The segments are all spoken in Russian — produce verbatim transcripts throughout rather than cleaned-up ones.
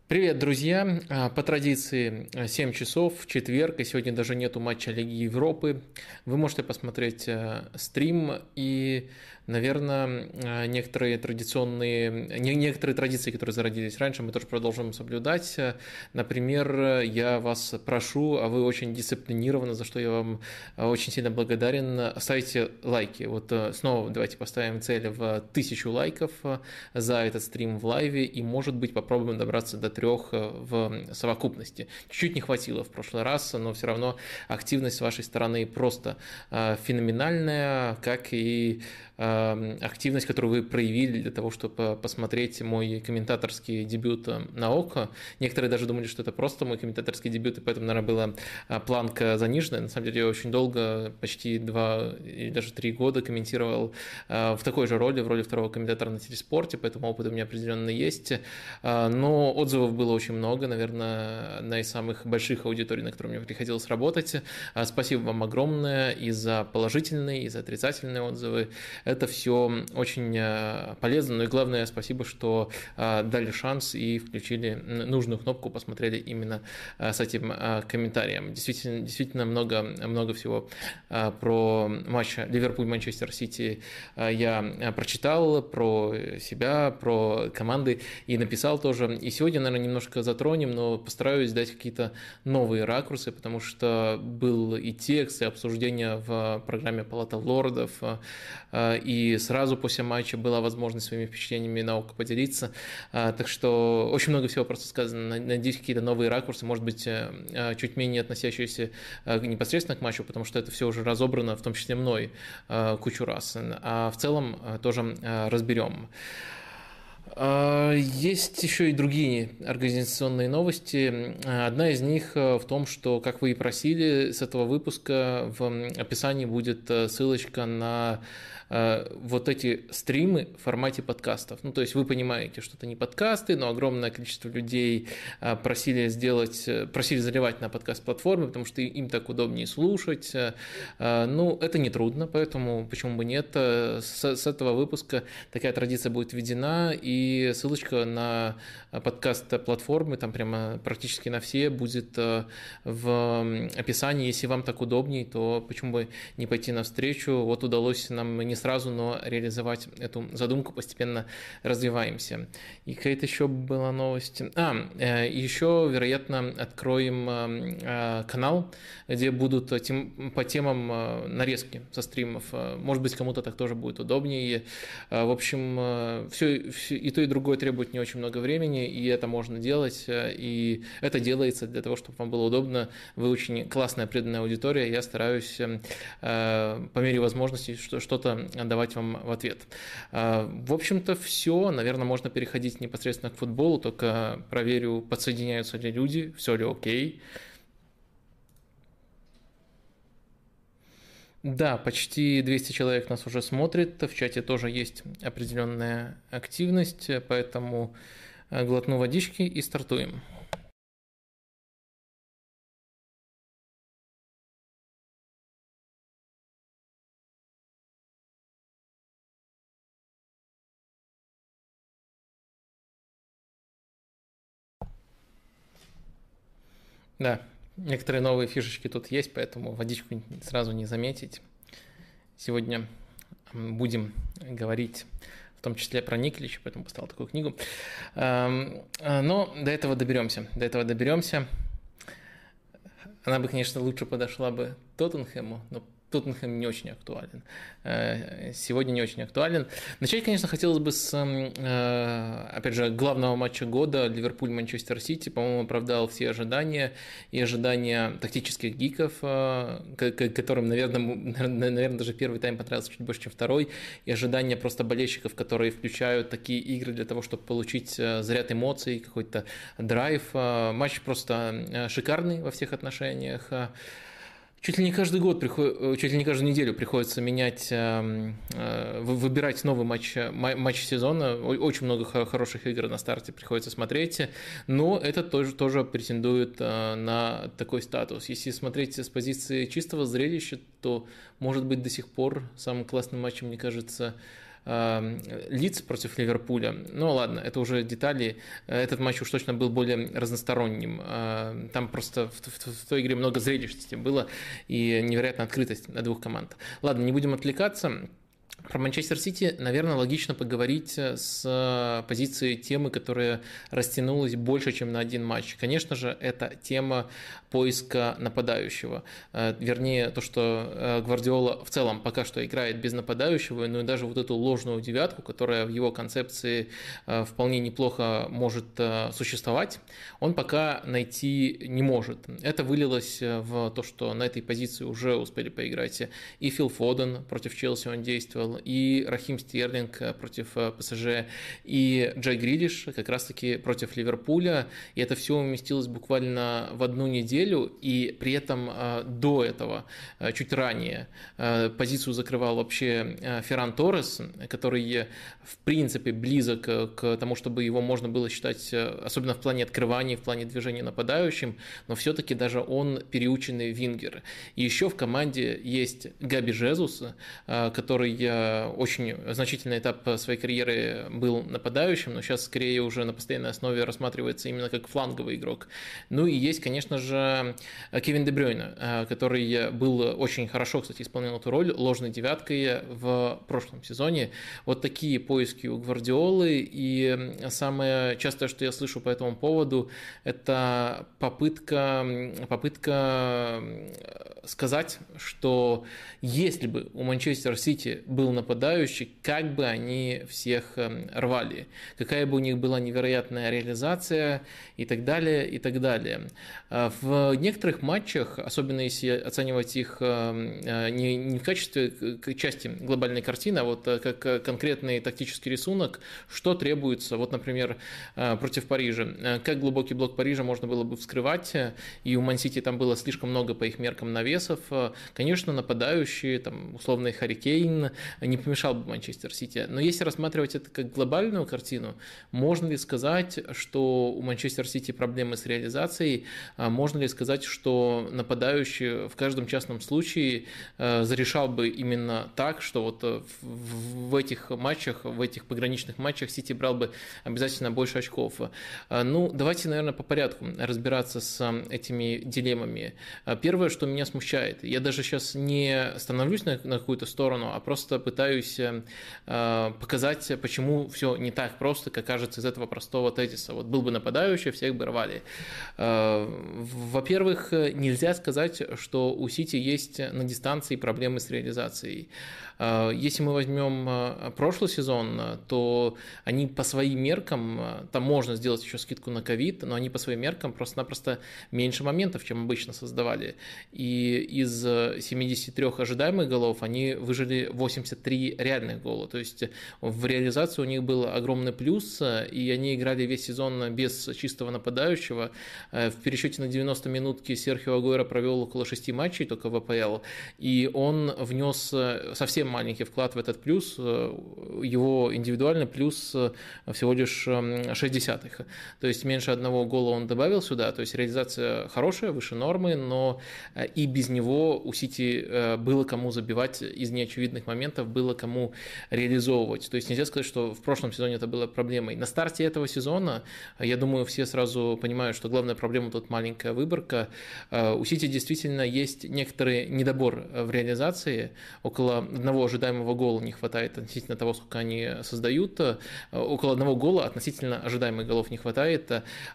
Привет, друзья! А, По традиции а, семь часов в четверг, и сегодня даже нету матча Лиги Европы. Вы можете посмотреть а, стрим и, наверное, а, некоторые традиционные, не- некоторые традиции, которые зародились раньше, мы тоже продолжим соблюдать. А, Например, я вас прошу, а вы очень дисциплинированы, за что я вам а, очень сильно благодарен, ставите лайки. Вот а, снова давайте поставим цель в тысячу лайков а, за этот стрим в лайве, и, может быть, попробуем добраться до трех в совокупности. Чуть-чуть не хватило в прошлый раз, но все равно активность с вашей стороны просто э, феноменальная, как и э, активность, которую вы проявили для того, чтобы посмотреть мой комментаторский дебют на ОКО. Некоторые даже думали, что это просто мой комментаторский дебют, и поэтому, наверное, была э, планка заниженная. На самом деле я очень долго, почти два или даже три года комментировал э, в такой же роли, в роли второго комментатора на телеспорте, поэтому опыт у меня определенно есть. Э, но отзывов было очень много, наверное, одна из самых больших аудиторий, на которой мне приходилось работать. А, Спасибо вам огромное и за положительные, и за отрицательные отзывы. Это все очень а, полезно, но и главное, спасибо, что а, дали шанс и включили нужную кнопку, посмотрели именно а, с этим а, комментарием. Действительно, действительно много, много всего а, про матч Ливерпуль-Манчестер Сити я прочитал, про себя, про команды и написал тоже. И сегодня, наверное, немножко затронем, но постараюсь дать какие-то новые ракурсы, потому что был и текст, и обсуждение в программе «Палата лордов», и сразу после матча была возможность своими впечатлениями на ОКО поделиться. Так что очень много всего просто сказано. Надеюсь, какие-то новые ракурсы, может быть, чуть менее относящиеся непосредственно к матчу, потому что это все уже разобрано, в том числе мной, кучу раз. А в целом тоже разберем. Есть еще и другие организационные новости. Одна из них в том, что, как вы и просили, с этого выпуска в описании будет ссылочка на вот эти стримы в формате подкастов. Ну, то есть вы понимаете, что это не подкасты, но огромное количество людей просили сделать, просили заливать на подкаст-платформы, потому что им так удобнее слушать. Ну, это нетрудно, поэтому почему бы нет. С, с этого выпуска такая традиция будет введена, и ссылочка на подкаст-платформы, там прямо практически на все, будет в описании. Если вам так удобнее, то почему бы не пойти навстречу. Вот удалось нам не сразу, но реализовать эту задумку, постепенно развиваемся. И какая-то еще была новость. А, еще, вероятно, откроем канал, где будут тем, по темам нарезки со стримов. Может быть, кому-то так тоже будет удобнее. В общем, все, все и то, и другое требует не очень много времени, и это можно делать, и это делается для того, чтобы вам было удобно. Вы очень классная, преданная аудитория, я стараюсь по мере возможности что-то давать вам в ответ. В общем-то, все. Наверное, можно переходить непосредственно к футболу, только проверю, подсоединяются ли люди, все ли окей. Да, почти двести человек нас уже смотрит, в чате тоже есть определенная активность, поэтому глотну водички и стартуем. Да, некоторые новые фишечки тут есть, поэтому водичку сразу не заметить. Сегодня будем говорить в том числе про Николича, поэтому поставил такую книгу. Но до этого доберемся. До этого доберемся. Она бы, конечно, лучше подошла бы Тоттенхэму, но Тоттенхэм не очень актуален. Сегодня не очень актуален. Начать, конечно, хотелось бы с, опять же, главного матча года Ливерпуль-Манчестер Сити. По-моему, оправдал все ожидания и ожидания тактических гиков, которым, наверное, наверное, даже первый тайм понравился чуть больше, чем второй, и ожидания просто болельщиков, которые включают такие игры для того, чтобы получить заряд эмоций, какой-то драйв. Матч просто шикарный во всех отношениях. Чуть ли не каждый год, чуть ли не каждую неделю приходится менять, выбирать новый матч, матч сезона. Очень много хороших игр на старте приходится смотреть, но это тоже, тоже претендует на такой статус. Если смотреть с позиции чистого зрелища, то, может быть, до сих пор самым классным матчем, мне кажется, Лидс против Ливерпуля. Ну ладно, это уже детали. Этот матч уж точно был более разносторонним. Там просто в, в, в той игре много зрелищности было и невероятная открытость двух команд. Ладно, не будем отвлекаться. Про Манчестер Сити, наверное, логично поговорить с позиции темы, которая растянулась больше, чем на один матч. Конечно же, это тема поиска нападающего. Вернее, то, что Гвардиола в целом пока что играет без нападающего, но и даже вот эту ложную девятку, которая в его концепции вполне неплохо может существовать, он пока найти не может. Это вылилось в то, что на этой позиции уже успели поиграть и Фил Фоден, против Челси он действовал, и Рахим Стерлинг против ПСЖ, и Джей Грилиш как раз-таки против Ливерпуля, и это все уместилось буквально в одну неделю, и при этом до этого, чуть ранее, позицию закрывал вообще Ферран Торрес, который в принципе близок к тому, чтобы его можно было считать, особенно в плане открывания, в плане движения нападающим, но все-таки даже он переученный вингер. И еще в команде есть Габи Жезус, который очень значительный этап своей карьеры был нападающим, но сейчас скорее уже на постоянной основе рассматривается именно как фланговый игрок. Ну и есть, конечно же, Кевин Де Брюйне, который был очень хорошо, кстати, исполнял эту роль ложной девяткой в прошлом сезоне. Вот такие поиски у Гвардиолы, и самое частое, что я слышу по этому поводу, это попытка, попытка сказать, что если бы у Манчестер Сити был нападающий, как бы они всех рвали, какая бы у них была невероятная реализация и так далее, и так далее. В некоторых матчах, особенно если оценивать их не, не в качестве части глобальной картины, а вот как конкретный тактический рисунок, что требуется, вот, например, против Парижа, как глубокий блок Парижа можно было бы вскрывать, и у Ман-Сити там было слишком много по их меркам навесов, конечно, нападающие, там, условный Харри Кейн не помешал бы Манчестер Сити, но если рассматривать это как глобальную картину, можно ли сказать, что у Манчестер Сити проблемы с реализацией, можно ли сказать, что нападающий в каждом частном случае зарешал бы именно так, что вот в этих матчах, в этих пограничных матчах Сити брал бы обязательно больше очков. Ну, давайте, наверное, по порядку разбираться с этими дилеммами. Первое, что меня смущает, я даже сейчас не становлюсь на, на какую-то сторону, а просто пытаюсь э, показать, почему все не так просто, как кажется из этого простого тезиса. Вот был бы нападающий, всех бы рвали. Э, во-первых, нельзя сказать, что у Сити есть на дистанции проблемы с реализацией. Если мы возьмем прошлый сезон, то они по своим меркам, там можно сделать еще скидку на ковид, но они по своим меркам просто-напросто меньше моментов, чем обычно создавали. И из семидесяти трёх ожидаемых голов они выжили восемьдесят три реальных гола. То есть в реализации у них был огромный плюс, и они играли весь сезон без чистого нападающего. В пересчете на девяносто минутки Серхио Агуэро провел около шести матчей только в АПЛ, и он внес совсем маленький вклад в этот плюс, его индивидуальный плюс всего лишь шесть десятых. То есть меньше одного гола он добавил сюда, то есть реализация хорошая, выше нормы, но и без него у Сити было кому забивать из неочевидных моментов, было кому реализовывать. То есть нельзя сказать, что в прошлом сезоне это было проблемой. На старте этого сезона, я думаю, все сразу понимают, что главная проблема тут маленькая выборка. У Сити действительно есть некоторый недобор в реализации, около одного ожидаемого гола не хватает относительно того, сколько они создают, около одного гола относительно ожидаемых голов не хватает,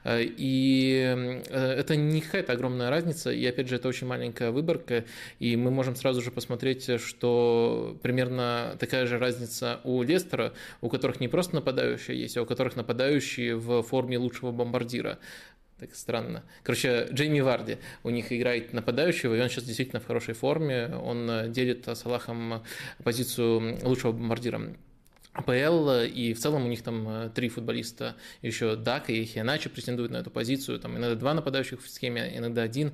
и это не какая-то огромная разница, и опять же это очень маленькая выборка, и мы можем сразу же посмотреть, что примерно такая же разница у Лестера, у которых не просто нападающие есть, а у которых нападающие в форме лучшего бомбардира. Так странно. Короче, Джейми Варди у них играет нападающего, и он сейчас действительно в хорошей форме. Он делит с Салахом позицию лучшего бомбардира АПЛ, и в целом у них там три футболиста, еще Дака и Хианачи претендуют на эту позицию, там иногда два нападающих в схеме, иногда один,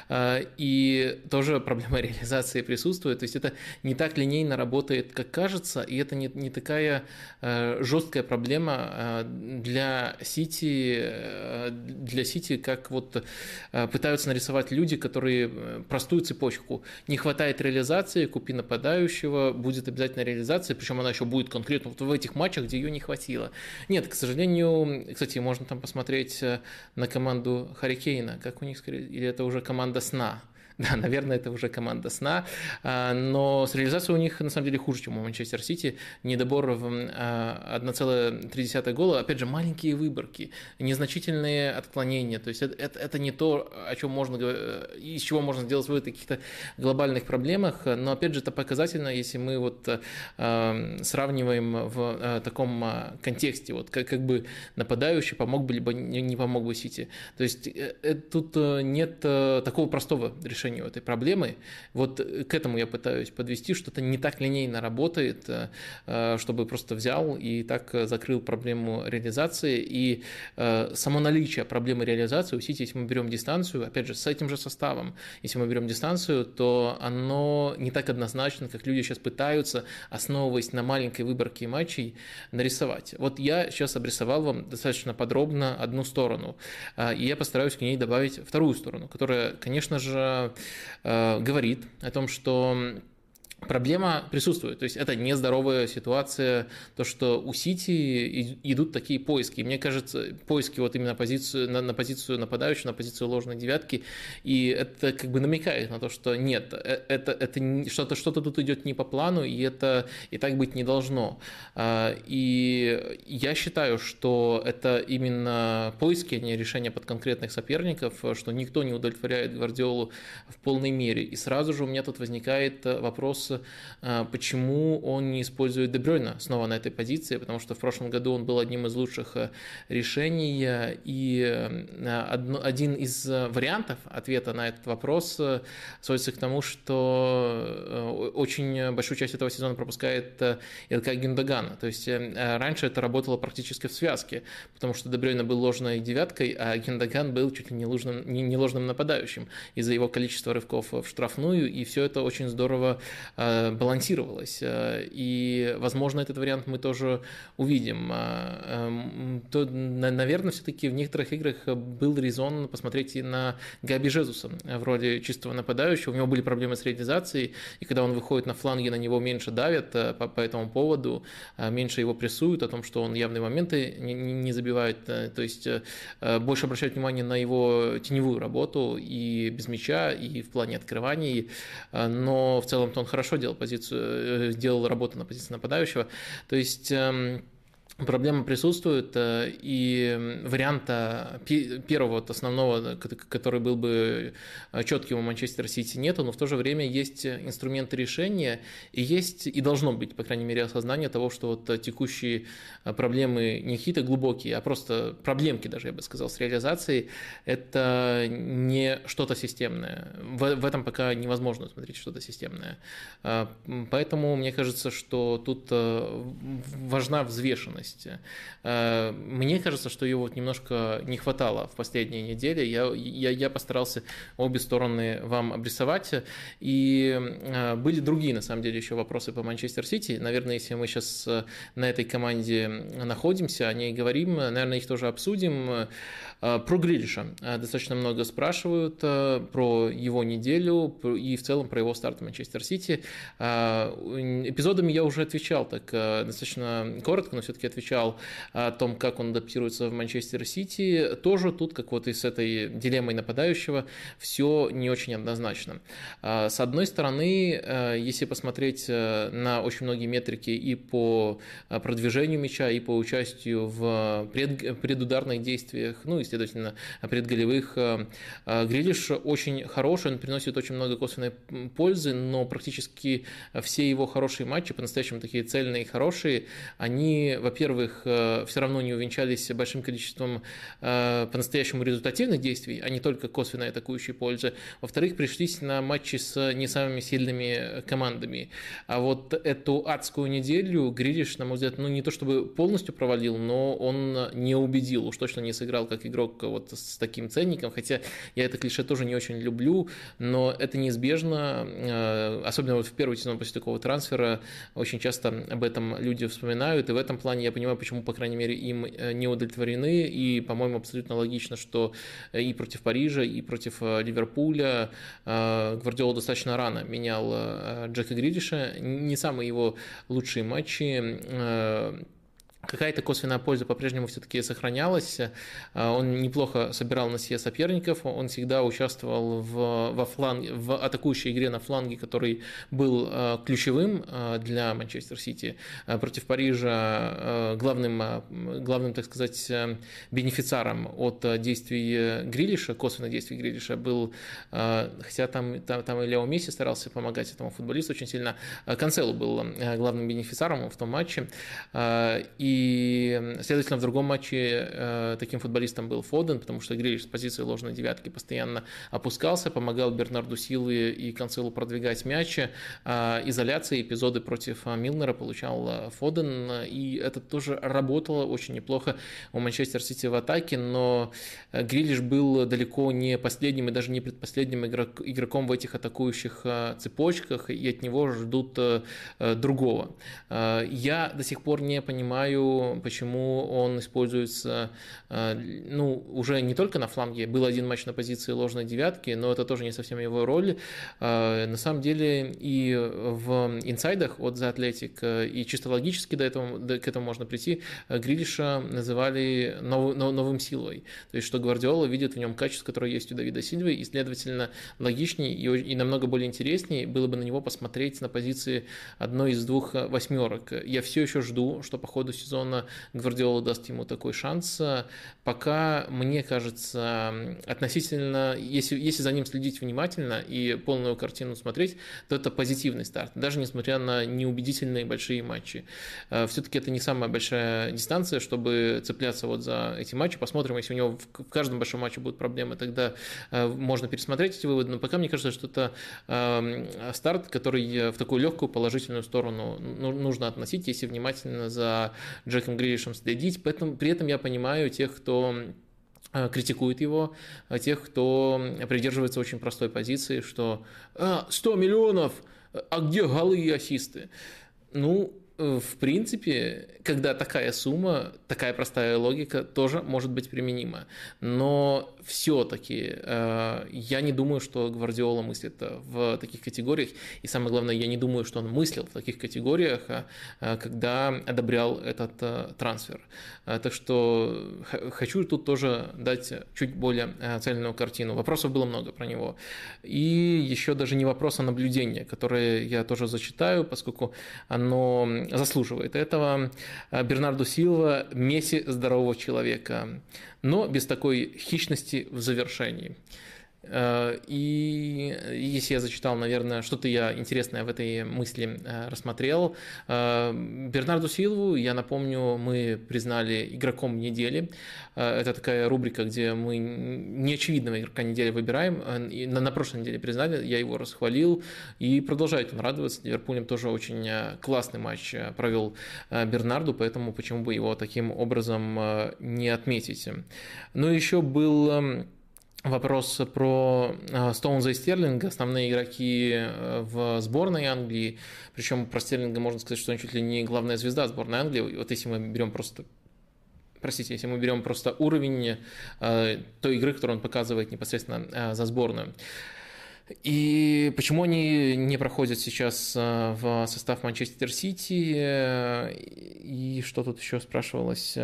и тоже проблема реализации присутствует, то есть это не так линейно работает, как кажется, и это не, не такая жесткая проблема для Сити, для Сити, как вот пытаются нарисовать люди, которые простую цепочку. Не хватает реализации, купи нападающего, будет обязательно реализация, причем она еще будет конкретно в этих матчах, где ее не хватило. Нет, к сожалению, кстати, можно там посмотреть на команду Харри Кейна, как у них, скорее, или это уже команда сна. Да, наверное, это уже команда сна, но с реализацией у них на самом деле хуже, чем у Манчестер Сити. Недобор в один целых три десятых гола, опять же, маленькие выборки, незначительные отклонения. То есть это, это, это не то, о чем можно, из чего можно сделать вывод о каких-то глобальных проблемах, но опять же это показательно, если мы вот сравниваем в таком контексте, вот как, как бы нападающий помог бы, либо не помог бы Сити. То есть тут нет такого простого решения этой проблемы. Вот к этому я пытаюсь подвести, что-то не так линейно работает, чтобы просто взял и так закрыл проблему реализации. И само наличие проблемы реализации у Сити, если мы берем дистанцию, опять же, с этим же составом, если мы берем дистанцию, то оно не так однозначно, как люди сейчас пытаются, основываясь на маленькой выборке матчей, нарисовать. Вот я сейчас обрисовал вам достаточно подробно одну сторону, и я постараюсь к ней добавить вторую сторону, которая, конечно же, говорит о том, что проблема присутствует, то есть это нездоровая ситуация, то, что у Сити идут такие поиски. И мне кажется, поиски вот именно позицию, на, на позицию нападающего, на позицию ложной девятки, и это как бы намекает на то, что нет, это, это что-то, что-то тут идет не по плану, и это и так быть не должно. И я считаю, что это именно поиски, а не решения под конкретных соперников, что никто не удовлетворяет Гвардиолу в полной мере. И сразу же у меня тут возникает вопрос, почему он не использует Де Брюйна снова на этой позиции, потому что в прошлом году он был одним из лучших решений, и один из вариантов ответа на этот вопрос сводится к тому, что очень большую часть этого сезона пропускает Илкай Гюндоган, то есть раньше это работало практически в связке, потому что Де Брюйна был ложной девяткой, а Гюндоган был чуть ли не ложным, не ложным нападающим из-за его количества рывков в штрафную, и все это очень здорово балансировалось. И, возможно, этот вариант мы тоже увидим. То, наверное, все-таки в некоторых играх был резон посмотреть и на Габи Жезуса в роли чистого нападающего. У него были проблемы с реализацией, и когда он выходит на фланги, на него меньше давят по, по этому поводу, меньше его прессуют, о том, что он явные моменты не, не забивает. То есть больше обращают внимание на его теневую работу и без мяча, и в плане открываний. Но в целом-то он хорошо делал позицию, делал работу на позиции нападающего. То есть проблема присутствует, и варианта первого, вот основного, который был бы четким у Манчестер Сити, нету, но в то же время есть инструменты решения, и есть, и должно быть, по крайней мере, осознание того, что вот текущие проблемы не какие-то глубокие, а просто проблемки даже, я бы сказал, с реализацией, это не что-то системное. В, в этом пока невозможно смотреть что-то системное. Поэтому мне кажется, что тут важна взвешенность. Мне кажется, что ее вот немножко не хватало в последние недели. Я, я, я постарался обе стороны вам обрисовать. И были другие, на самом деле, еще вопросы по Манчестер Сити. Наверное, если мы сейчас на этой команде находимся, о ней говорим, наверное, их тоже обсудим. Про Грилиша достаточно много спрашивают, про его неделю и в целом про его старт в Манчестер Сити. Эпизодами я уже отвечал так достаточно коротко, но все-таки отвечал о том, как он адаптируется в Манчестер Сити. Тоже тут, как вот и с этой дилеммой нападающего, все не очень однозначно. С одной стороны, если посмотреть на очень многие метрики и по продвижению мяча, и по участию в пред, предударных действиях, ну и, следовательно, предголевых, Грилиш очень хороший, он приносит очень много косвенной пользы, но практически все его хорошие матчи, по-настоящему такие цельные и хорошие, они, во-первых, во-первых, все равно не увенчались большим количеством по-настоящему результативных действий, а не только косвенной атакующей пользы. Во-вторых, пришлись на матчи с не самыми сильными командами. А вот эту адскую неделю Грилиш, на мой взгляд, ну не то чтобы полностью провалил, но он не убедил, уж точно не сыграл как игрок вот с таким ценником, хотя я это клише тоже не очень люблю, но это неизбежно, особенно вот в первый сезон после такого трансфера, очень часто об этом люди вспоминают, и в этом плане я понимаю, почему, по крайней мере, им не удовлетворены, и, по-моему, абсолютно логично, что и против Парижа, и против Ливерпуля Гвардиола достаточно рано менял Джека Грилиша, не самые его лучшие матчи. Какая-то косвенная польза по-прежнему все-таки сохранялась. Он неплохо собирал на себе соперников, он всегда участвовал в, во фланге, в атакующей игре на фланге, который был ключевым для Манчестер Сити. Против Парижа главным, главным, так сказать, бенефициаром от действий Грилиша, косвенных действий Грилиша был, хотя там, там, там и Лео Месси старался помогать этому футболисту очень сильно, Канцело был главным бенефициаром в том матче. И И, следовательно, в другом матче э, таким футболистом был Фоден, потому что Грилиш с позиции ложной девятки постоянно опускался, помогал Бернарду Силве и Канцелу продвигать мяч. Э, изоляции, эпизоды против Милнера получал Фоден, и это тоже работало очень неплохо у Манчестер Сити в атаке, но Грилиш был далеко не последним и даже не предпоследним игрок, игроком в этих атакующих цепочках, и от него ждут э, другого. Э, я до сих пор не понимаю, почему он используется, ну, уже не только на фланге. Был один матч на позиции ложной девятки, но это тоже не совсем его роль. На самом деле и в инсайдах от The Athletic, и чисто логически до этого, к этому можно прийти, Грилиша называли нов, новым Силвой. То есть, что Гвардиола видит в нем качество, которое есть у Давида Сильвы, и, следовательно, логичнее и, и намного более интереснее было бы на него посмотреть на позиции одной из двух восьмерок. Я все еще жду, что по ходу сезона Гвардиола даст ему такой шанс. Пока, мне кажется, относительно, если, если за ним следить внимательно и полную картину смотреть, то это позитивный старт, даже несмотря на неубедительные большие матчи. Все-таки это не самая большая дистанция, чтобы цепляться вот за эти матчи. Посмотрим, если у него в каждом большом матче будут проблемы, тогда можно пересмотреть эти выводы. Но пока мне кажется, что это старт, который в такую легкую положительную сторону нужно относить, если внимательно за Джеком Грилишем следить, поэтому при этом я понимаю тех, кто критикует его, тех, кто придерживается очень простой позиции, что а, сто миллионов, а где голы и ассисты? Ну, в принципе, когда такая сумма, такая простая логика тоже может быть применима. Но все-таки э, я не думаю, что Гвардиола мыслит в таких категориях. И самое главное, я не думаю, что он мыслил в таких категориях, э, когда одобрял этот э, трансфер. Э, так что хочу тут тоже дать чуть более цельную картину. Вопросов было много про него. И еще даже не вопрос, а наблюдение, которое я тоже зачитаю, поскольку оно заслуживает этого. Бернарду Силва – Месси здорового человека, но без такой хищности в завершении. И если я зачитал, наверное, что-то я интересное в этой мысли рассмотрел. Бернарду Силву, я напомню, мы признали игроком недели. Это такая рубрика, где мы неочевидного игрока недели выбираем. И на, на прошлой неделе признали, я его расхвалил, и продолжает он радоваться. Ливерпулем тоже очень классный матч провел Бернарду, поэтому почему бы его таким образом не отметить. Но еще был вопрос про Стоунза и Стерлинга, основные игроки в сборной Англии, причем про Стерлинга можно сказать, что он чуть ли не главная звезда сборной Англии. Вот если мы берем просто, простите, если мы берем просто уровень той игры, которую он показывает непосредственно за сборную. И почему они не проходят сейчас в состав Манчестер Сити? И что тут еще спрашивалось?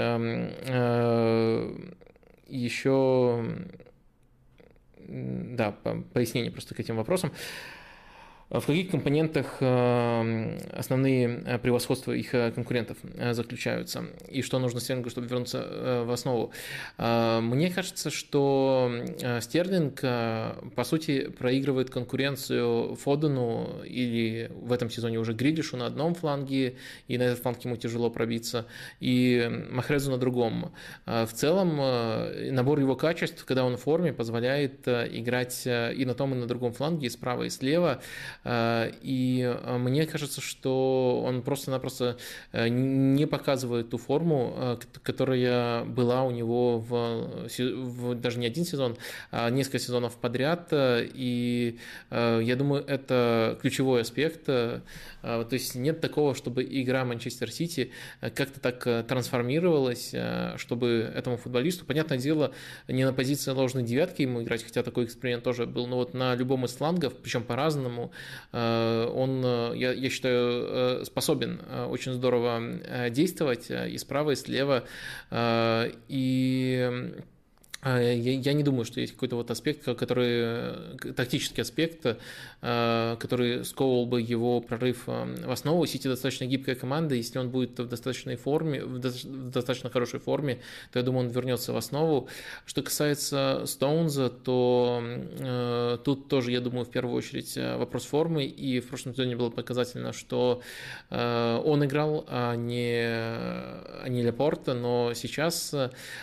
Еще... Да, пояснение просто к этим вопросам. В каких компонентах основные превосходства их конкурентов заключаются? И что нужно Стерлингу, чтобы вернуться в основу? Мне кажется, что Стерлинг, по сути, проигрывает конкуренцию Фодену или в этом сезоне уже Грилишу на одном фланге, и на этот фланг ему тяжело пробиться, и Махрезу на другом. В целом, набор его качеств, когда он в форме, позволяет играть и на том, и на другом фланге, и справа, и слева. И мне кажется, что он просто-напросто не показывает ту форму, которая была у него в, в даже не один сезон, а несколько сезонов подряд. И я думаю, это ключевой аспект. То есть нет такого, чтобы игра Манчестер Сити как-то так трансформировалась, чтобы этому футболисту, понятное дело, не на позиции ложной девятки ему играть, хотя такой эксперимент тоже был, но вот на любом из флангов, причем по-разному, он, я, я считаю, способен очень здорово действовать и справа, и слева, и я не думаю, что есть какой-то вот аспект, который, тактический аспект, который сковывал бы его прорыв в основу. Сити достаточно гибкая команда, если он будет в достаточной форме, в достаточно хорошей форме, то я думаю, он вернется в основу. Что касается Стоунза, то тут тоже, я думаю, в первую очередь вопрос формы, и в прошлом сезоне было показательно, что он играл, а не, а не Лапорта, но сейчас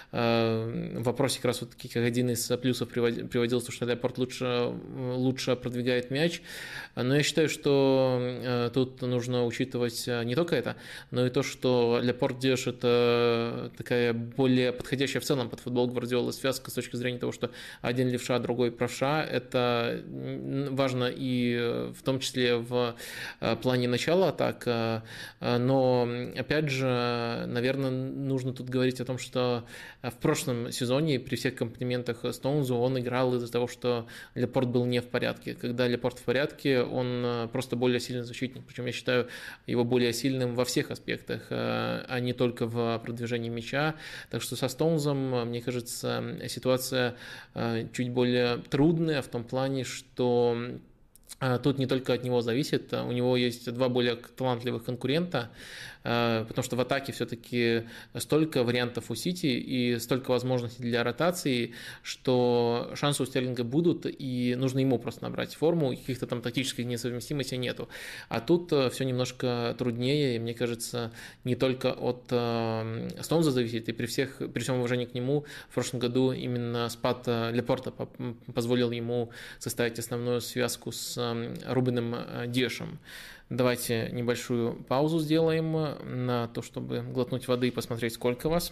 в вопросе раз вот как один из плюсов приводился, что Лапорт лучше, лучше продвигает мяч, но я считаю, что тут нужно учитывать не только это, но и то, что Лапорт держит такая более подходящая в целом под футбол Гвардиолы связка с точки зрения того, что один левша, другой правша, это важно и в том числе в плане начала атак, но опять же, наверное, нужно тут говорить о том, что в прошлом сезоне при всех комплиментах Стоунзу он играл из-за того, что Лапорт был не в порядке. Когда Лапорт в порядке, он просто более сильный защитник. Причем я считаю его более сильным во всех аспектах, а не только в продвижении мяча. Так что со Стоунзом, мне кажется, ситуация чуть более трудная в том плане, что тут не только от него зависит, у него есть два более талантливых конкурента, потому что в атаке все-таки столько вариантов у Сити и столько возможностей для ротации, что шансы у Стерлинга будут, и нужно ему просто набрать форму, каких-то там тактических несовместимостей нету. А тут все немножко труднее, и мне кажется, не только от Стоунза зависит, и при, всех, при всем уважении к нему в прошлом году именно спад Лапорта позволил ему составить основную связку с Рубеном Диашем. Давайте небольшую паузу сделаем на то, чтобы глотнуть воды и посмотреть, сколько вас.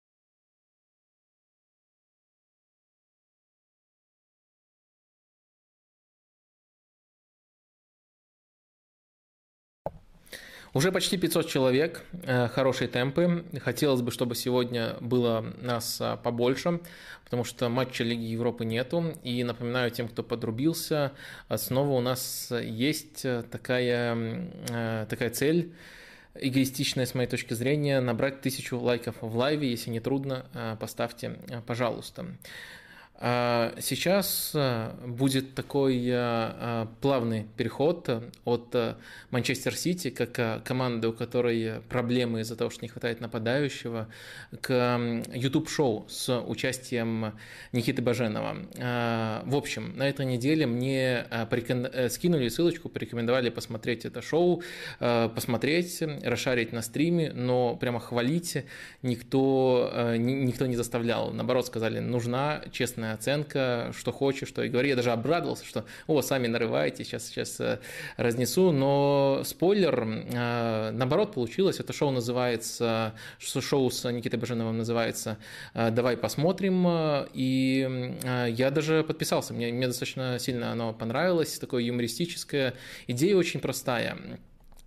Уже почти пятьсот человек, хорошие темпы. Хотелось бы, чтобы сегодня было нас побольше, потому что матча Лиги Европы нету. И напоминаю тем, кто подрубился, снова у нас есть такая, такая цель, эгоистичная с моей точки зрения, набрать тысячу лайков в лайве. Если не трудно, поставьте, пожалуйста. Сейчас будет такой плавный переход от Манчестер Сити, как команды, у которой проблемы из-за того, что не хватает нападающего, к YouTube-шоу с участием Никиты Баженова. В общем, на этой неделе мне скинули ссылочку, порекомендовали посмотреть это шоу, посмотреть, расшарить на стриме, но прямо хвалить никто, никто не заставлял. Наоборот, сказали, нужна честная оценка, что хочешь, что и говори. Я даже обрадовался, что о, сами нарываете, сейчас, сейчас разнесу, но спойлер, наоборот, получилось. Это шоу называется, шоу с Никитой Баженовым называется «Давай посмотрим», и я даже подписался, мне, мне достаточно сильно оно понравилось, такое юмористическое, идея очень простая.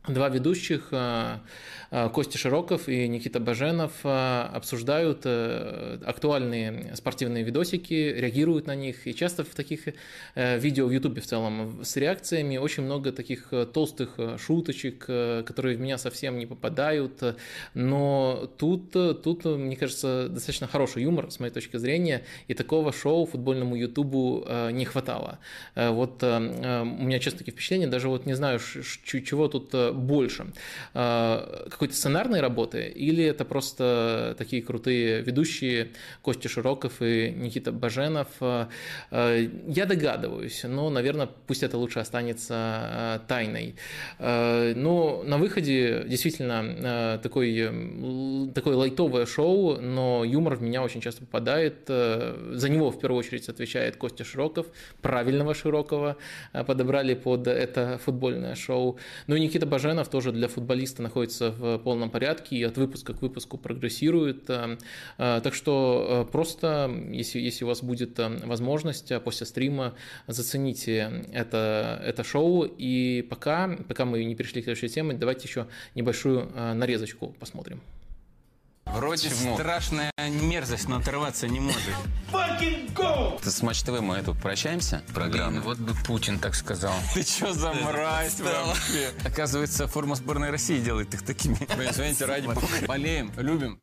Два ведущих, Костя Широков и Никита Баженов, обсуждают актуальные спортивные видосики, реагируют на них. И часто в таких видео в Ютубе в целом с реакциями очень много таких толстых шуточек, которые в меня совсем не попадают. Но тут, тут, мне кажется, достаточно хороший юмор, с моей точки зрения, и такого шоу футбольному Ютубу не хватало. Вот у меня, честно, такие впечатления, даже вот не знаю, чего тут больше. Какой-то сценарной работы или это просто такие крутые ведущие Костя Широков и Никита Баженов? Я догадываюсь, но, наверное, пусть это лучше останется тайной. Но на выходе действительно такой, такое лайтовое шоу, но юмор в меня очень часто попадает. За него в первую очередь отвечает Костя Широков, правильного Широкова подобрали под это футбольное шоу. Ну и Никита Баженов тоже для футболиста находится в полном порядке и от выпуска к выпуску прогрессирует. Так что просто, если, если у вас будет возможность после стрима, зацените это, это шоу. И пока, пока мы не перешли к следующей теме, давайте еще небольшую нарезочку посмотрим. Вроде Почему? Страшная мерзость, но оторваться не может. С Матч ТВ мы тут прощаемся? Программа. Вот бы Путин так сказал. Ты что за мразь вообще? Оказывается, форма сборной России делает их такими. Извините, ради бога. Болеем, любим.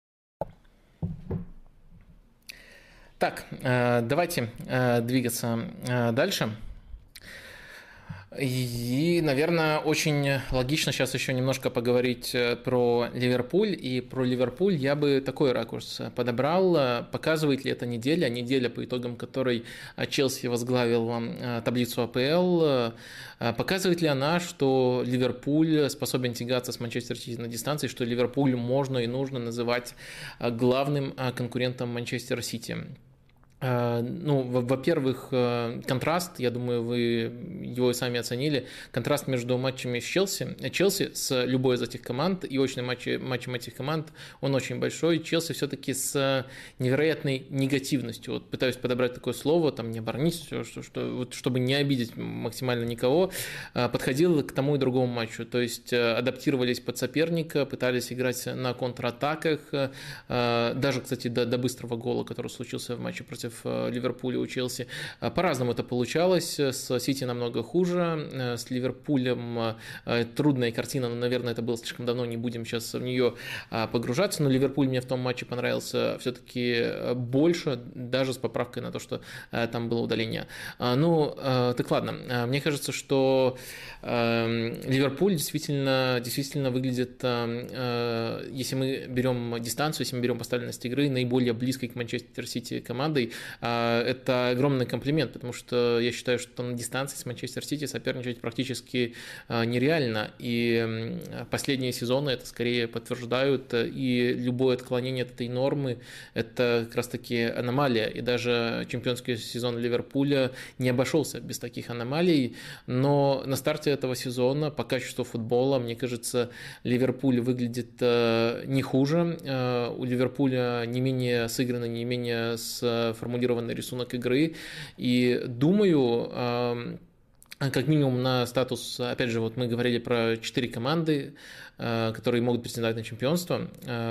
Так, давайте двигаться дальше. И, наверное, очень логично сейчас еще немножко поговорить про Ливерпуль. И про Ливерпуль я бы такой ракурс подобрал. Показывает ли эта неделя, неделя, по итогам которой Челси возглавил таблицу АПЛ, показывает ли она, что Ливерпуль способен тягаться с Манчестер Сити на дистанции, что Ливерпуль можно и нужно называть главным конкурентом Манчестер Сити? Ну, во-первых, контраст, я думаю, вы его и сами оценили, контраст между матчами с Челси, Челси с любой из этих команд и очным матчем, матчем этих команд, он очень большой. Челси все-таки с невероятной негативностью, вот пытаюсь подобрать такое слово, там не оборонить, что, что, вот, чтобы не обидеть максимально никого, подходил к тому и другому матчу, то есть адаптировались под соперника, пытались играть на контратаках, даже, кстати, до, до быстрого гола, который случился в матче против Ливерпуля у Челси. По-разному это получалось. С Сити намного хуже. С Ливерпулем трудная картина, но, наверное, это было слишком давно, не будем сейчас в нее погружаться. Но Ливерпуль мне в том матче понравился все-таки больше, даже с поправкой на то, что там было удаление. Ну, так ладно. Мне кажется, что Ливерпуль действительно, действительно выглядит, если мы берем дистанцию, если мы берем поставленность игры, наиболее близкой к Манчестер Сити командой. Это огромный комплимент, потому что я считаю, что на дистанции с Манчестер Сити соперничать практически нереально, и последние сезоны это скорее подтверждают, и любое отклонение от этой нормы – это как раз-таки аномалия, и даже чемпионский сезон Ливерпуля не обошелся без таких аномалий, но на старте этого сезона по качеству футбола, мне кажется, Ливерпуль выглядит не хуже, у Ливерпуля не менее сыгранный, не менее сформулированный рисунок игры, и думаю, как минимум на статус, опять же, вот мы говорили про четыре команды, которые могут претендовать на чемпионство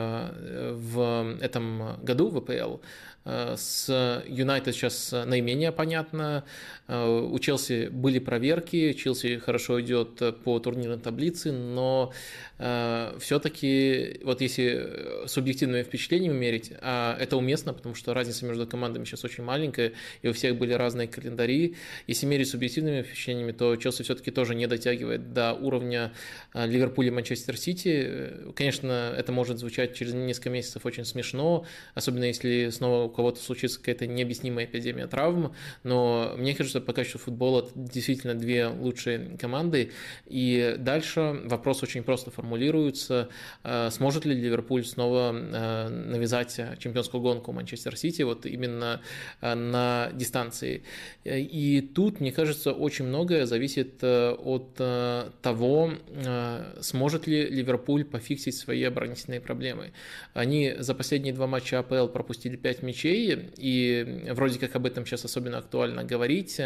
в этом году в АПЛ. С Юнайтед сейчас наименее понятно. У Челси были проверки, Челси хорошо идет по турнирной таблице, но все-таки, вот если субъективными впечатлениями мерить, это уместно, потому что разница между командами сейчас очень маленькая, и у всех были разные календари. Если мерить субъективными впечатлениями, то Челси все-таки тоже не дотягивает до уровня Ливерпуля и Манчестер Сити. Конечно, это может звучать через несколько месяцев очень смешно, особенно если снова у кого-то случится какая-то необъяснимая эпидемия травм, но мне кажется, по качеству футбола это действительно две лучшие команды, и дальше вопрос очень просто формулируется: сможет ли Ливерпуль снова навязать чемпионскую гонку Манчестер Сити вот именно на дистанции. И тут, мне кажется, очень много многое зависит от того, сможет ли Ливерпуль пофиксить свои оборонительные проблемы. Они за последние два матча АПЛ пропустили пять мячей, и вроде как об этом сейчас особенно актуально говорить,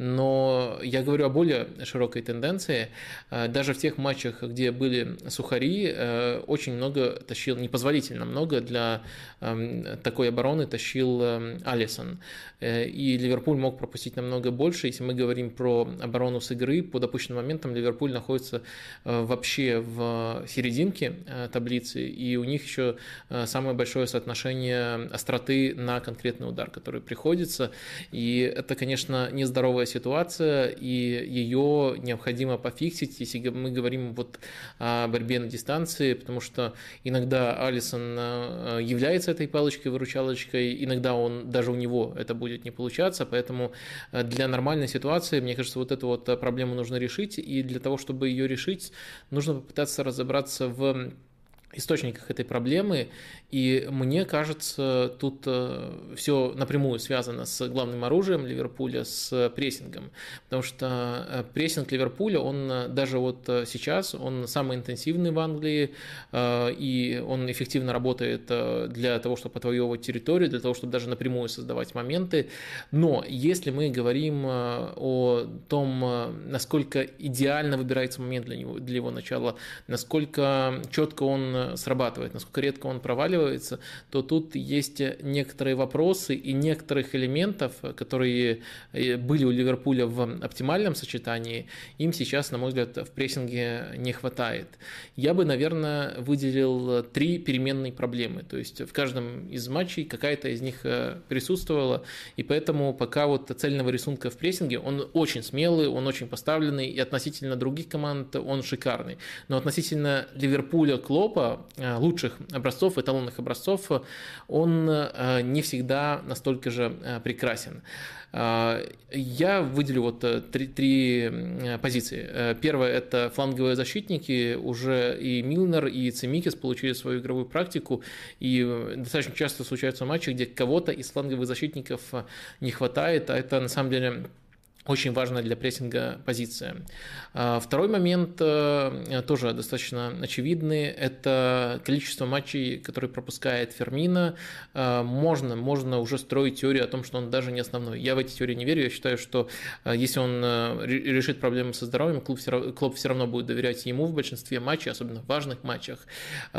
но я говорю о более широкой тенденции. Даже в тех матчах, где были сухари, очень много тащил, непозволительно много для такой обороны тащил Алисон. И Ливерпуль мог пропустить намного больше. Если мы говорим про оборону с игры, по допущенным моментам Ливерпуль находится вообще в серединке таблицы, и у них еще самое большое соотношение остроты на конкретный удар, который приходится. И это, конечно, нездоровая ситуация, и ее необходимо пофиксить, если мы говорим вот о борьбе на дистанции, потому что иногда Алисон является этой палочкой-выручалочкой, иногда он, даже у него это будет не получаться, поэтому для нормальной ситуации, мне кажется, вот эту вот проблему нужно решить, и для того, чтобы ее решить, нужно попытаться разобраться в источниках этой проблемы, и мне кажется, тут все напрямую связано с главным оружием Ливерпуля, с прессингом, потому что прессинг Ливерпуля, он даже вот сейчас, он самый интенсивный в Англии, и он эффективно работает для того, чтобы отвоевывать территорию, для того, чтобы даже напрямую создавать моменты, но если мы говорим о том, насколько идеально выбирается момент для него, для его начала, насколько четко он срабатывает, насколько редко он проваливается, то тут есть некоторые вопросы и некоторых элементов, которые были у Ливерпуля в оптимальном сочетании, им сейчас, на мой взгляд, в прессинге не хватает. Я бы, наверное, выделил три переменные проблемы, то есть в каждом из матчей какая-то из них присутствовала, и поэтому пока вот цельного рисунка в прессинге, он очень смелый, он очень поставленный, и относительно других команд он шикарный. Но относительно Ливерпуля Клопа, лучших образцов, эталонных образцов, он не всегда настолько же прекрасен. Я выделю вот три, три позиции. Первое – это фланговые защитники. Уже и Милнер, и Цимикис получили свою игровую практику, и достаточно часто случаются матчи, где кого-то из фланговых защитников не хватает, а это на самом деле очень важная для прессинга позиция. Второй момент, тоже достаточно очевидный, это количество матчей, которые пропускает Фермино. Можно, можно уже строить теорию о том, что он даже не основной. Я в эти теории не верю. Я считаю, что если он решит проблемы со здоровьем, клуб все равно, клуб все равно будет доверять ему в большинстве матчей, особенно в важных матчах.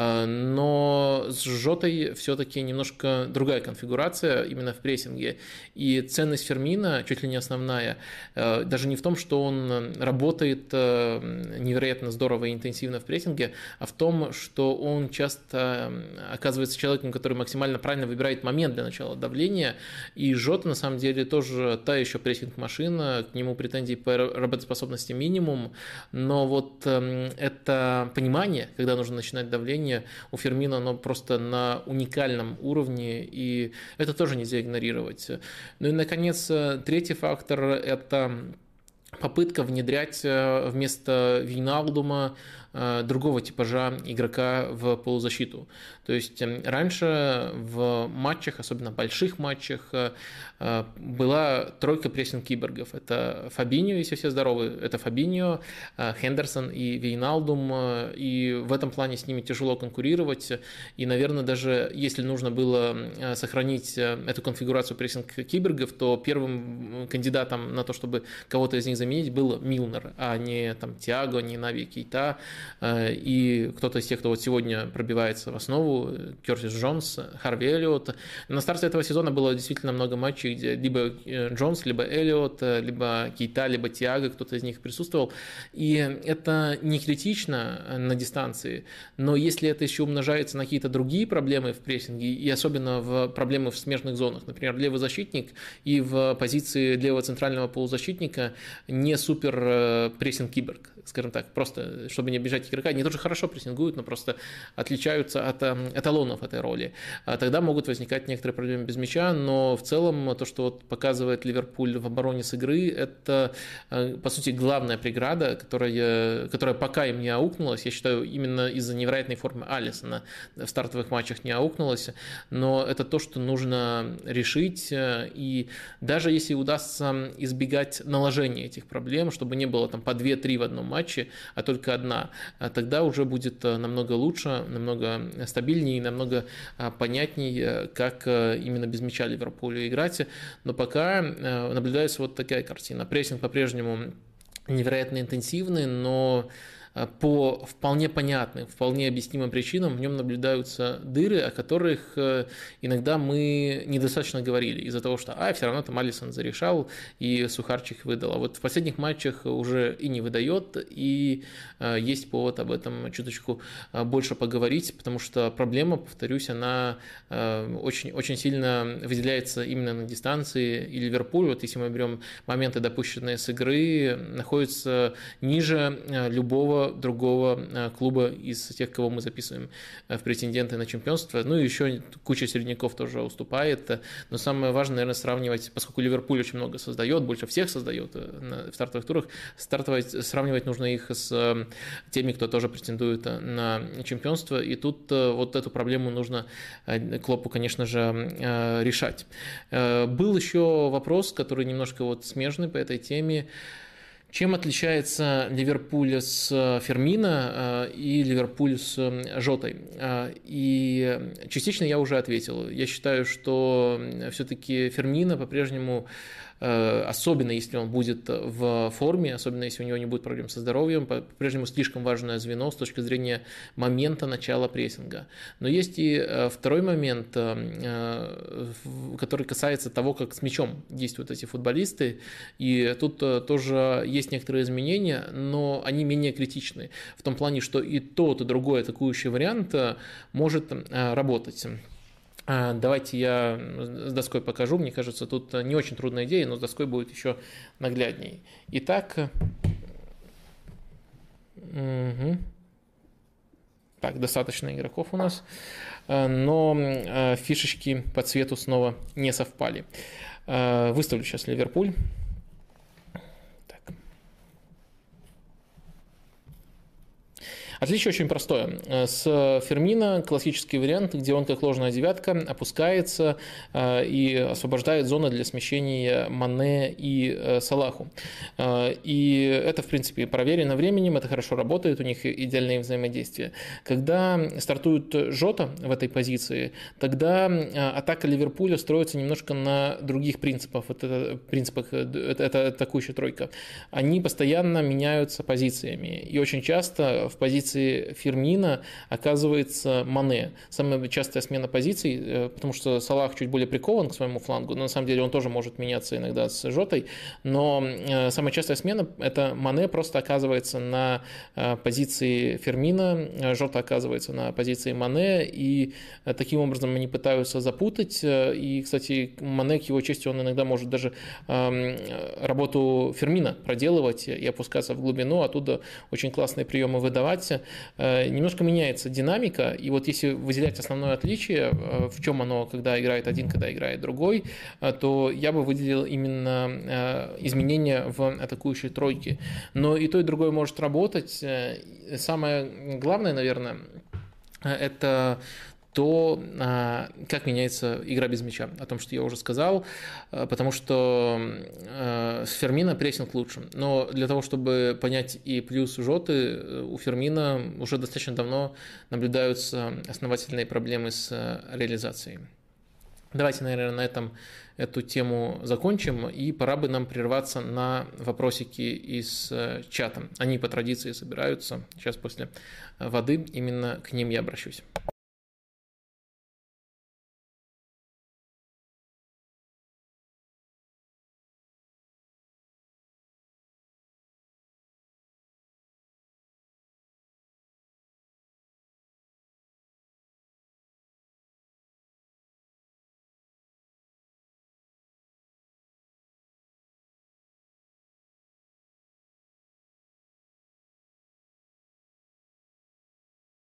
Но с Жотой все-таки немножко другая конфигурация именно в прессинге. И ценность Фермино чуть ли не основная. Даже не в том, что он работает невероятно здорово и интенсивно в прессинге, а в том, что он часто оказывается человеком, который максимально правильно выбирает момент для начала давления. И Жота, на самом деле, тоже та еще прессинг-машина, к нему претензий по работоспособности минимум, но вот это понимание, когда нужно начинать давление, у Фермино оно просто на уникальном уровне, и это тоже нельзя игнорировать. Ну и, наконец, третий фактор – это попытка внедрять вместо Вейналдума другого типажа игрока в полузащиту. То есть раньше в матчах, особенно больших матчах, была тройка прессинг-киборгов. Это Фабиньо, если все здоровы, это Фабиньо, Хендерсон и Вейналдум, и в этом плане с ними тяжело конкурировать. И, наверное, даже если нужно было сохранить эту конфигурацию прессинг-киборгов, то первым кандидатом на то, чтобы кого-то из них заменить, был Милнер, а не там Тиаго, не Нави Кейта. И кто-то из тех, кто вот сегодня пробивается в основу, Кертис Джонс, Харви Эллиот. На старте этого сезона было действительно много матчей, где либо Джонс, либо Эллиот, либо Кейта, либо Тиаго, кто-то из них присутствовал. И это не критично на дистанции, но если это еще умножается на какие-то другие проблемы в прессинге, и особенно в проблемы в смежных зонах, например, левый защитник и в позиции левого центрального полузащитника не супер прессинг-киборг, скажем так, просто чтобы не обижать игрока, они тоже хорошо прессингуют, но просто отличаются от эталонов этой роли. Тогда могут возникать некоторые проблемы без мяча, но в целом то, что вот показывает Ливерпуль в обороне с игры, это, по сути, главная преграда, которая, которая пока им не аукнулась. Я считаю, именно из-за невероятной формы Алисона в стартовых матчах не аукнулась, но это то, что нужно решить, и даже если удастся избегать наложения этих этих проблем, чтобы не было там по две-три в одном матче, а только одна. Тогда уже будет намного лучше, намного стабильнее, намного понятнее, как именно без мяча Ливерпулю играть. Но пока наблюдается вот такая картина. Прессинг по-прежнему невероятно интенсивный, но по вполне понятным, вполне объяснимым причинам в нем наблюдаются дыры, о которых иногда мы недостаточно говорили, из-за того, что а, все равно там Алисон зарешал и Сухарчик выдал. А вот в последних матчах уже и не выдает, и есть повод об этом чуточку больше поговорить, потому что проблема, повторюсь, она очень, очень сильно выделяется именно на дистанции, и Ливерпуль, вот если мы берем моменты, допущенные с игры, находится ниже любого другого клуба из тех, кого мы записываем в претенденты на чемпионство. Ну и еще куча середняков тоже уступает. Но самое важное, наверное, сравнивать, поскольку Ливерпуль очень много создает, больше всех создает в стартовых турах, стартовать, сравнивать нужно их с теми, кто тоже претендует на чемпионство. И тут вот эту проблему нужно Клопу, конечно же, решать. Был еще вопрос, который немножко вот смежный по этой теме. Чем отличается Ливерпуль с Фермино и Ливерпуль с Жотой? И частично я уже ответил. Я считаю, что все-таки Фермино по-прежнему, особенно если он будет в форме, особенно если у него не будет проблем со здоровьем, по-прежнему слишком важное звено с точки зрения момента начала прессинга. Но есть и второй момент, который касается того, как с мячом действуют эти футболисты, и тут тоже есть некоторые изменения, но они менее критичны, в том плане, что и тот, и другой атакующий вариант может работать. Давайте я с доской покажу. Мне кажется, тут не очень трудная идея, но с доской будет еще наглядней. Итак, угу. Так, достаточно игроков у нас, но фишечки по цвету снова не совпали. Выставлю сейчас Ливерпуль. Отличие очень простое. С Фермино классический вариант, где он как ложная девятка опускается и освобождает зоны для смещения Мане и Салаху. И это, в принципе, проверено временем, это хорошо работает, у них идеальное взаимодействие. Когда стартует Жота в этой позиции, тогда атака Ливерпуля строится немножко на других принципах. Вот это, принципах это, это атакующая тройка. Они постоянно меняются позициями. И очень часто в позиции Фермино оказывается Мане. Самая частая смена позиций, потому что Салах чуть более прикован к своему флангу, но на самом деле он тоже может меняться иногда с Жотой, но самая частая смена – это Мане просто оказывается на позиции Фермино, Жота оказывается на позиции Мане, и таким образом они пытаются запутать, и, кстати, Мане, к его чести, он иногда может даже работу Фермино проделывать и опускаться в глубину, оттуда очень классные приемы выдавать. Немножко меняется динамика, и вот если выделять основное отличие, в чем оно, когда играет один, когда играет другой, то я бы выделил именно изменения в атакующей тройке. Но и то, и другое может работать. Самое главное, наверное, это то, как меняется игра без мяча, о том, что я уже сказал, потому что с Фермино прессинг лучше. Но для того, чтобы понять и плюс Жоты, у Фермино уже достаточно давно наблюдаются основательные проблемы с реализацией. Давайте, наверное, на этом эту тему закончим, и пора бы нам прерваться на вопросики из чата. Они по традиции собираются. Сейчас после воды именно к ним я обращусь.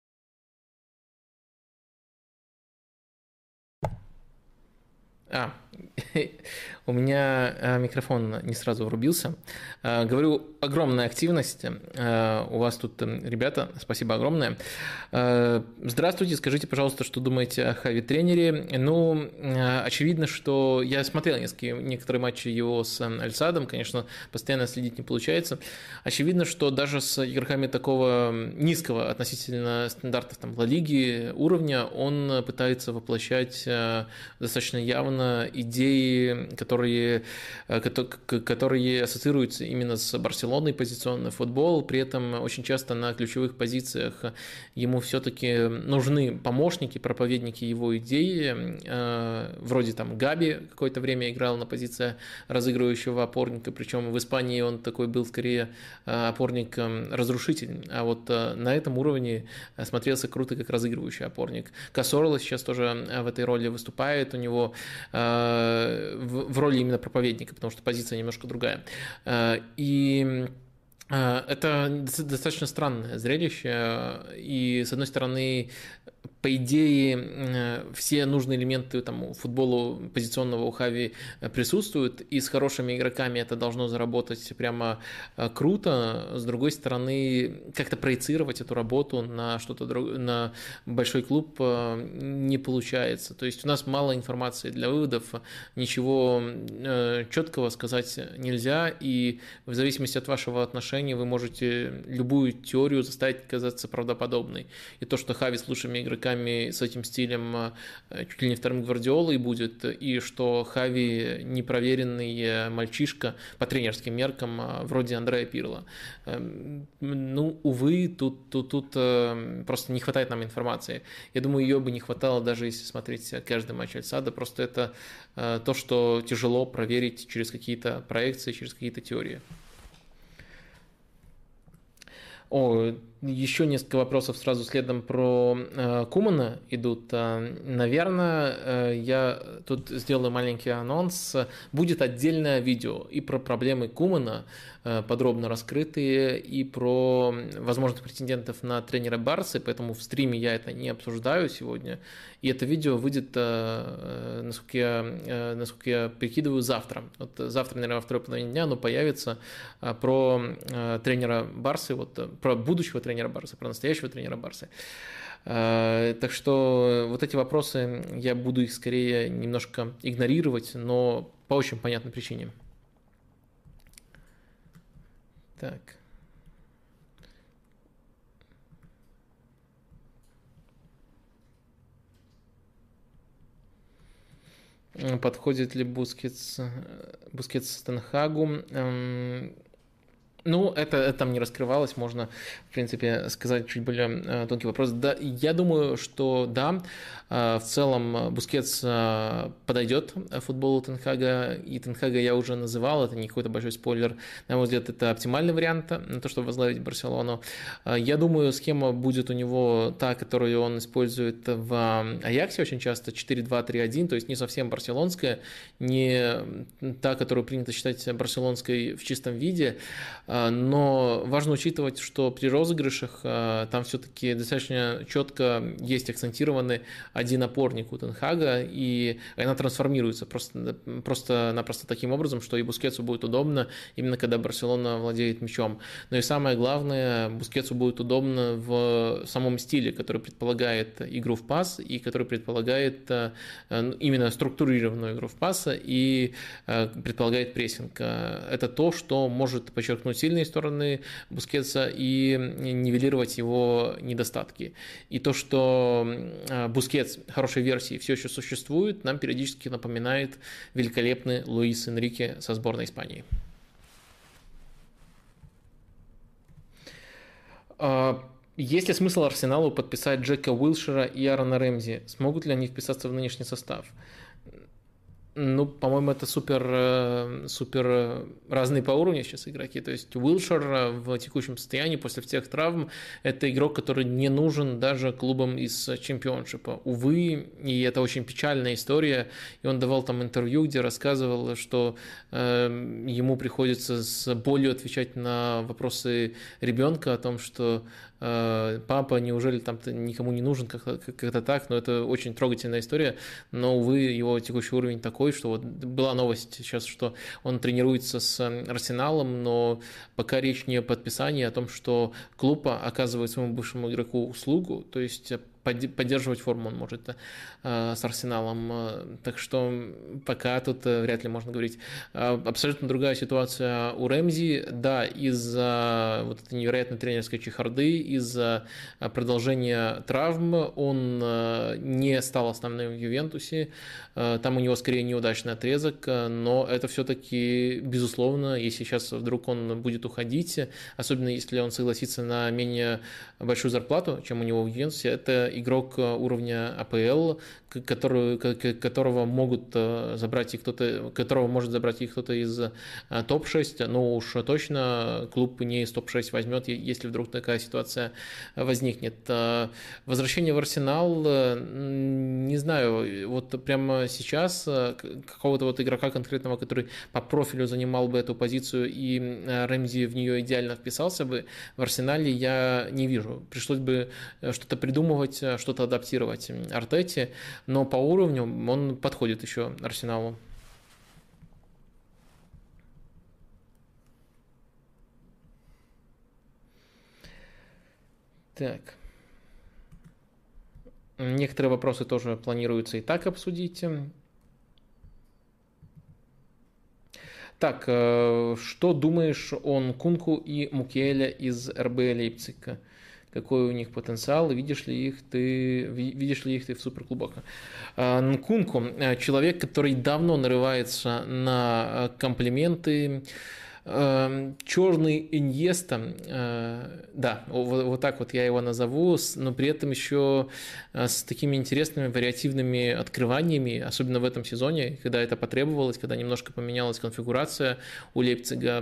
А, У меня микрофон не сразу врубился. Говорю, огромная активность. У вас тут, ребята, спасибо огромное. Здравствуйте, скажите, пожалуйста, что думаете о Хави-тренере? Ну, очевидно, что я смотрел некоторые матчи его с Аль-Садом, конечно, постоянно следить не получается. Очевидно, что даже с игроками такого низкого относительно стандартов там, Ла Лиги уровня он пытается воплощать достаточно явно идеи, которые, которые ассоциируются именно с Барселоной, позиционный футбол, при этом очень часто на ключевых позициях ему все-таки нужны помощники, проповедники его идеи, вроде там Габи какое-то время играл на позиции разыгрывающего опорника, причем в Испании он такой был скорее опорник-разрушитель, а вот на этом уровне смотрелся круто как разыгрывающий опорник. Касорла сейчас тоже в этой роли выступает, у него в роли именно проповедника, потому что позиция немножко другая. И это достаточно странное зрелище, и, с одной стороны, по идее, все нужные элементы там, футболу позиционного у Хави присутствуют, и с хорошими игроками это должно заработать прямо круто. С другой стороны, как-то проецировать эту работу на что-то другое, на большой клуб не получается. То есть у нас мало информации для выводов, ничего четкого сказать нельзя, и в зависимости от вашего отношения вы можете любую теорию заставить казаться правдоподобной. И то, что Хави с лучшими игроками с этим стилем чуть ли не вторым Гвардиолой будет, и что Хави непроверенный мальчишка по тренерским меркам вроде Андреа Пирло. Ну, увы, тут, тут, тут просто не хватает нам информации. Я думаю, ее бы не хватало, даже если смотреть каждый матч Аль-Сада. Просто это то, что тяжело проверить через какие-то проекции, через какие-то теории. О, еще несколько вопросов сразу следом про э, Кумана идут. Наверное, э, я тут сделаю маленький анонс. Будет отдельное видео и про проблемы Кумана, э, подробно раскрытые, и про возможных претендентов на тренера Барсы, поэтому в стриме я это не обсуждаю сегодня. И это видео выйдет, э, насколько, я, э, насколько я прикидываю, завтра. Вот завтра, наверное, во второй половине дня оно появится э, про э, тренера Барсы, вот, про будущего тренера тренера Барсы, про настоящего тренера Барсы. Так что вот эти вопросы, я буду их скорее немножко игнорировать, но по очень понятной причине. Так. Подходит ли Бускетс, Бускетс Тен Хагу? Ну, это, это там не раскрывалось, можно, в принципе, сказать чуть более э, тонкий вопрос. Да, я думаю, что да, э, в целом Бускетс э, подойдет футболу Тен Хага, и Тен Хага я уже называл, это не какой-то большой спойлер, на мой взгляд, это оптимальный вариант на то, чтобы возглавить Барселону. Э, я думаю, схема будет у него та, которую он использует в Аяксе очень часто, четыре два три один, то есть не совсем барселонская, не та, которую принято считать барселонской в чистом виде. Но важно учитывать, что при розыгрышах там все-таки достаточно четко есть акцентированный один опорник у Тен Хага, и она трансформируется просто, просто-напросто таким образом, что и Бускетсу будет удобно, именно когда Барселона владеет мячом. Но и самое главное, Бускетсу будет удобно в самом стиле, который предполагает игру в пас, и который предполагает именно структурированную игру в пас, и предполагает прессинг. Это то, что может подчеркнуть сильные стороны Бускетса и нивелировать его недостатки. И то, что Бускетс хорошей версии все еще существует, нам периодически напоминает великолепный Луис Энрике со сборной Испании. Есть ли смысл Арсеналу подписать Джека Уилшера и Аарона Рэмзи? Смогут ли они вписаться в нынешний состав? Ну, по-моему, это супер, супер разные по уровню сейчас игроки. То есть Уилшер в текущем состоянии после всех травм – это игрок, который не нужен даже клубам из чемпионшипа. Увы, и это очень печальная история. И он давал там интервью, где рассказывал, что э, ему приходится с болью отвечать на вопросы ребенка о том, что папа, неужели там никому не нужен, как-то, как-то так, но это очень трогательная история, но, увы, его текущий уровень такой, проходит, что вот была новость сейчас, что он тренируется с Арсеналом, но пока речь не о подписании, а о том, что клуб оказывает своему бывшему игроку услугу, то есть поддерживать форму он может э, с Арсеналом. Так что пока тут э, вряд ли можно говорить. Абсолютно другая ситуация у Рэмзи. Да, из-за вот этой невероятной тренерской чехарды, из-за продолжения травм он э, не стал основным в Ювентусе. Э, там у него скорее неудачный отрезок, но это все-таки, безусловно, если сейчас вдруг он будет уходить, особенно если он согласится на менее большую зарплату, чем у него в Ювентусе, это игрок уровня АПЛ, который, которого могут забрать и кто-то, которого может забрать и кто-то из топ шесть, но уж точно клуб не из топ шесть возьмет, если вдруг такая ситуация возникнет. Возвращение в Арсенал, не знаю, вот прямо сейчас какого-то вот игрока конкретного, который по профилю занимал бы эту позицию и Рэмзи в нее идеально вписался бы, в Арсенале я не вижу. Пришлось бы что-то придумывать, что-то адаптировать Артете, но по уровню он подходит еще Арсеналу. Так. Некоторые вопросы тоже планируется и так обсудить. Так, что думаешь о Нкунку и Мукиэле из эр бэ Лейпцига? Какой у них потенциал, видишь ли их ты, видишь ли их ты в суперклубах? Нкунку – человек, который давно нарывается на комплименты, черный Иньеста, да, вот, вот так вот я его назову, но при этом еще с такими интересными вариативными открываниями, особенно в этом сезоне, когда это потребовалось, когда немножко поменялась конфигурация у Лейпцига.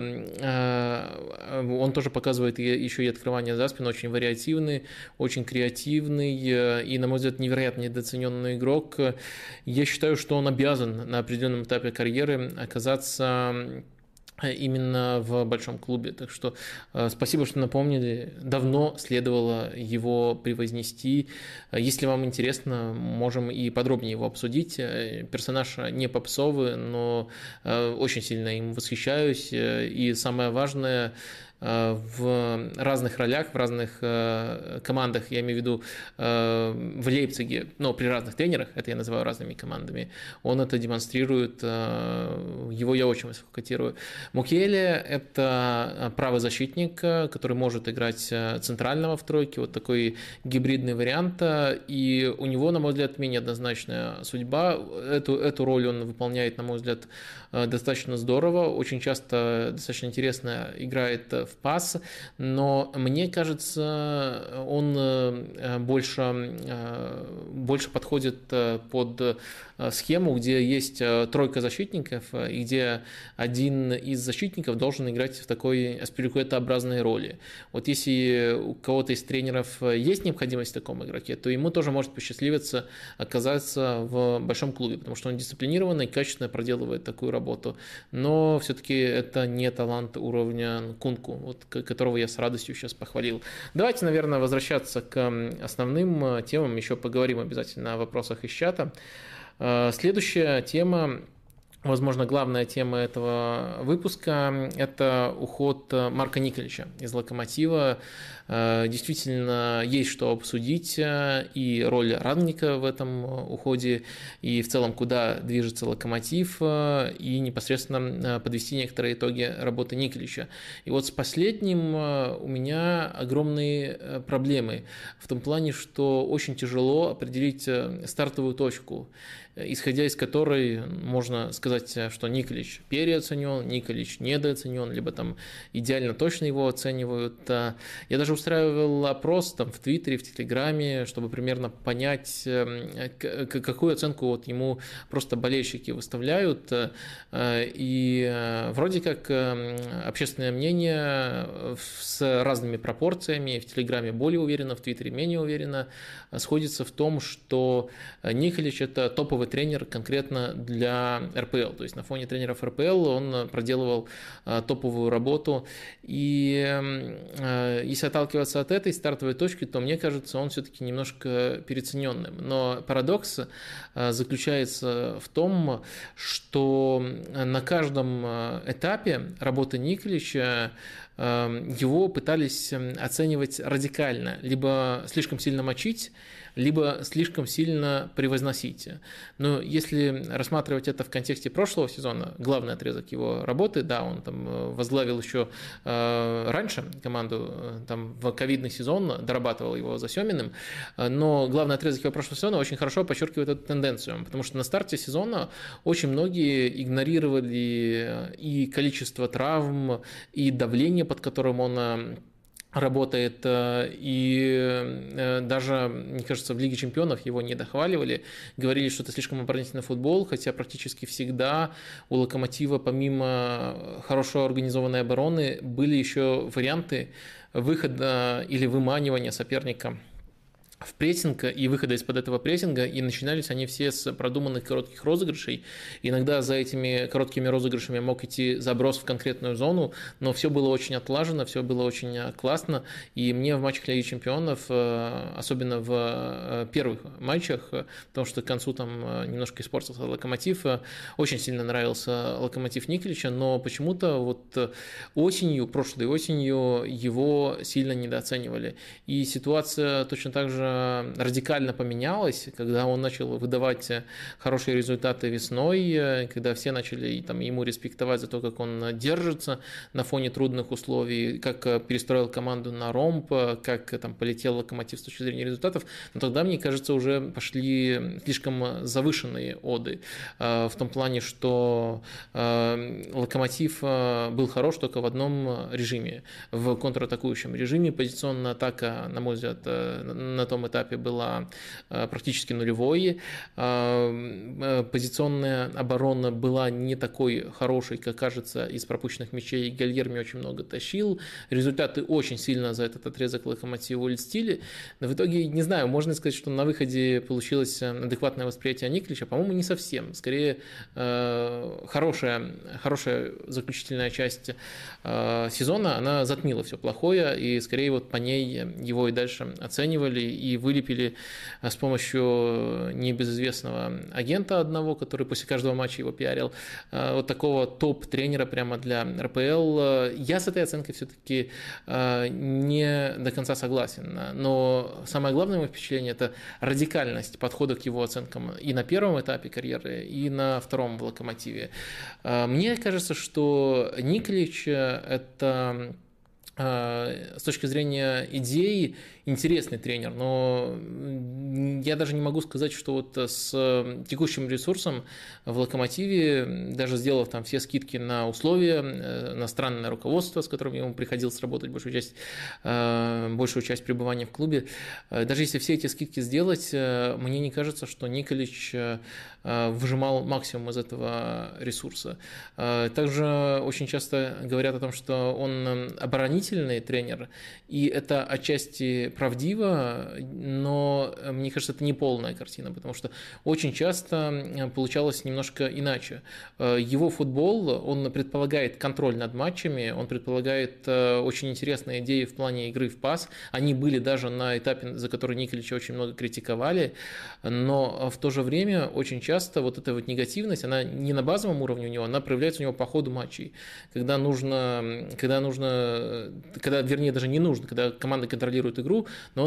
Он тоже показывает еще и открывание за спину, очень вариативный, очень креативный и, на мой взгляд, невероятно недооцененный игрок. Я считаю, что он обязан на определенном этапе карьеры оказаться именно в большом клубе. Так что э, спасибо, что напомнили. Давно следовало его превознести. Если вам интересно, можем и подробнее его обсудить. Персонаж не попсовый, но э, очень сильно им восхищаюсь. И самое важное, в разных ролях, в разных командах, я имею в виду в Лейпциге, но при разных тренерах, это я называю разными командами, он это демонстрирует, его я очень высоко котирую. Мукиэле – это правый защитник, который может играть центрального в тройке, вот такой гибридный вариант, и у него, на мой взгляд, менее однозначная судьба. Эту, эту роль он выполняет, на мой взгляд, достаточно здорово, очень часто достаточно интересно играет в пас, но мне кажется, он больше, больше подходит под схему, где есть тройка защитников, и где один из защитников должен играть в такой аспиликуэта-образной роли. Вот если у кого-то из тренеров есть необходимость в таком игроке, то ему тоже может посчастливиться оказаться в большом клубе, потому что он дисциплинированно и качественно проделывает такую работу. Но все-таки это не талант уровня Нкунку, вот, которого я с радостью сейчас похвалил. Давайте, наверное, возвращаться к основным темам, еще поговорим обязательно о вопросах из чата. Следующая тема, возможно, главная тема этого выпуска – это уход Марка Николича из «Локомотива». Действительно, есть что обсудить, и роль Рангника в этом уходе, и в целом, куда движется «Локомотив», и непосредственно подвести некоторые итоги работы Николича. И вот с последним у меня огромные проблемы, в том плане, что очень тяжело определить стартовую точку, исходя из которой можно сказать, что Николич переоценен, Николич недооценен, либо там идеально точно его оценивают. Я даже устраивал опрос там в Твиттере, в Телеграме, чтобы примерно понять, какую оценку вот ему просто болельщики выставляют. И вроде как общественное мнение с разными пропорциями, в Телеграме более уверенно, в Твиттере менее уверенно, сходится в том, что Николич – это топовый тренер конкретно для эр пэ эл. То есть на фоне тренеров эр пэ эл он проделывал топовую работу. И если отталкиваться от этой стартовой точки, то мне кажется, он все-таки немножко переоцененным. Но парадокс заключается в том, что на каждом этапе работы Николича его пытались оценивать радикально, либо слишком сильно мочить, либо слишком сильно превозносить. Но если рассматривать это в контексте прошлого сезона, главный отрезок его работы, да, он там возглавил еще э, раньше команду, там в ковидный сезон, дорабатывал его за Семиным, но главный отрезок его прошлого сезона очень хорошо подчеркивает эту тенденцию, потому что на старте сезона очень многие игнорировали и количество травм, и давление, под которым он работает, и даже, мне кажется, в Лиге чемпионов его не дохваливали, говорили, что это слишком оборонительный футбол, хотя практически всегда у Локомотива, помимо хорошо организованной обороны, были еще варианты выхода или выманивания соперника в прессинг и выхода из-под этого прессинга, и начинались они все с продуманных коротких розыгрышей. Иногда за этими короткими розыгрышами мог идти заброс в конкретную зону, но все было очень отлажено, все было очень классно, и мне в матчах Лиги чемпионов, особенно в первых матчах, потому что к концу там немножко испортился Локомотив, очень сильно нравился Локомотив Николича, но почему-то вот осенью, прошлой осенью его сильно недооценивали, и ситуация точно так же радикально поменялось, когда он начал выдавать хорошие результаты весной, когда все начали там, ему респектовать за то, как он держится на фоне трудных условий, как перестроил команду на ромб, как там, полетел Локомотив с точки зрения результатов. Но тогда, мне кажется, уже пошли слишком завышенные оды в том плане, что Локомотив был хорош только в одном режиме, в контратакующем режиме. Позиционная атака, на мой взгляд, на том этапе была практически нулевой. Позиционная оборона была не такой хорошей, как кажется, из пропущенных мячей. Гальерми очень много тащил. Результаты очень сильно за этот отрезок Локомотива льстили. Но в итоге, не знаю, можно сказать, что на выходе получилось адекватное восприятие Николича. По-моему, не совсем. Скорее, хорошая, хорошая заключительная часть сезона, она затмила все плохое, и скорее вот по ней его и дальше оценивали, и вылепили с помощью небезызвестного агента одного, который после каждого матча его пиарил, вот такого топ-тренера прямо для эр пэ эл. Я с этой оценкой все-таки не до конца согласен, но самое главное мое впечатление – это радикальность подхода к его оценкам и на первом этапе карьеры, и на втором в Локомотиве. Мне кажется, что Николич – это с точки зрения идей интересный тренер, но я даже не могу сказать, что вот с текущим ресурсом в Локомотиве, даже сделав там все скидки на условия, на странное руководство, с которым ему приходилось работать большую часть, большую часть пребывания в клубе, даже если все эти скидки сделать, мне не кажется, что Николич выжимал максимум из этого ресурса. Также очень часто говорят о том, что он оборонительный тренер, и это отчасти правдиво, но мне кажется, это не полная картина, потому что очень часто получалось немножко иначе. Его футбол, он предполагает контроль над матчами, он предполагает очень интересные идеи в плане игры в пас. Они были даже на этапе, за который Николича очень много критиковали, но в то же время очень часто вот эта вот негативность, она не на базовом уровне у него, она проявляется у него по ходу матчей, когда нужно, когда нужно, когда, вернее, даже не нужно, когда команда контролирует игру, но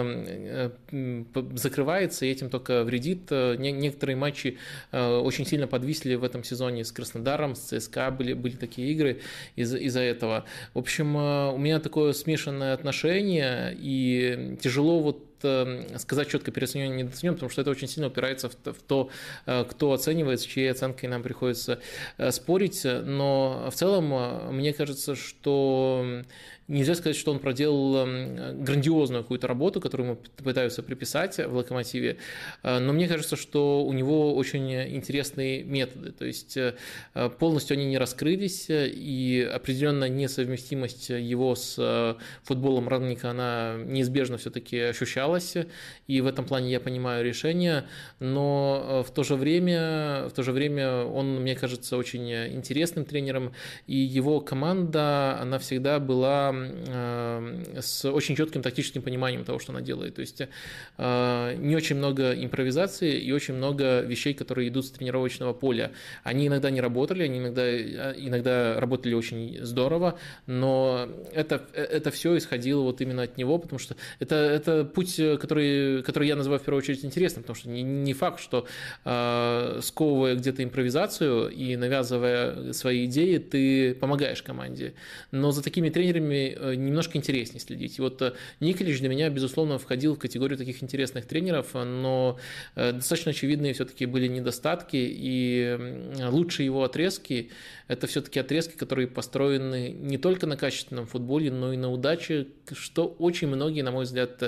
он закрывается и этим только вредит. Некоторые матчи очень сильно подвисли в этом сезоне с Краснодаром, с ЦСКА, были, были такие игры из- из-за этого. В общем, у меня такое смешанное отношение, и тяжело вот сказать четко, переоценен, недооценен, потому что это очень сильно упирается в то, кто оценивает, с чьей оценкой нам приходится спорить. Но в целом, мне кажется, что нельзя сказать, что он проделал грандиозную какую-то работу, которую ему пытаются приписать в «Локомотиве», но мне кажется, что у него очень интересные методы, то есть полностью они не раскрылись, и определенная несовместимость его с футболом Рангника, она неизбежно все-таки ощущалась, и в этом плане я понимаю решение, но в то же время, в то же время он, мне кажется, очень интересным тренером, и его команда, она всегда была с очень четким тактическим пониманием того, что она делает. То есть не очень много импровизации и очень много вещей, которые идут с тренировочного поля. Они иногда не работали, они иногда, иногда работали очень здорово, но это, это все исходило вот именно от него, потому что это, это путь, который, который я называю в первую очередь интересным, потому что не, не факт, что сковывая где-то импровизацию и навязывая свои идеи, ты помогаешь команде. Но за такими тренерами немножко интереснее следить. И вот Николич для меня, безусловно, входил в категорию таких интересных тренеров, но достаточно очевидные все-таки были недостатки, и лучшие его отрезки – это все-таки отрезки, которые построены не только на качественном футболе, но и на удаче, что очень многие, на мой взгляд,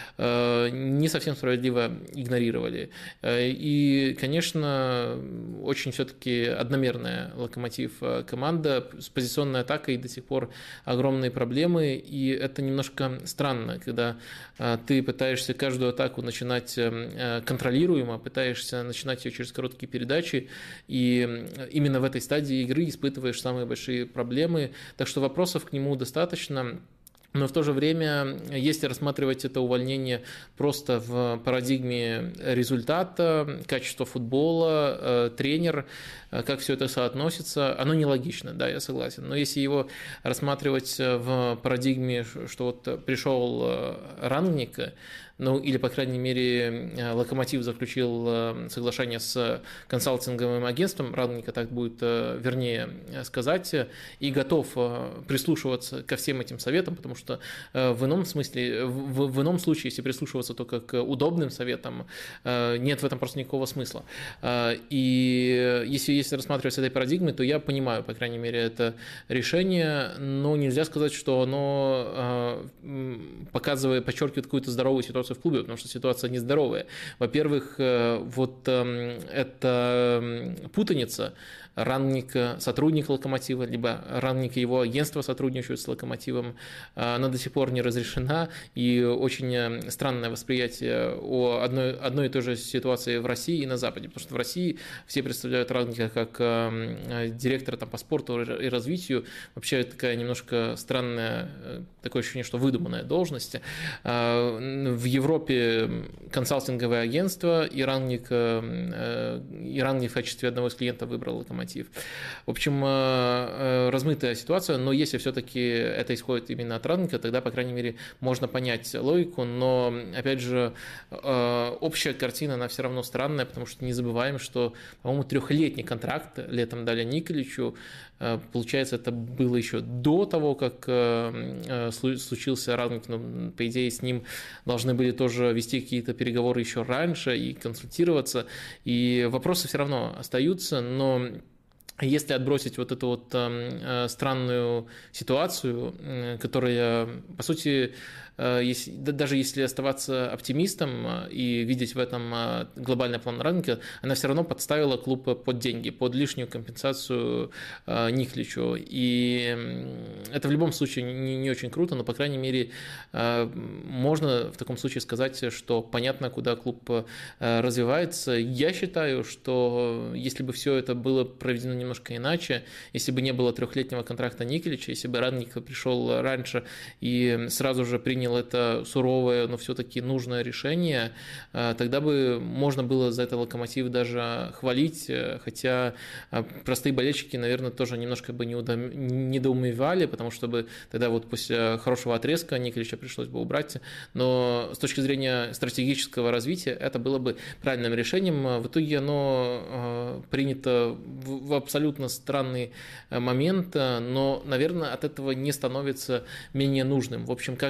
не совсем справедливо игнорировали. И, конечно, очень все-таки одномерная «Локомотив» команда, с позиционной атакой до сих пор огромные проблемы, и это немножко странно, когда ты пытаешься каждую атаку начинать контролируемо, пытаешься начинать ее через короткие передачи, и именно в этой стадии игры испытываешь самые большие проблемы, так что вопросов к нему достаточно. Но в то же время, если рассматривать это увольнение просто в парадигме результата, качества футбола, тренер, как все это соотносится, оно нелогично, да, я согласен. Но если его рассматривать в парадигме, что вот пришел Рангник, ну или, по крайней мере, «Локомотив» заключил соглашение с консалтинговым агентством, Рангника так будет вернее сказать, и готов прислушиваться ко всем этим советам, потому что в ином смысле, в, в ином случае, если прислушиваться только к удобным советам, нет в этом просто никакого смысла. И если, если рассматривать с этой парадигмой, то я понимаю, по крайней мере, это решение, но нельзя сказать, что оно показывает, подчеркивает какую-то здоровую ситуацию в клубе, потому что ситуация нездоровая. Во-первых, вот эта путаница, Рангник сотрудник «Локомотива», либо Рангник и его агентство сотрудничают с «Локомотивом», она до сих пор не разрешена, и очень странное восприятие о одной, одной и той же ситуации в России и на Западе, потому что в России все представляют Рангника как директора там, по спорту и развитию, вообще такая немножко странная, такое ощущение, что выдуманная должность. В Европе консалтинговое агентство, и Рангник, и Рангник в качестве одного из клиентов выбрал «Локомотив». В общем, размытая ситуация, но если все-таки это исходит именно от Рангника, тогда, по крайней мере, можно понять логику, но, опять же, общая картина, она все равно странная, потому что не забываем, что, по-моему, трехлетний контракт летом дали Николичу, получается, это было еще до того, как случился Рангник, но, по идее, с ним должны были тоже вести какие-то переговоры еще раньше и консультироваться, и вопросы все равно остаются, но если отбросить вот эту вот э, странную ситуацию, э, которая, по сути, э, если, да, даже если оставаться оптимистом и видеть в этом э, глобальный план Рангника, она все равно подставила клуб под деньги, под лишнюю компенсацию э, Николичу. И это в любом случае не, не очень круто, но, по крайней мере, э, можно в таком случае сказать, что понятно, куда клуб э, развивается. Я считаю, что если бы все это было проведено немножко иначе, если бы не было трехлетнего контракта Николича, если бы Рангник пришел раньше и сразу же принял это суровое, но все-таки нужное решение, тогда бы можно было за это «Локомотив» даже хвалить, хотя простые болельщики, наверное, тоже немножко бы недоумевали, потому что бы тогда вот после хорошего отрезка Николича пришлось бы убрать, но с точки зрения стратегического развития это было бы правильным решением. В итоге оно принято в абсолютно странный момент, но, наверное, от этого не становится менее нужным. В общем, как сама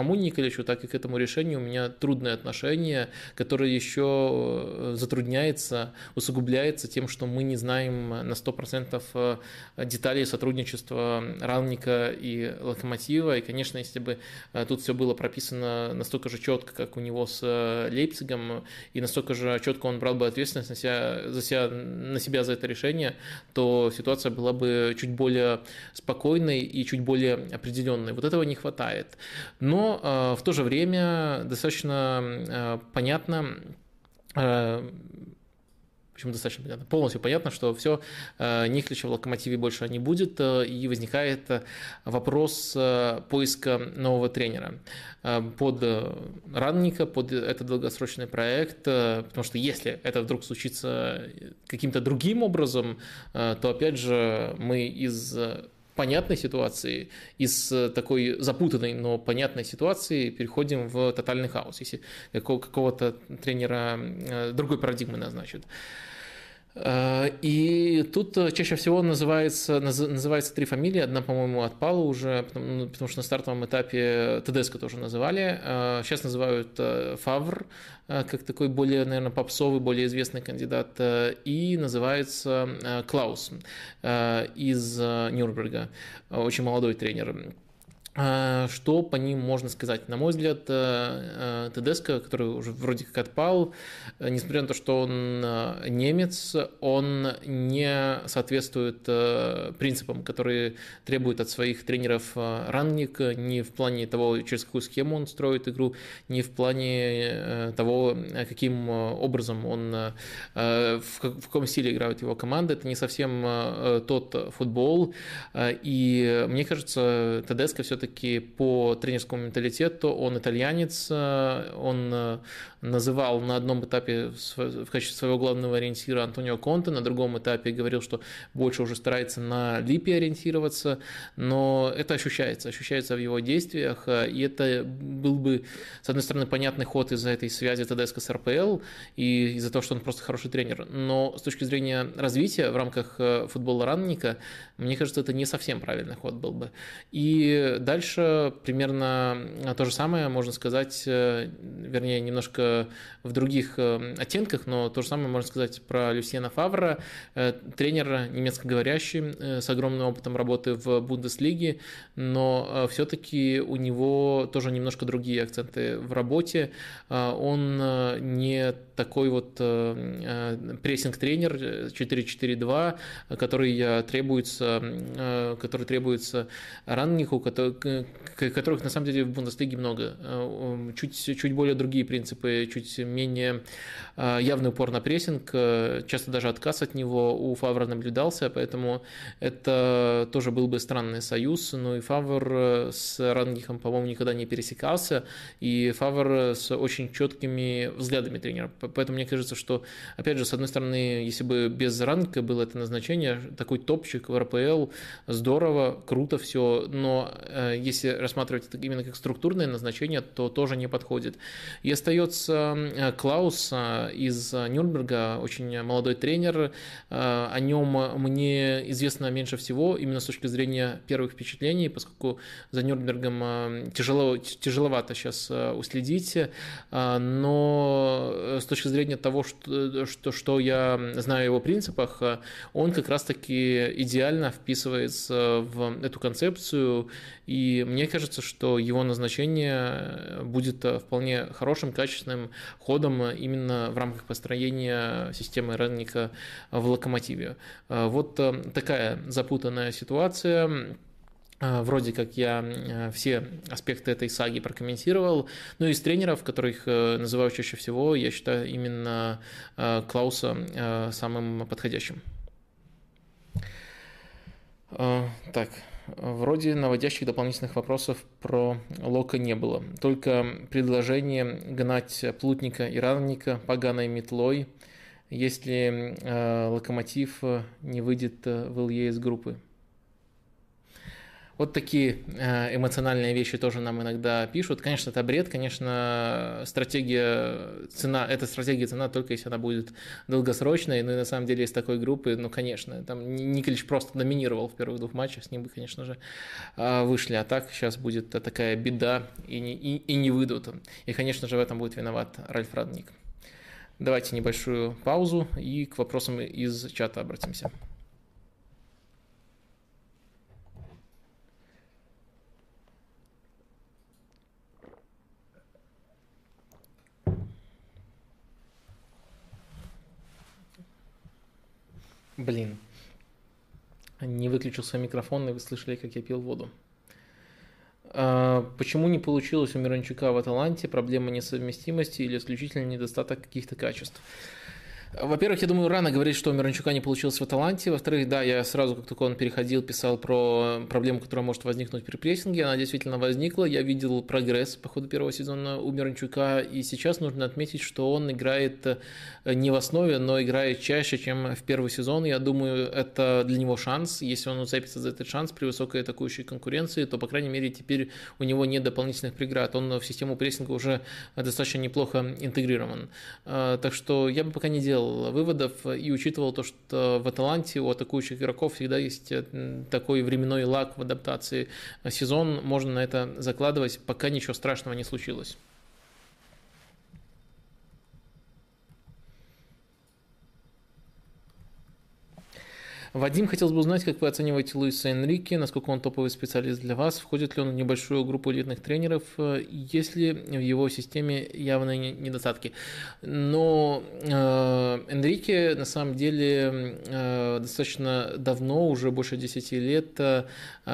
самому Николичу, так и к этому решению у меня трудное отношение, которое еще затрудняется, усугубляется тем, что мы не знаем на сто процентов деталей сотрудничества Рангника и Локомотива. И, конечно, если бы тут все было прописано настолько же четко, как у него с Лейпцигом, и настолько же четко он брал бы ответственность на себя, за себя, на себя за это решение, то ситуация была бы чуть более спокойной и чуть более определенной. Вот этого не хватает. Но э, в то же время достаточно э, понятно, э, почему достаточно понятно, полностью понятно, что все, Николича в Локомотиве больше не будет, и возникает вопрос поиска нового тренера под Рангника, под этот долгосрочный проект, потому что если это вдруг случится каким-то другим образом, то опять же мы из понятной ситуации, из такой запутанной, но понятной ситуации переходим в тотальный хаос, если какого-то тренера другой парадигмы назначат. И тут чаще всего называется, называется три фамилии. Одна, по-моему, отпала уже, потому, потому что на стартовом этапе Тедеско тоже называли. Сейчас называют Фавр, как такой более, наверное, попсовый, более известный кандидат. И называется Клаус из Нюрнберга, очень молодой тренер. Что по ним можно сказать? На мой взгляд, Тедеско, который уже вроде как отпал, несмотря на то, что он немец, он не соответствует принципам, которые требуют от своих тренеров Рангник, ни в плане того, через какую схему он строит игру, ни в плане того, каким образом он, в каком стиле играют его команды. Это не совсем тот футбол, и мне кажется, Тедеско все все-таки по тренерскому менталитету, он итальянец, он называл на одном этапе в качестве своего главного ориентира Антонио Конте, на другом этапе говорил, что больше уже старается на Липпи ориентироваться, но это ощущается, ощущается в его действиях, и это был бы, с одной стороны, понятный ход из-за этой связи Тедеско с эр пэ эл и из-за того, что он просто хороший тренер, но с точки зрения развития в рамках футбола Рангника, мне кажется, это не совсем правильный ход был бы. И дальше примерно то же самое можно сказать, вернее, немножко в других оттенках, но то же самое можно сказать про Люсьена Фавра, тренера немецкоговорящий, с огромным опытом работы в Бундеслиге, но все-таки у него тоже немножко другие акценты в работе. Он не такой вот прессинг-тренер четыре четыре два, который требуется, который требуется Рангнику, которых на самом деле в Бундеслиге много. Чуть, чуть более другие принципы, чуть менее явный упор на прессинг, часто даже отказ от него у Фавра наблюдался, поэтому это тоже был бы странный союз. Ну и Фавр с Рангником, по-моему, никогда не пересекался, и Фавр с очень четкими взглядами тренера. Поэтому мне кажется, что, опять же, с одной стороны, если бы без Рангника было это назначение, такой топчик в эр пэ эл, здорово, круто все, но если рассматривать это именно как структурное назначение, то тоже не подходит. И остается Клаус из Нюрнберга, очень молодой тренер. О нем мне известно меньше всего, именно с точки зрения первых впечатлений, поскольку за Нюрнбергом тяжело, тяжеловато сейчас уследить, но с точки зрения того, что, что, что я знаю о его принципах, он как раз-таки идеально вписывается в эту концепцию, и мне кажется, что его назначение будет вполне хорошим, качественным ходом именно в рамках построения системы Рангника в Локомотиве. Вот такая запутанная ситуация. Вроде как я все аспекты этой саги прокомментировал. Ну и из тренеров, которых называю чаще всего, я считаю именно Клауса самым подходящим. Так, вроде наводящих дополнительных вопросов про Лока не было. Только предложение гнать Плутника и Рангника поганой метлой, если Локомотив не выйдет в эл е из группы. Вот такие эмоциональные вещи тоже нам иногда пишут. Конечно, это бред, конечно, стратегия цена, эта стратегия цена только если она будет долгосрочной, ну и на самом деле из такой группы, ну, конечно, там Николич просто доминировал в первых двух матчах, с ним бы, конечно же, вышли, а так сейчас будет такая беда и не, и, и не выйдут. И, конечно же, в этом будет виноват Ральф Рангник. Давайте небольшую паузу и к вопросам из чата обратимся. Блин, не выключил свой микрофон, и вы слышали, как я пил воду. Почему не получилось у Миранчука в Аталанте? Проблема несовместимости или исключительно недостаток каких-то качеств? Во-первых, я думаю, рано говорить, что у Миранчука не получилось в Аталанте. Во-вторых, да, я сразу, как только он переходил, писал про проблему, которая может возникнуть при прессинге. Она действительно возникла. Я видел прогресс по ходу первого сезона у Миранчука. И сейчас нужно отметить, что он играет не в основе, но играет чаще, чем в первый сезон. Я думаю, это для него шанс. Если он уцепится за этот шанс при высокой атакующей конкуренции, то, по крайней мере, теперь у него нет дополнительных преград. Он в систему прессинга уже достаточно неплохо интегрирован. Так что я бы пока не делал выводов и учитывал то, что в Аталанте у атакующих игроков всегда есть такой временной лаг в адаптации. Сезон можно на это закладывать, пока ничего страшного не случилось. Вадим, хотелось бы узнать, как вы оцениваете Луиса Энрике, насколько он топовый специалист для вас, входит ли он в небольшую группу элитных тренеров, есть ли в его системе явные недостатки. Но э, Энрике на самом деле э, достаточно давно, уже больше десяти лет, э,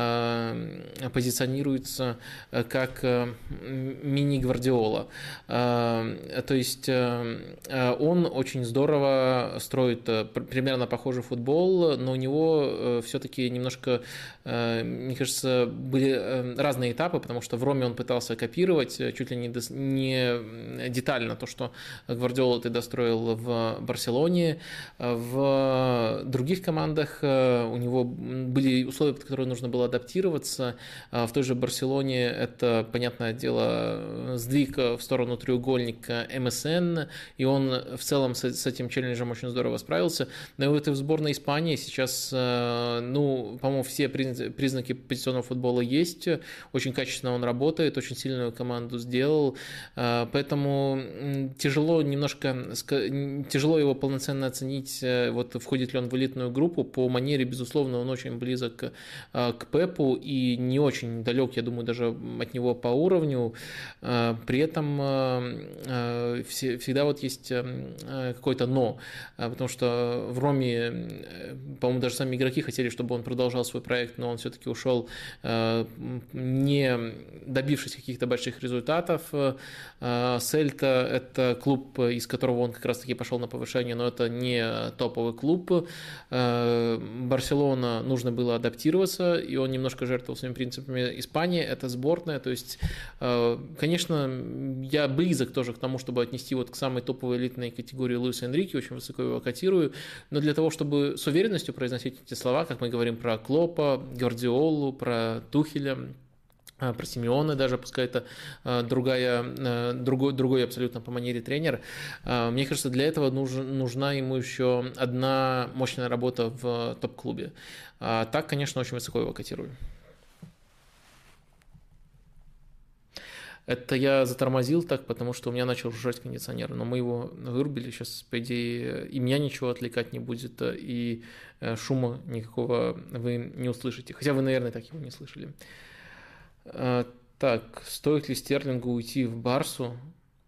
позиционируется как э, мини-Гвардиола. Э, то есть э, он очень здорово строит э, примерно похожий футбол, но у него все-таки немножко, мне кажется, были разные этапы, потому что в Роме он пытался копировать чуть ли не, до, не детально то, что Гвардиола ты достроил в Барселоне. В других командах у него были условия, под которые нужно было адаптироваться. В той же Барселоне это, понятное дело, сдвиг в сторону треугольника эм эс эн, и он в целом с, с этим челленджем очень здорово справился. Но вот и в сборной Испании сейчас Сейчас, ну, по-моему, все признаки позиционного футбола есть. Очень качественно он работает, очень сильную команду сделал. Поэтому тяжело немножко, тяжело его полноценно оценить, вот входит ли он в элитную группу. По манере, безусловно, он очень близок к Пепу и не очень далек, я думаю, даже от него по уровню. При этом всегда вот есть какое-то но, потому что в Роме, по-моему, даже сами игроки хотели, чтобы он продолжал свой проект, но он все-таки ушел, не добившись каких-то больших результатов. Сельта – это клуб, из которого он как раз-таки пошел на повышение, но это не топовый клуб. Барселона нужно было адаптироваться, и он немножко жертвовал своими принципами. Испания – это сборная, то есть, конечно, я близок тоже к тому, чтобы отнести вот к самой топовой элитной категории Луиса Энрике, очень высоко его котирую, но для того, чтобы с уверенностью произносить эти слова, как мы говорим про Клопа, Гвардиолу, про Тухеля, про Симеона даже, пускай это другая, другой, другой абсолютно по манере тренер. Мне кажется, для этого нужна ему еще одна мощная работа в топ-клубе. А так, конечно, очень высоко его котирую. Это я затормозил так, потому что у меня начал жужжать кондиционер, но мы его вырубили, сейчас, по идее, и меня ничего отвлекать не будет, и шума никакого вы не услышите, хотя вы, наверное, так его не слышали. Так, стоит ли Стерлингу уйти в Барсу?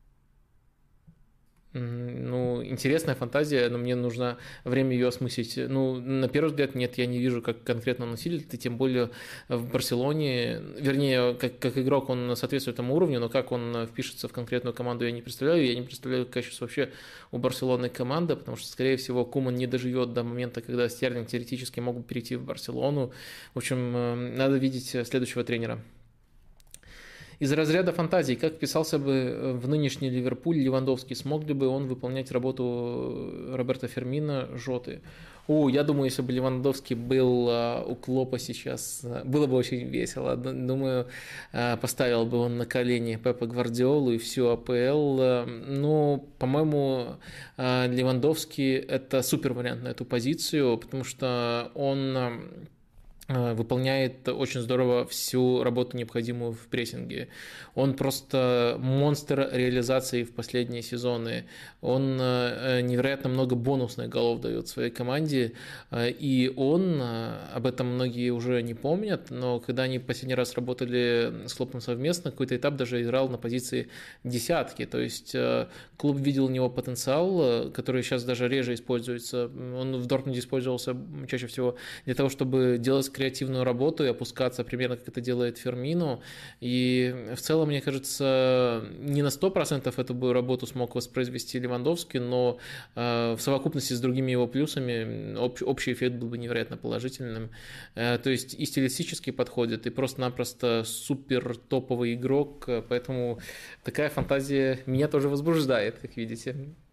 Ну, интересная фантазия, но мне нужно время ее осмыслить. Ну, на первый взгляд, нет, я не вижу, как конкретно он усилит, и тем более в Барселоне, вернее, как, как игрок он соответствует этому уровню, но как он впишется в конкретную команду, я не представляю. Я не представляю, какая сейчас вообще у Барселоны команда, потому что, скорее всего, Куман не доживет до момента, когда Стерлинг теоретически мог бы перейти в Барселону. В общем, надо видеть следующего тренера. Из разряда фантазий, как вписался бы в нынешний Ливерпуль Левандовский? Смог ли бы он выполнять работу Роберто Фермино, Жоты? О, я думаю, если бы Левандовский был у Клопа сейчас, было бы очень весело. Думаю, поставил бы он на колени Пепа Гвардиолу и всю АПЛ. Но, по-моему, Левандовский – это супер вариант на эту позицию, потому что он выполняет очень здорово всю работу, необходимую в прессинге. Он просто монстр реализации в последние сезоны. Он невероятно много бонусных голов дает своей команде, и он, об этом многие уже не помнят, но когда они последний раз работали с Клопом совместно, какой-то этап даже играл на позиции десятки, то есть клуб видел у него потенциал, который сейчас даже реже используется. Он в Дортмунде использовался чаще всего для того, чтобы делать креативную работу и опускаться примерно как это делает Фермино. И в целом, мне кажется, не на сто процентов эту бы работу смог воспроизвести Левандовский, но в совокупности с другими его плюсами общий эффект был бы невероятно положительным. То есть и стилистически подходит, и просто-напросто супер топовый игрок, поэтому такая фантазия меня тоже возбуждает, как видите.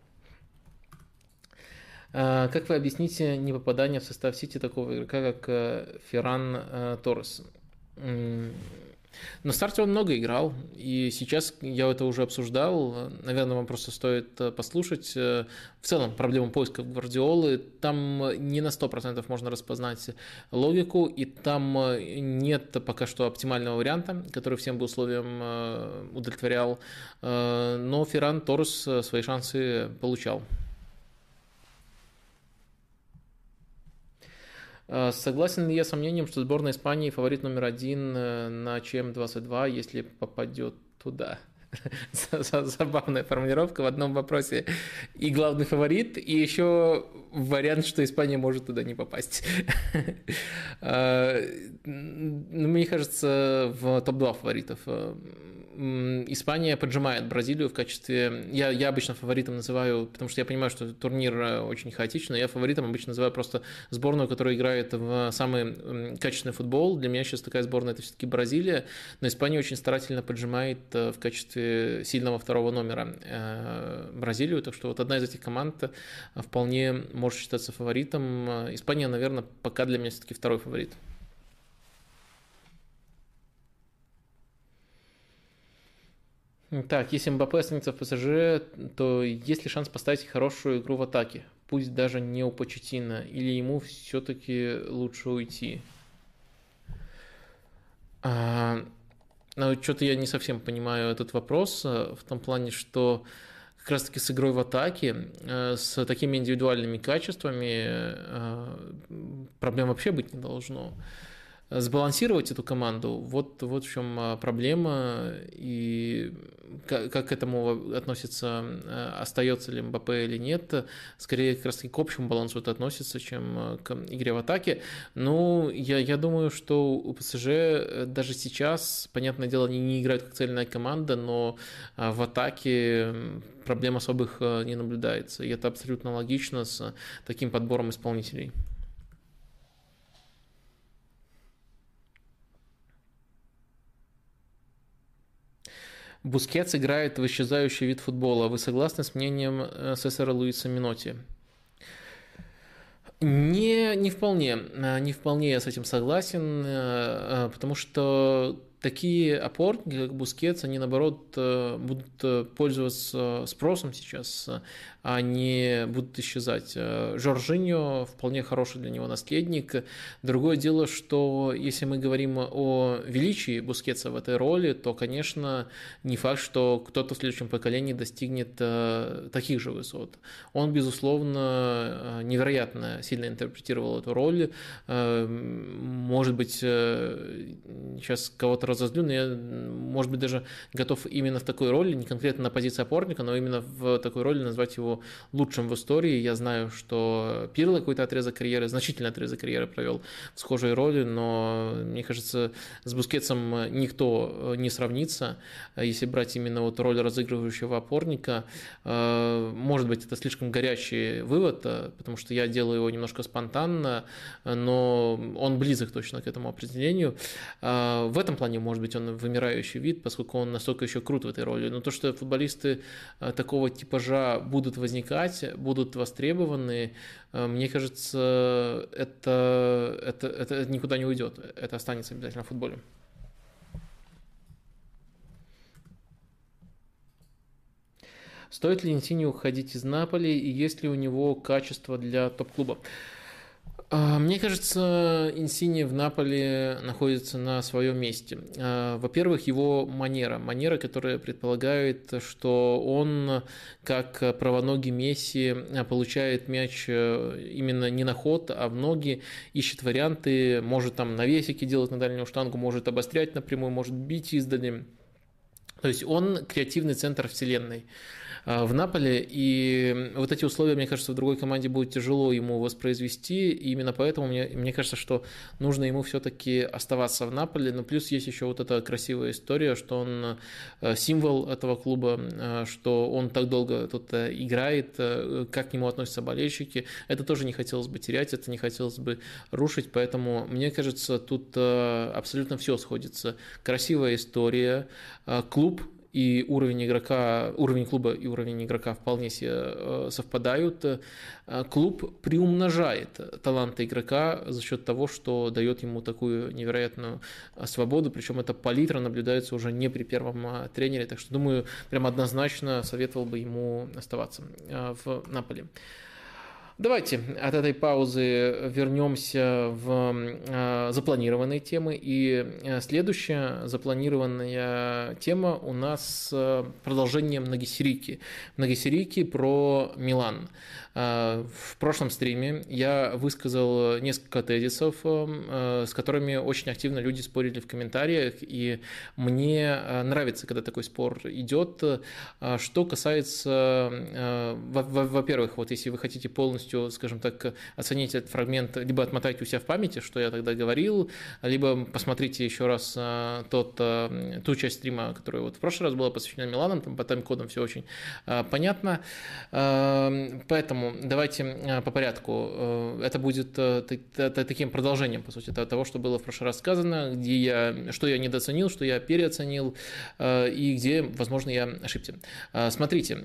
Как вы объясните непопадание в состав Сити такого игрока, как Ферран Торрес? На старте он много играл, и сейчас я это уже обсуждал. Наверное, вам просто стоит послушать. В целом, проблема поиска Гвардиолы, там не на сто процентов можно распознать логику, и там нет пока что оптимального варианта, который всем бы условиям удовлетворял. Но Ферран Торрес свои шансы получал. Согласен ли я с сомнением, что сборная Испании фаворит номер один на ЧМ двадцать два, если попадет туда? Забавная формулировка в одном вопросе. И главный фаворит, и еще вариант, что Испания может туда не попасть. Мне кажется, в топ два фаворитов. Испания поджимает Бразилию в качестве... Я, я обычно фаворитом называю, потому что я понимаю, что турнир очень хаотичный, я фаворитом обычно называю просто сборную, которая играет в самый качественный футбол. Для меня сейчас такая сборная – это все-таки Бразилия, но Испания очень старательно поджимает в качестве сильного второго номера Бразилию, так что вот одна из этих команд вполне может считаться фаворитом. Испания, наверное, пока для меня все-таки второй фаворит. Так, если Мбаппе останется в ПСЖ, то есть ли шанс поставить хорошую игру в атаке? Пусть даже не у Почеттино, или ему все-таки лучше уйти? А, ну, что-то я не совсем понимаю этот вопрос, в том плане, что как раз-таки с игрой в атаке, с такими индивидуальными качествами проблем вообще быть не должно. Сбалансировать эту команду, вот, вот в чем проблема, и как, как к этому относится, остается ли Мбаппе или нет, скорее как раз таки к общему балансу это относится, чем к игре в атаке. Ну, я, я думаю, что у ПСЖ даже сейчас, понятное дело, они не играют как цельная команда, но в атаке проблем особых не наблюдается, и это абсолютно логично с таким подбором исполнителей. Бускетс играет в исчезающий вид футбола. Вы согласны с мнением Сесара Луиса Минотти? Не, не вполне. Не вполне я с этим согласен, потому что такие опорники, как Бускетс, они, наоборот, будут пользоваться спросом сейчас, а не будут исчезать. Жоржиньо вполне хороший для него наследник. Другое дело, что если мы говорим о величии Бускетса в этой роли, то, конечно, не факт, что кто-то в следующем поколении достигнет таких же высот. Он, безусловно, невероятно сильно интерпретировал эту роль. Может быть, сейчас кого-то разозлю, но я, может быть, даже готов именно в такой роли, не конкретно на позиции опорника, но именно в такой роли назвать его лучшим в истории. Я знаю, что Пирло какой-то отрезок карьеры, значительный отрезок карьеры провел в схожей роли, но мне кажется, с Бускетсом никто не сравнится. Если брать именно вот роль разыгрывающего опорника, может быть, это слишком горячий вывод, потому что я делаю его немножко спонтанно, но он близок точно к этому определению. В этом плане плане, может быть, он вымирающий вид, поскольку он настолько еще крут в этой роли. Но то, что футболисты такого типажа будут возникать, будут востребованы, мне кажется, это, это, это никуда не уйдет. Это останется обязательно в футболе. Стоит ли Инсинье уходить из Наполи, и есть ли у него качество для топ-клуба? Мне кажется, Инсинье в Наполи находится на своем месте. Во-первых, его манера. Манера, которая предполагает, что он, как правоногий Месси, получает мяч именно не на ход, а в ноги, ищет варианты, может там навесики делать на дальнюю штангу, может обострять напрямую, может бить издали. То есть он креативный центр вселенной в Наполе, и вот эти условия, мне кажется, в другой команде будет тяжело ему воспроизвести, и именно поэтому мне, мне кажется, что нужно ему все-таки оставаться в Наполе, но плюс есть еще вот эта красивая история, что он символ этого клуба, что он так долго тут играет, как к нему относятся болельщики, это тоже не хотелось бы терять, это не хотелось бы рушить, поэтому, мне кажется, тут абсолютно все сходится. Красивая история, клуб, и уровень игрока, уровень клуба и уровень игрока вполне себе совпадают. Клуб приумножает таланты игрока за счет того, что дает ему такую невероятную свободу, причем эта палитра наблюдается уже не при первом тренере, так что, думаю, прям однозначно советовал бы ему оставаться в Наполи. Давайте от этой паузы вернемся в запланированные темы. И следующая запланированная тема у нас продолжение многосерийки. Многосерийки про Милан. В прошлом стриме я высказал несколько тезисов, с которыми очень активно люди спорили в комментариях, и мне нравится, когда такой спор идет. Что касается, во-первых, вот если вы хотите полностью, скажем так, оценить этот фрагмент, либо отмотайте у себя в памяти, что я тогда говорил, либо посмотрите еще раз тот, ту часть стрима, которая вот в прошлый раз была посвящена Милану, там по тайм-кодам все очень понятно. Поэтому давайте по порядку. Это будет таким продолжением, по сути, того, что было в прошлый раз сказано, где я, что я недооценил, что я переоценил, и где, возможно, я ошибся. Смотрите,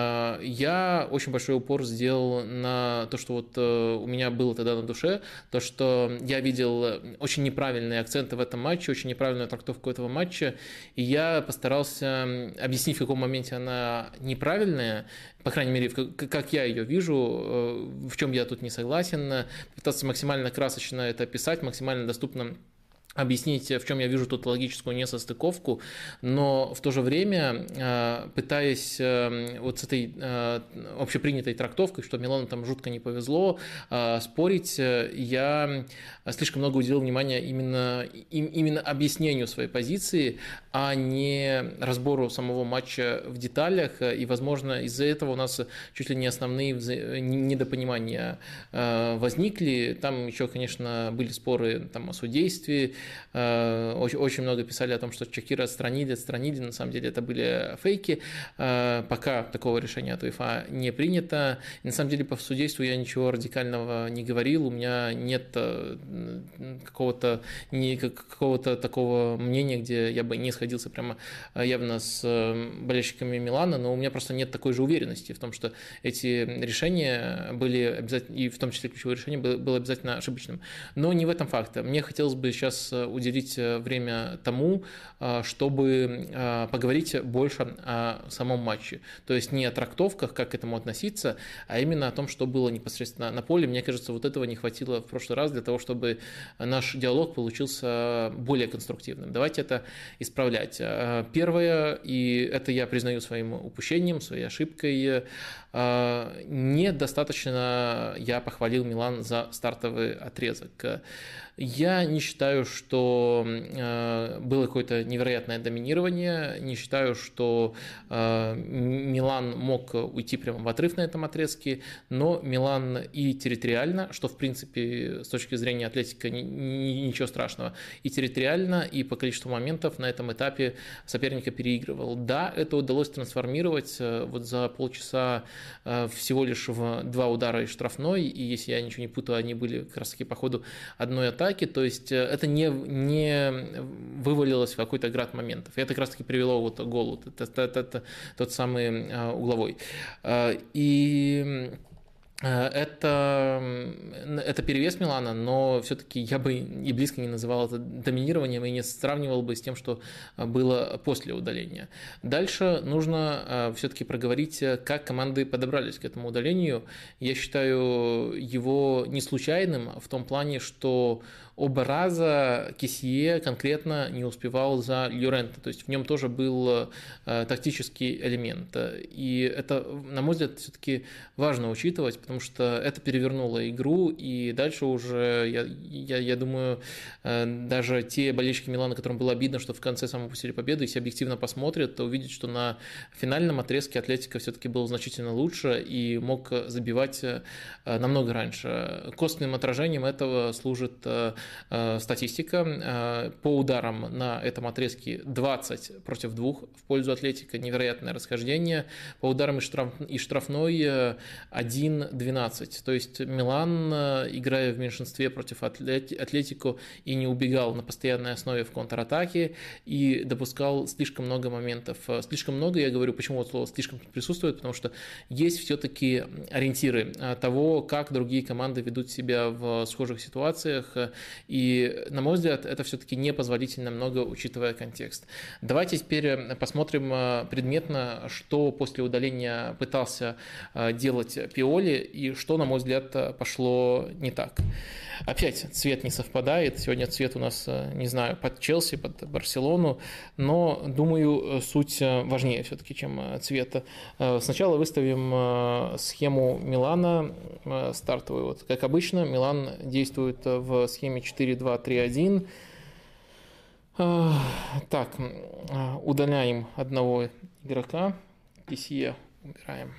я очень большой упор сделал на то, что вот у меня было тогда на душе, то, что я видел очень неправильные акценты в этом матче, очень неправильную трактовку этого матча, и я постарался объяснить, в каком моменте она неправильная, по крайней мере, как я ее вижу, в чем я тут не согласен, пытаться максимально красочно это описать, максимально доступно объяснить, в чем я вижу тут логическую несостыковку, но в то же время, пытаясь вот с этой общепринятой трактовкой, что Милану там жутко не повезло, спорить, я слишком много уделил внимания именно, именно объяснению своей позиции, а не разбору самого матча в деталях, и, возможно, из-за этого у нас чуть ли не основные недопонимания возникли. Там еще, конечно, были споры там, о судействе. Очень, очень много писали о том, что Чакира отстранили, отстранили. На самом деле это были фейки. Пока такого решения от УЕФА не принято. И на самом деле по судейству я ничего радикального не говорил. У меня нет какого-то, не, какого-то такого мнения, где я бы не сходился прямо явно с болельщиками Милана, но у меня просто нет такой же уверенности в том, что эти решения были обязательно, и в том числе ключевое решение было, было обязательно ошибочным. Но не в этом факт. Мне хотелось бы сейчас уделить время тому, чтобы поговорить больше о самом матче. То есть не о трактовках, как к этому относиться, а именно о том, что было непосредственно на поле. Мне кажется, вот этого не хватило в прошлый раз для того, чтобы наш диалог получился более конструктивным. Давайте это исправлять. Первое, и это я признаю своим упущением, своей ошибкой, недостаточно я похвалил Милан за стартовый отрезок. Я не считаю, что было какое-то невероятное доминирование, не считаю, что Милан Милан мог уйти прямо в отрыв на этом отрезке, но Милан и территориально, что в принципе с точки зрения атлетика ничего страшного, и территориально, и по количеству моментов на этом этапе соперника переигрывал. Да, это удалось трансформировать вот за полчаса всего лишь в два удара из штрафной, и если я ничего не путаю, они были как раз таки по ходу одной атаки, то есть это не, не вывалилось в какой-то град моментов. И это как раз таки привело вот к голу, это, это, это, это тот самый угловой. И Это, это перевес Милана, но все-таки я бы и близко не называл это доминированием и не сравнивал бы с тем, что было после удаления. Дальше нужно все-таки проговорить, как команды подобрались к этому удалению. Я считаю его не случайным в том плане, что оба раза Кессие конкретно не успевал за Llorente, то есть в нем тоже был тактический элемент. И это, на мой взгляд, все-таки важно учитывать, потому что это перевернуло игру, и дальше уже, я, я, я думаю, даже те болельщики Милана, которым было обидно, что в конце самой упустили победу, если объективно посмотрят, то увидят, что на финальном отрезке Атлетико все-таки был значительно лучше и мог забивать намного раньше. Косвенным отражением этого служит статистика. По ударам на этом отрезке двадцать против двух в пользу Атлетико, невероятное расхождение. По ударам и штрафной один двенадцать. То есть Милан, играя в меньшинстве против Атлетико, и не убегал на постоянной основе в контратаке, и допускал слишком много моментов. Слишком много, я говорю, почему вот слово «слишком» присутствует, потому что есть все-таки ориентиры того, как другие команды ведут себя в схожих ситуациях, и, на мой взгляд, это все-таки непозволительно много, учитывая контекст. Давайте теперь посмотрим предметно, что после удаления пытался делать Пиоли и что, на мой взгляд, пошло не так. Опять цвет не совпадает. Сегодня цвет у нас, не знаю, под Челси, под Барселону, но, думаю, суть важнее все-таки, чем цвет. Сначала выставим схему Милана, стартовую. Вот, как обычно, Милан действует в схеме четыре два три один. Так, удаляем одного игрока, Кессие убираем.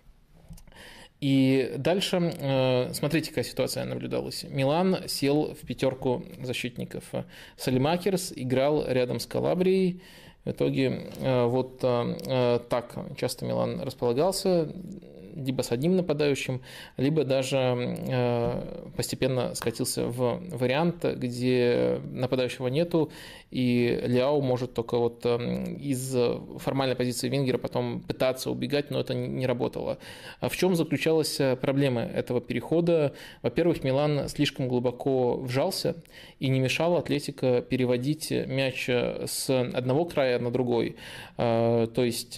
И дальше, смотрите, какая ситуация наблюдалась. Милан сел в пятерку защитников. Салемакерс играл рядом с Калабрией. В итоге вот так часто Милан располагался, либо с одним нападающим, либо даже постепенно скатился в вариант, где нападающего нету, и Ляо может только вот из формальной позиции вингера потом пытаться убегать, но это не работало. В чем заключалась проблема этого перехода? Во-первых, Милан слишком глубоко вжался и не мешал Атлетико переводить мяч с одного края на другой. То есть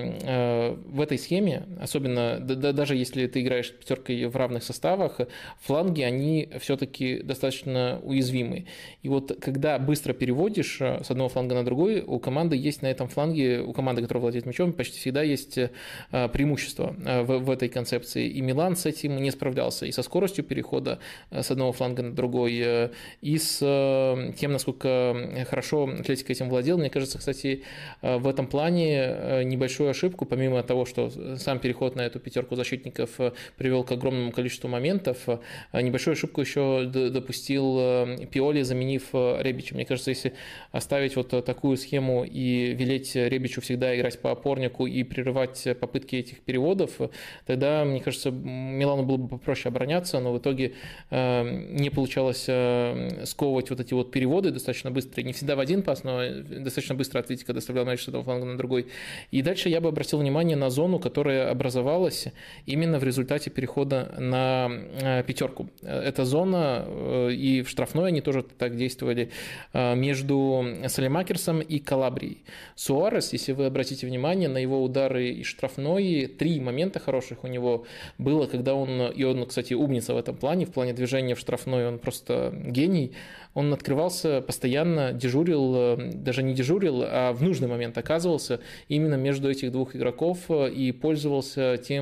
в этой схеме, особенно даже если ты играешь пятеркой в равных составах, фланги, они все-таки достаточно уязвимы. И вот когда быстро переводишь с одного фланга на другой, у команды есть на этом фланге, у команды, которая владеет мячом, почти всегда есть преимущество в, в этой концепции. И Милан с этим не справлялся. И со скоростью перехода с одного фланга на другой, и с тем, насколько хорошо Атлетико этим владел. Мне кажется, кстати, в этом плане небольшую ошибку, помимо того, что сам переход на эту пятерку защитников привел к огромному количеству моментов, небольшую ошибку еще допустил Пиоли, заменив Ребича. Мне кажется, если оставить вот такую схему и велеть Ребичу всегда играть по опорнику и прерывать попытки этих переводов, тогда, мне кажется, Милану было бы попроще обороняться, но в итоге не получалось сковывать вот эти вот переводы достаточно быстро. Не всегда в один пас, но достаточно быстро Атлетико доставлял мяч с одного фланга на другой. И дальше я бы обратил внимание на зону, которая образовалась именно в результате перехода на пятерку. Эта зона, и в штрафной они тоже так действовали, между Салемакерсом и Калабрией. Суарес, если вы обратите внимание на его удары из штрафной, три момента хороших у него было, когда он, и он, кстати, умница в этом плане, в плане движения в штрафной, он просто гений. Он открывался постоянно, дежурил, даже не дежурил, а в нужный момент оказывался именно между этих двух игроков и пользовался тем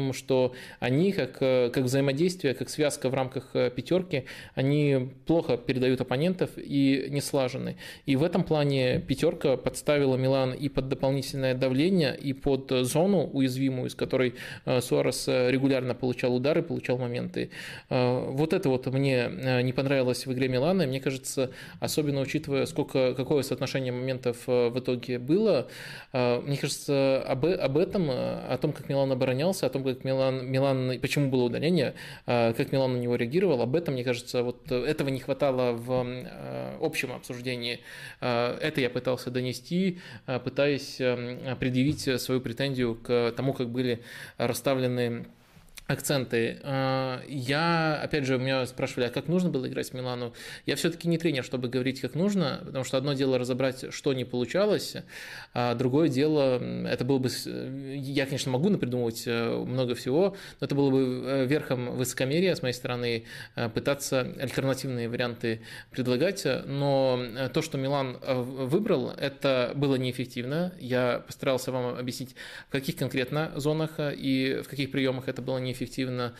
том, что они, как, как взаимодействие, как связка в рамках пятерки, они плохо передают оппонентов и не слажены. И в этом плане пятерка подставила Милан и под дополнительное давление, и под зону уязвимую, из которой Суарес регулярно получал удары, получал моменты. Вот это вот мне не понравилось в игре Милана. Мне кажется, особенно учитывая, сколько, какое соотношение моментов в итоге было, мне кажется, об, об этом, о том, как Милан оборонялся, о том, как Милан, Милан, почему было удаление, как Милан на него реагировал, об этом, мне кажется, вот этого не хватало в общем обсуждении. Это я пытался донести, пытаясь предъявить свою претензию к тому, как были расставлены акценты. Я, опять же, меня спрашивали, а как нужно было играть Милану? Я все-таки не тренер, чтобы говорить, как нужно, потому что одно дело разобрать, что не получалось, а другое дело, это было бы... Я, конечно, могу напридумывать много всего, но это было бы верхом высокомерия с моей стороны пытаться альтернативные варианты предлагать, но то, что Милан выбрал, это было неэффективно. Я постарался вам объяснить, в каких конкретно зонах и в каких приемах это было неэффективно. эффективно.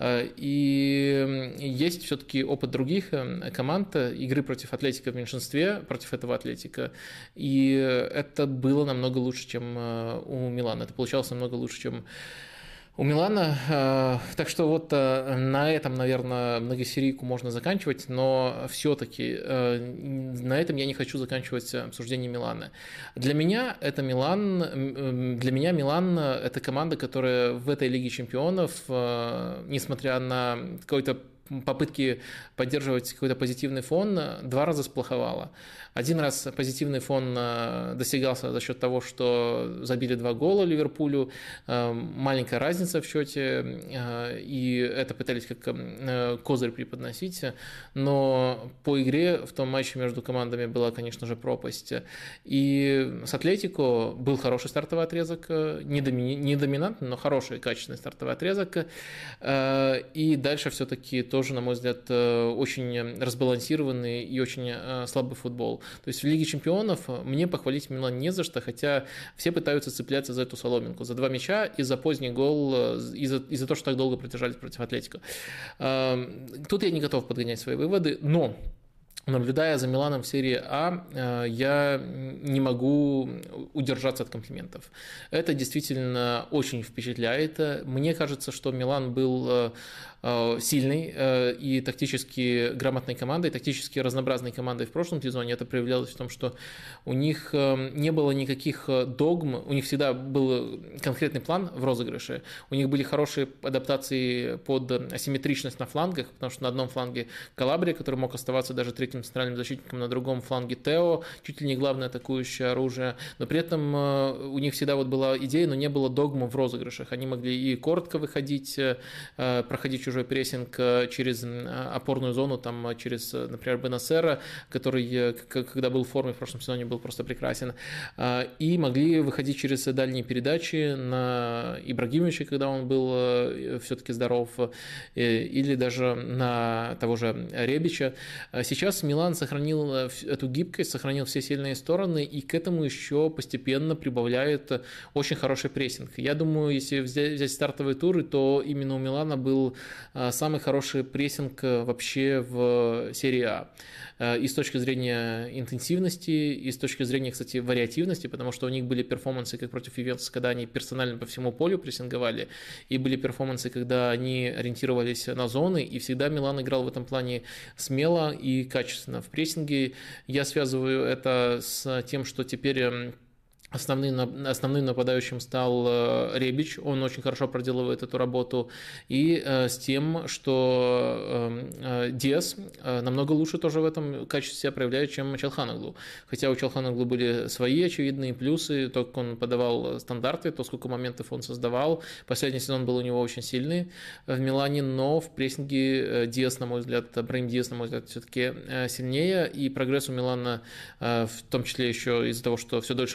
И есть все-таки опыт других команд игры против Атлетика в меньшинстве, против этого Атлетика. И это было намного лучше, чем у Милана. Это получалось намного лучше, чем у Милана. Так что вот на этом, наверное, многосерийку можно заканчивать, но все-таки на этом я не хочу заканчивать обсуждение Милана. Для меня это Милан, для меня Милан это команда, которая в этой Лиге Чемпионов, несмотря на какой-то попытки поддерживать какой-то позитивный фон, два раза сплоховала. Один раз позитивный фон достигался за счет того, что забили два гола Ливерпулю, маленькая разница в счете, и это пытались как козырь преподносить, но по игре в том матче между командами была, конечно же, пропасть. И с Атлетико был хороший стартовый отрезок, не, доми... не доминантный, но хороший, качественный стартовый отрезок, и дальше все-таки тоже, на мой взгляд, очень разбалансированный и очень слабый футбол. То есть в Лиге Чемпионов мне похвалить Милан не за что, хотя все пытаются цепляться за эту соломинку, за два мяча и за поздний гол, и за, и за то, что так долго продержались против Атлетико. Тут я не готов подгонять свои выводы, но наблюдая за Миланом в серии А, я не могу удержаться от комплиментов. Это действительно очень впечатляет. Мне кажется, что Милан был сильной и тактически грамотной командой, тактически разнообразной командой в прошлом сезоне. Это проявлялось в том, что у них не было никаких догм, у них всегда был конкретный план в розыгрыше, у них были хорошие адаптации под асимметричность на флангах, потому что на одном фланге Калабрия, который мог оставаться даже третьим центральным защитником, на другом фланге Тео, чуть ли не главное атакующее оружие, но при этом у них всегда вот была идея, но не было догмы в розыгрышах. Они могли и коротко выходить, проходить чужой прессинг через опорную зону, там, через, например, Бенасера, который, когда был в форме в прошлом сезоне, был просто прекрасен, и могли выходить через дальние передачи на Ибрагимовича, когда он был все-таки здоров, или даже на того же Ребича. Сейчас Милан сохранил эту гибкость, сохранил все сильные стороны, и к этому еще постепенно прибавляет очень хороший прессинг. Я думаю, если взять, взять стартовые туры, то именно у Милана был самый хороший прессинг вообще в серии А. И с точки зрения интенсивности, и с точки зрения, кстати, вариативности, потому что у них были перформансы, как против Ювентуса, когда они персонально по всему полю прессинговали, и были перформансы, когда они ориентировались на зоны, и всегда Милан играл в этом плане смело и качественно. В прессинге я связываю это с тем, что теперь Основным, основным нападающим стал Ребич, он очень хорошо проделывает эту работу, и э, с тем, что э, Диас намного лучше тоже в этом качестве себя проявляет, чем Чалханоглу. Хотя у Чалханоглу были свои очевидные плюсы, то, как он подавал стандарты, то, сколько моментов он создавал. Последний сезон был у него очень сильный в Милане, но в прессинге Диас, на мой взгляд, Брейм Диас, на мой взгляд, все-таки сильнее, и прогресс у Милана, в том числе еще из-за того, что все дольше и дольше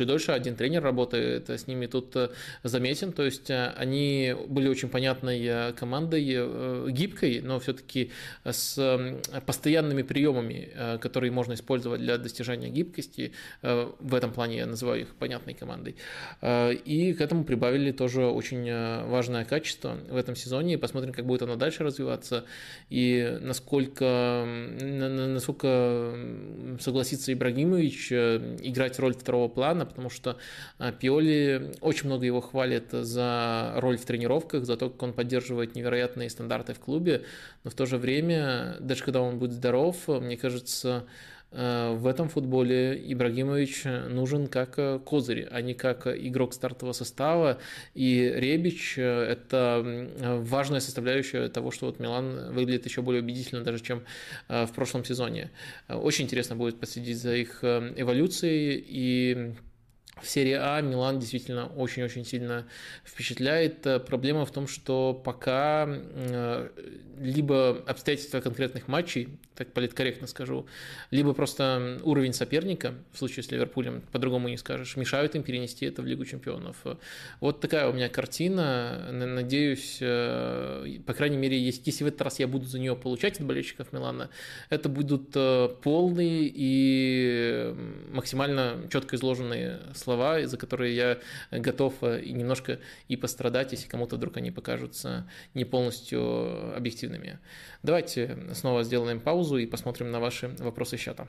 один тренер работает с ними тут заметен, то есть они были очень понятной командой, гибкой, но все-таки с постоянными приемами, которые можно использовать для достижения гибкости. В этом плане я называю их понятной командой. И к этому прибавили тоже очень важное качество в этом сезоне. Посмотрим, как будет оно дальше развиваться и насколько, насколько согласится Ибрагимович играть роль второго плана, потому что Пиоли очень много его хвалит за роль в тренировках, за то, как он поддерживает невероятные стандарты в клубе, но в то же время, даже когда он будет здоров, мне кажется, в этом футболе Ибрагимович нужен как козырь, а не как игрок стартового состава. И Ребич – это важная составляющая того, что вот Милан выглядит еще более убедительно даже, чем в прошлом сезоне. Очень интересно будет последить за их эволюцией. И в серии А Милан действительно очень-очень сильно впечатляет. Проблема в том, что пока либо обстоятельства конкретных матчей, так политкорректно скажу, либо просто уровень соперника, в случае с Ливерпулем, по-другому не скажешь, мешают им перенести это в Лигу чемпионов. Вот такая у меня картина. Надеюсь, по крайней мере, если в этот раз я буду за нее получать от болельщиков Милана, это будут полные и максимально четко изложенные слова, за которые я готов и немножко и пострадать, если кому-то вдруг они покажутся не полностью объективными. Давайте снова сделаем паузу и посмотрим на ваши вопросы с чата.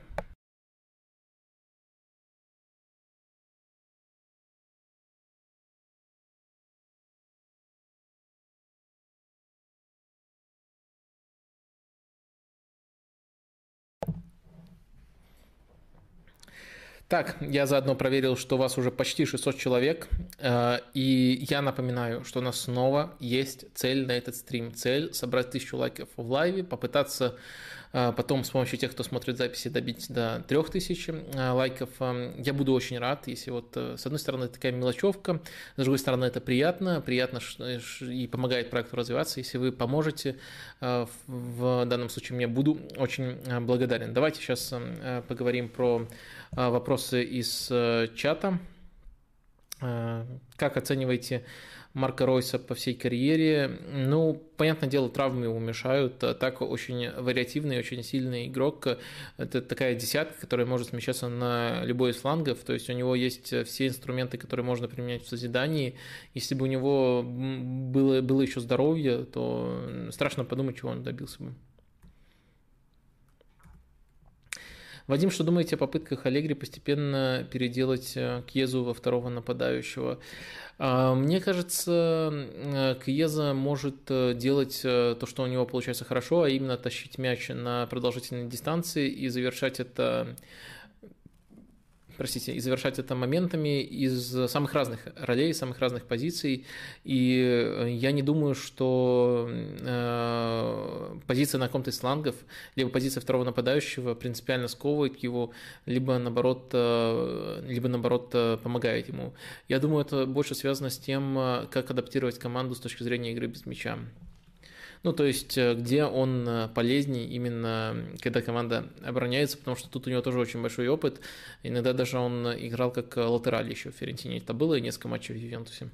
Так, я заодно проверил, что у вас уже почти шестьсот человек, и я напоминаю, что у нас снова есть цель на этот стрим. Цель – собрать тысячу лайков в лайве, попытаться потом с помощью тех, кто смотрит записи, добить до трех тысяч лайков. Я буду очень рад, если вот с одной стороны это такая мелочевка, с другой стороны это приятно, приятно и помогает проекту развиваться. Если вы поможете, в данном случае мне буду очень благодарен. Давайте сейчас поговорим про вопросы из чата. Как оцениваете Марко Ройса по всей карьере? Ну, понятное дело, травмы ему мешают. Так очень вариативный, очень сильный игрок. Это такая десятка, которая может смещаться на любой из флангов. То есть у него есть все инструменты, которые можно применять в созидании. Если бы у него было, было еще здоровье, то страшно подумать, чего он добился бы. Вадим, что думаете о попытках Аллегри постепенно переделать Кьезу во второго нападающего? Мне кажется, Кьеза может делать то, что у него получается хорошо, а именно тащить мяч на продолжительной дистанции и завершать это... Простите, и завершать это моментами из самых разных ролей, самых разных позиций. И я не думаю, что э, позиция на каком-то из флангов, либо позиция второго нападающего принципиально сковывает его, либо наоборот, э, либо наоборот э, помогает ему. Я думаю, это больше связано с тем, как адаптировать команду с точки зрения игры без мяча. Ну, то есть, где он полезнее именно, когда команда обороняется, потому что тут у него тоже очень большой опыт. Иногда даже он играл как латераль еще в Фиорентине. Это было и несколько матчей в Ювентусе.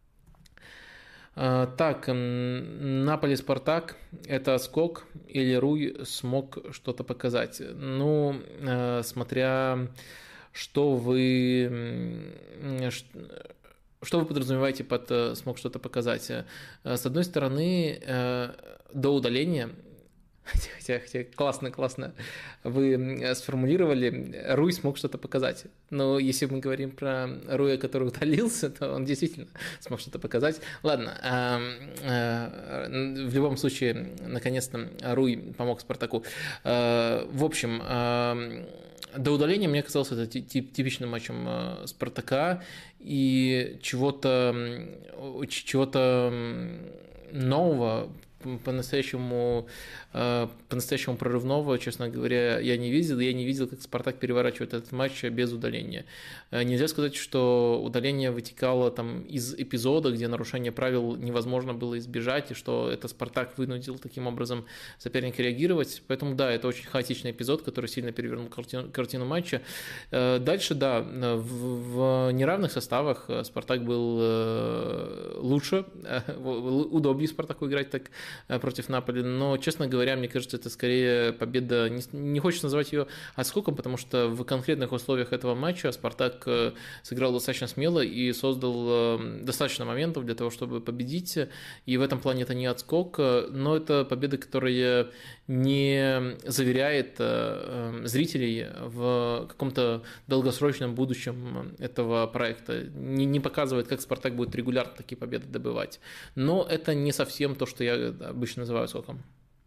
Так, Наполи-Спартак – это скок или Руй смог что-то показать? Ну, смотря что вы... Что вы подразумеваете под «смог что-то показать»? С одной стороны, до удаления, хотя, хотя классно, классно вы сформулировали, Руй смог что-то показать. Но если мы говорим про Руя, который удалился, то он действительно смог что-то показать. Ладно, в любом случае, наконец-то Руй помог Спартаку. В общем, до удаления мне казалось это типичным матчем Спартака, и чего-то чего-то нового по-настоящему, по-настоящему прорывного, честно говоря, я не видел. Я не видел, как Спартак переворачивает этот матч без удаления. Нельзя сказать, что удаление вытекало там из эпизода, где нарушение правил невозможно было избежать, и что это Спартак вынудил таким образом соперника реагировать. Поэтому да, это очень хаотичный эпизод, который сильно перевернул картину, картину матча. Дальше, да, в, в неравных составах Спартак был лучше, удобнее Спартаку играть так против Наполи, но, честно говоря, мне кажется, это скорее победа, не, не хочется называть ее отскоком, потому что в конкретных условиях этого матча Спартак сыграл достаточно смело и создал достаточно моментов для того, чтобы победить, и в этом плане это не отскок, но это победа, которая не заверяет зрителей в каком-то долгосрочном будущем этого проекта, не, не показывает, как Спартак будет регулярно такие победы добывать, но это не совсем то, что я обычно называю скоком.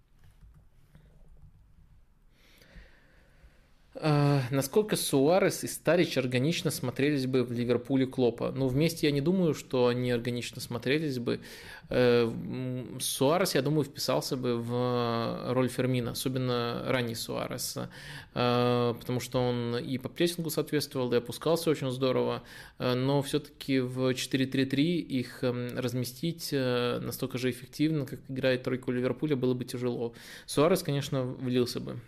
А, насколько Суарес и Старич органично смотрелись бы в Ливерпуле Клопа? Ну, вместе я не думаю, что они органично смотрелись бы. Суарес, я думаю, вписался бы в роль Фермина, особенно ранний Суарес, потому что он и по прессингу соответствовал, и опускался очень здорово, но все-таки в четыре три три их разместить настолько же эффективно, как играет тройку Ливерпуля, было бы тяжело. Суарес, конечно, влился бы.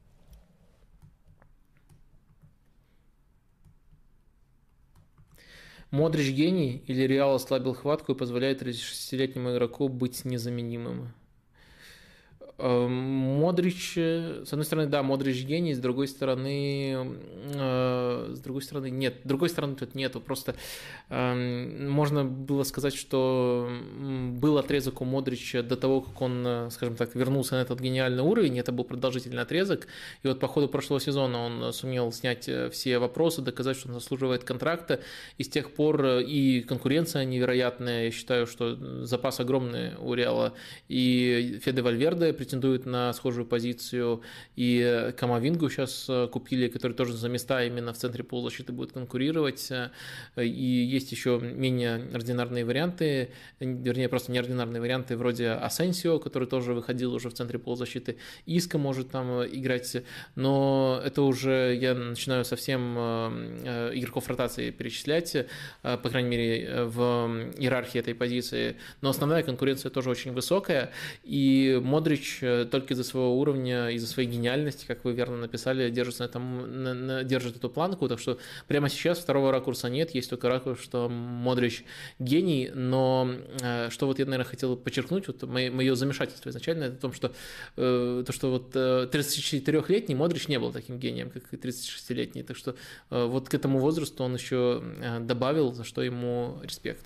Модрич гений или Реал ослабил хватку и позволяет тридцать шестилетнему игроку быть незаменимым? Модрич, с одной стороны, да, Модрич гений, с другой стороны, э, с другой стороны, нет, с другой стороны тут нету, просто э, можно было сказать, что был отрезок у Модрича до того, как он, скажем так, вернулся на этот гениальный уровень, это был продолжительный отрезок, и вот по ходу прошлого сезона он сумел снять все вопросы, доказать, что он заслуживает контракта, и с тех пор и конкуренция невероятная, я считаю, что запас огромный у Реала, и Феде Вальверде претендует на схожую позицию, и Камавингу сейчас купили, который тоже за места именно в центре полузащиты будет конкурировать, и есть еще менее ординарные варианты, вернее, просто неординарные варианты вроде Асенсио, который тоже выходил уже в центре полузащиты, Иска может там играть, но это уже я начинаю совсем игроков ротации перечислять, по крайней мере, в иерархии этой позиции, но основная конкуренция тоже очень высокая, и Модрич только из-за своего уровня, из-за своей гениальности, как вы верно написали, держится на этом, на, на, держит эту планку, так что прямо сейчас второго ракурса нет, есть только ракурс, что Модрич гений, но что вот я, наверное, хотел подчеркнуть, вот мое, мое замешательство изначально, это в том, что, э, то, что вот тридцатичетырёхлетний Модрич не был таким гением, как и тридцатишестилетний, так что э, вот к этому возрасту он еще добавил, за что ему респект.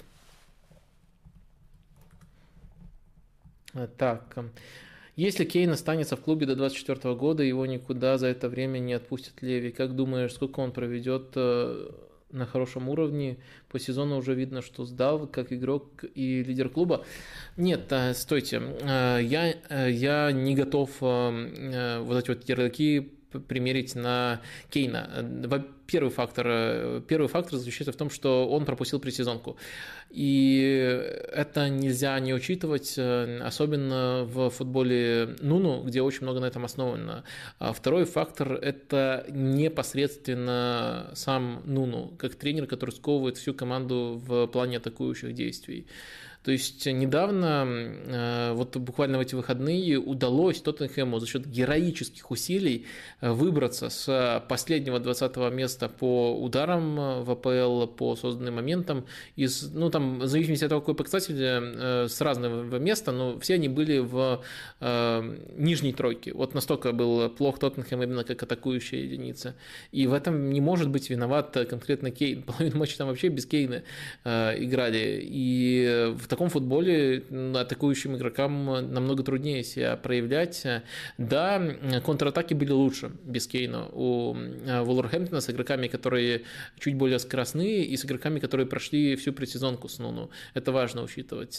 Так, если Кейн останется в клубе до двадцать четвёртого года, его никуда за это время не отпустит Леви. Как думаешь, сколько он проведет на хорошем уровне? По сезону уже видно, что сдал как игрок и лидер клуба. Нет, стойте, я, я не готов вот эти вот ярлыки примерить на Кейна. Первый фактор, первый фактор заключается в том, что он пропустил предсезонку. И это нельзя не учитывать, особенно в футболе Нуну, где очень много на этом основано. А второй фактор – это непосредственно сам Нуну, как тренер, который сковывает всю команду в плане атакующих действий. То есть недавно, вот буквально в эти выходные, удалось Тоттенхэму за счет героических усилий выбраться с последнего двадцатого места по ударам в АПЛ, по созданным моментам, из, ну там, в зависимости от того, какой показатель, с разного места, но все они были в э, нижней тройке. Вот настолько был плох Тоттенхэм именно как атакующая единица. И в этом не может быть виноват конкретно Кейн. Половину матча там вообще без Кейна э, играли. И в В таком футболе атакующим игрокам намного труднее себя проявлять. Да, контратаки были лучше без Кейна у Вулверхэмптона с игроками, которые чуть более скоростные, и с игроками, которые прошли всю предсезонку с Нуну. Это важно учитывать.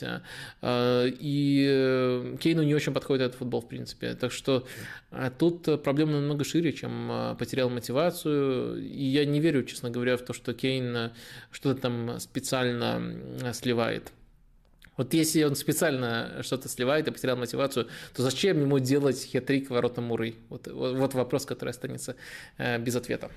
И Кейну не очень подходит этот футбол, в принципе. Так что тут проблема намного шире, чем потерял мотивацию. И я не верю, честно говоря, в то, что Кейн что-то там специально сливает. Вот если он специально что-то сливает и потерял мотивацию, то зачем ему делать хет-трик ворота Муррей? Вот, вот, вот вопрос, который останется э, без ответа.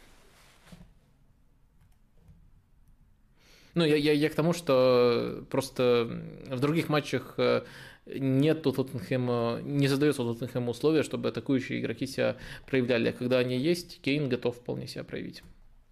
Ну, я, я, я к тому, что просто в других матчах нет у Тоттенхэма, не создается у Тоттенхэма условия, чтобы атакующие игроки себя проявляли. А когда они есть, Кейн готов вполне себя проявить.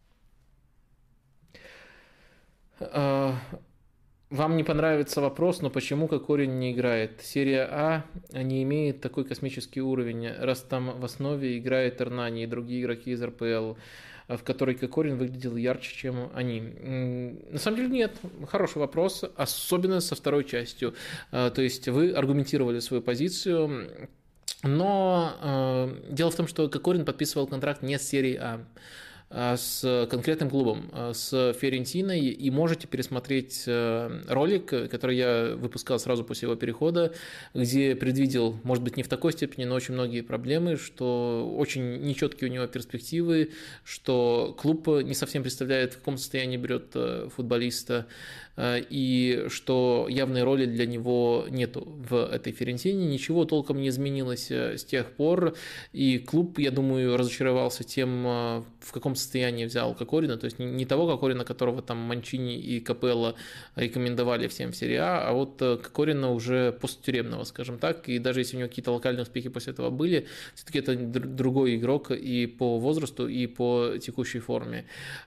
Вам не понравится вопрос, но почему Кокорин не играет? Серия А не имеет такой космический уровень, раз там в основе играет Эрнани и другие игроки из эр пэ эл, в которой Кокорин выглядел ярче, чем они. На самом деле нет, хороший вопрос, особенно со второй частью. То есть вы аргументировали свою позицию, но дело в том, что Кокорин подписывал контракт не с серией А, с конкретным клубом, с Фиорентиной, и можете пересмотреть ролик, который я выпускал сразу после его перехода, где предвидел, может быть, не в такой степени, но очень многие проблемы, что очень нечеткие у него перспективы, что клуб не совсем представляет, в каком состоянии берет футболиста, и что явной роли для него нету в этой Фиорентине. Ничего толком не изменилось с тех пор, и клуб, я думаю, разочаровался тем, в каком состоянии взял Кокорина, то есть не того Кокорина, которого там Манчини и Капелло рекомендовали всем в серии А, а вот Кокорина уже посттюремного, скажем так, и даже если у него какие-то локальные успехи после этого были, все-таки это другой игрок и по возрасту, и по текущей форме.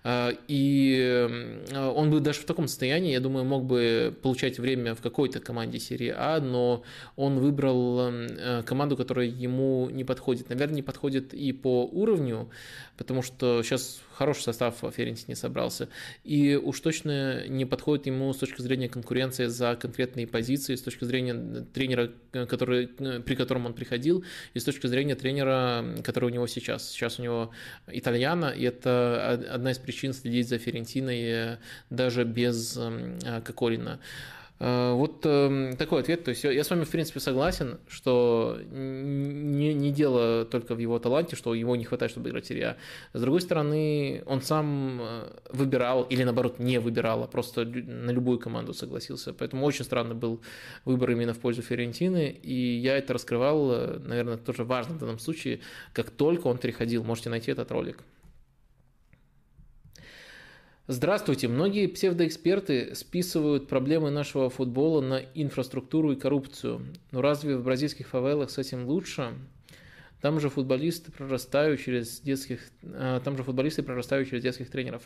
И он бы даже в таком состоянии, я думаю, мог бы получать время в какой-то команде серии А, но он выбрал команду, которая ему не подходит. Наверное, не подходит и по уровню, потому что сейчас хороший состав в Фиорентине собрался, и уж точно не подходит ему с точки зрения конкуренции за конкретные позиции, с точки зрения тренера, который, при котором он приходил, и с точки зрения тренера, который у него сейчас. Сейчас у него Итальяно, и это одна из причин следить за Фиорентиной даже без Кокорина. Вот такой ответ. То есть я с вами, в принципе, согласен, что не, не дело только в его таланте, что его не хватает, чтобы играть в серии А. С другой стороны, он сам выбирал, или наоборот не выбирал, а просто на любую команду согласился. Поэтому очень странный был выбор именно в пользу Фиорентины. И я это раскрывал, наверное, тоже важно в данном случае, как только он переходил. Можете найти этот ролик. Здравствуйте. Многие псевдоэксперты списывают проблемы нашего футбола на инфраструктуру и коррупцию. Но разве в бразильских фавелах с этим лучше? Там же футболисты прорастают через детских, там же футболисты прорастают через детских тренеров.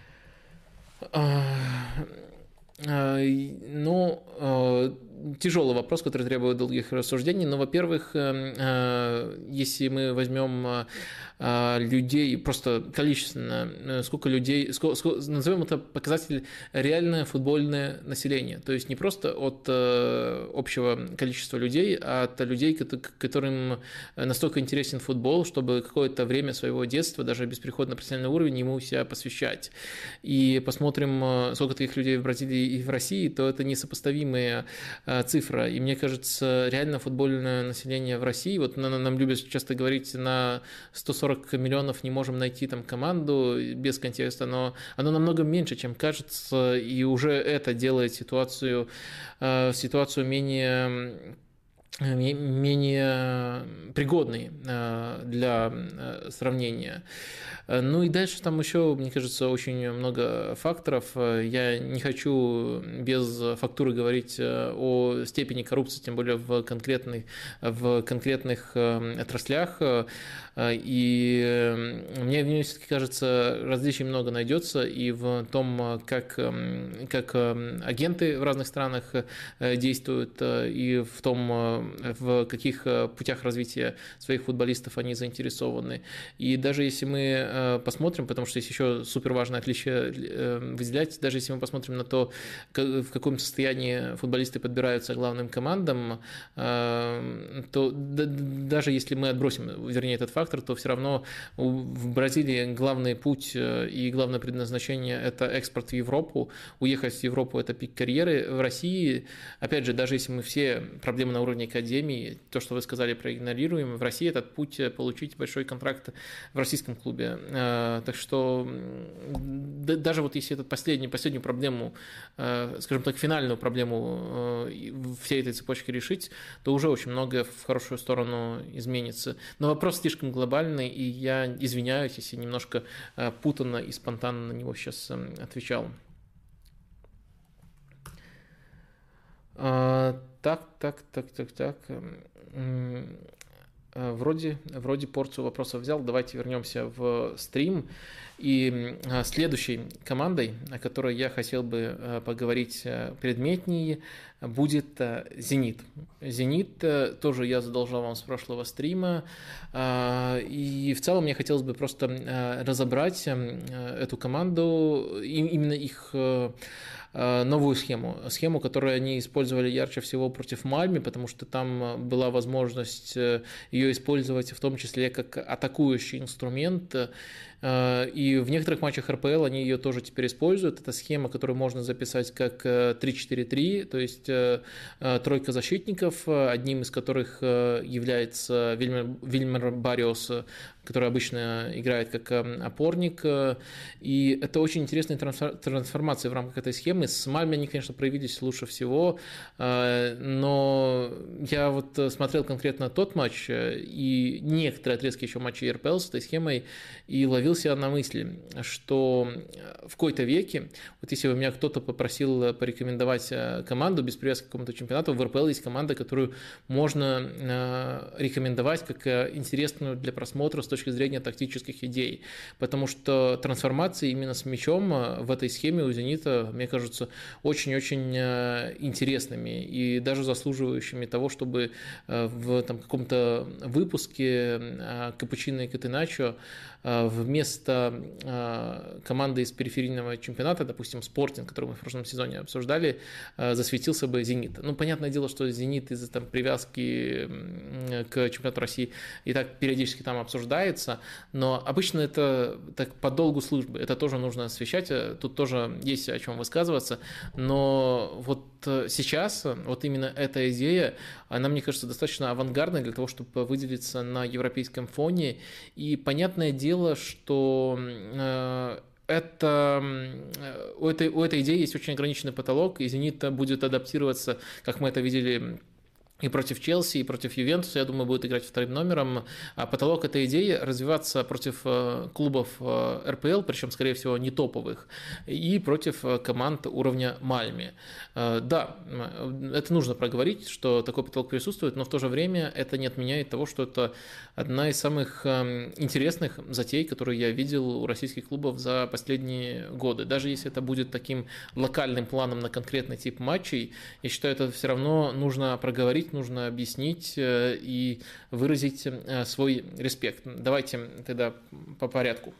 Ну, тяжелый вопрос, который требует долгих рассуждений. Но, во-первых, если мы возьмем людей, просто количественно, сколько людей, сколько, сколько, назовем это показатель реальное футбольное население. То есть не просто от общего количества людей, а от людей, которым настолько интересен футбол, чтобы какое-то время своего детства, даже без перехода на профессиональный уровень, ему себя посвящать. И посмотрим, сколько таких людей в Бразилии и в России, то это несопоставимые цифра. И мне кажется, реально футбольное население в России, вот нам любят часто говорить, на сто сорок миллионов не можем найти там команду без контекста, но оно намного меньше, чем кажется, и уже это делает ситуацию, ситуацию менее... менее пригодный для сравнения. Ну и дальше там еще, мне кажется, очень много факторов. Я не хочу без фактуры говорить о степени коррупции, тем более в конкретных, в конкретных отраслях. И мне, мне все-таки кажется, различий много найдется и в том, как, как агенты в разных странах действуют, и в том, в каких путях развития своих футболистов они заинтересованы. И даже если мы посмотрим, потому что есть еще супер важное отличие выделять, даже если мы посмотрим на то, в каком состоянии футболисты подбираются главным командам, то даже если мы отбросим, вернее, этот фактор, то все равно в Бразилии главный путь и главное предназначение – это экспорт в Европу. Уехать в Европу – это пик карьеры. В России, опять же, даже если мы все проблемы на уровне академии. То, что вы сказали про игнорируемый, в России этот путь получить большой контракт в российском клубе. Так что даже вот если эту последнюю, последнюю проблему, скажем так, финальную проблему всей этой цепочки решить, то уже очень многое в хорошую сторону изменится. Но вопрос слишком глобальный, и я извиняюсь, если немножко путанно и спонтанно на него сейчас отвечал. Так, так, так, так, так. Вроде, вроде порцию вопросов взял. Давайте вернемся в стрим. И следующей командой, о которой я хотел бы поговорить предметнее, будет «Зенит». «Зенит» тоже я задолжал вам с прошлого стрима. И в целом мне хотелось бы просто разобрать эту команду, именно их новую схему. Схему, которую они использовали ярче всего против Мальме, потому что там была возможность ее использовать в том числе как атакующий инструмент. И в некоторых матчах эр пэ эл они ее тоже теперь используют. Это схема, которую можно записать как три четыре три, то есть тройка защитников, одним из которых является Вильмер, Вильмер Барриос, который обычно играет как опорник. И это очень интересные трансформации в рамках этой схемы. С Мальме они, конечно, проявились лучше всего, но я вот смотрел конкретно тот матч и некоторые отрезки еще матчей эр пэ эл с этой схемой и ловил себя на мысли, что в какой-то веке, вот если бы меня кто-то попросил порекомендовать команду без привязки к какому-то чемпионату, в эр пэ эл есть команда, которую можно рекомендовать как интересную для просмотра с точки зрения тактических идей, потому что трансформации именно с мячом в этой схеме у «Зенита», мне кажется, очень-очень интересными и даже заслуживающими того, чтобы в там, каком-то выпуске «Капучино и Катеначо» вместо команды из периферийного чемпионата, допустим, «Спортинг», который мы в прошлом сезоне обсуждали, засветился бы «Зенит». Ну, понятное дело, что «Зенит» из-за там, привязки к чемпионату России и так периодически там обсуждается, но обычно это так по долгу службы, это тоже нужно освещать, тут тоже есть о чем высказываться, но вот сейчас вот именно эта идея, она, мне кажется, достаточно авангардной для того, чтобы выделиться на европейском фоне, и понятное дело, что это, у, этой, у этой идеи есть очень ограниченный потолок, и «Зенит» будет адаптироваться, как мы это видели и против Челси, и против Ювентуса, я думаю, будет играть вторым номером. А потолок этой идеи развиваться против клубов эр пэ эл, причем, скорее всего, не топовых, и против команд уровня Мальме. Да, это нужно проговорить, что такой потолок присутствует, но в то же время это не отменяет того, что это одна из самых интересных затей, которые я видел у российских клубов за последние годы. Даже если это будет таким локальным планом на конкретный тип матчей, я считаю, это все равно нужно проговорить, нужно объяснить и выразить свой респект. Давайте тогда по порядку.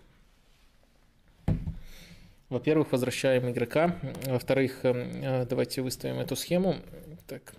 Во-первых, возвращаем игрока. Во-вторых, давайте выставим эту схему. Так.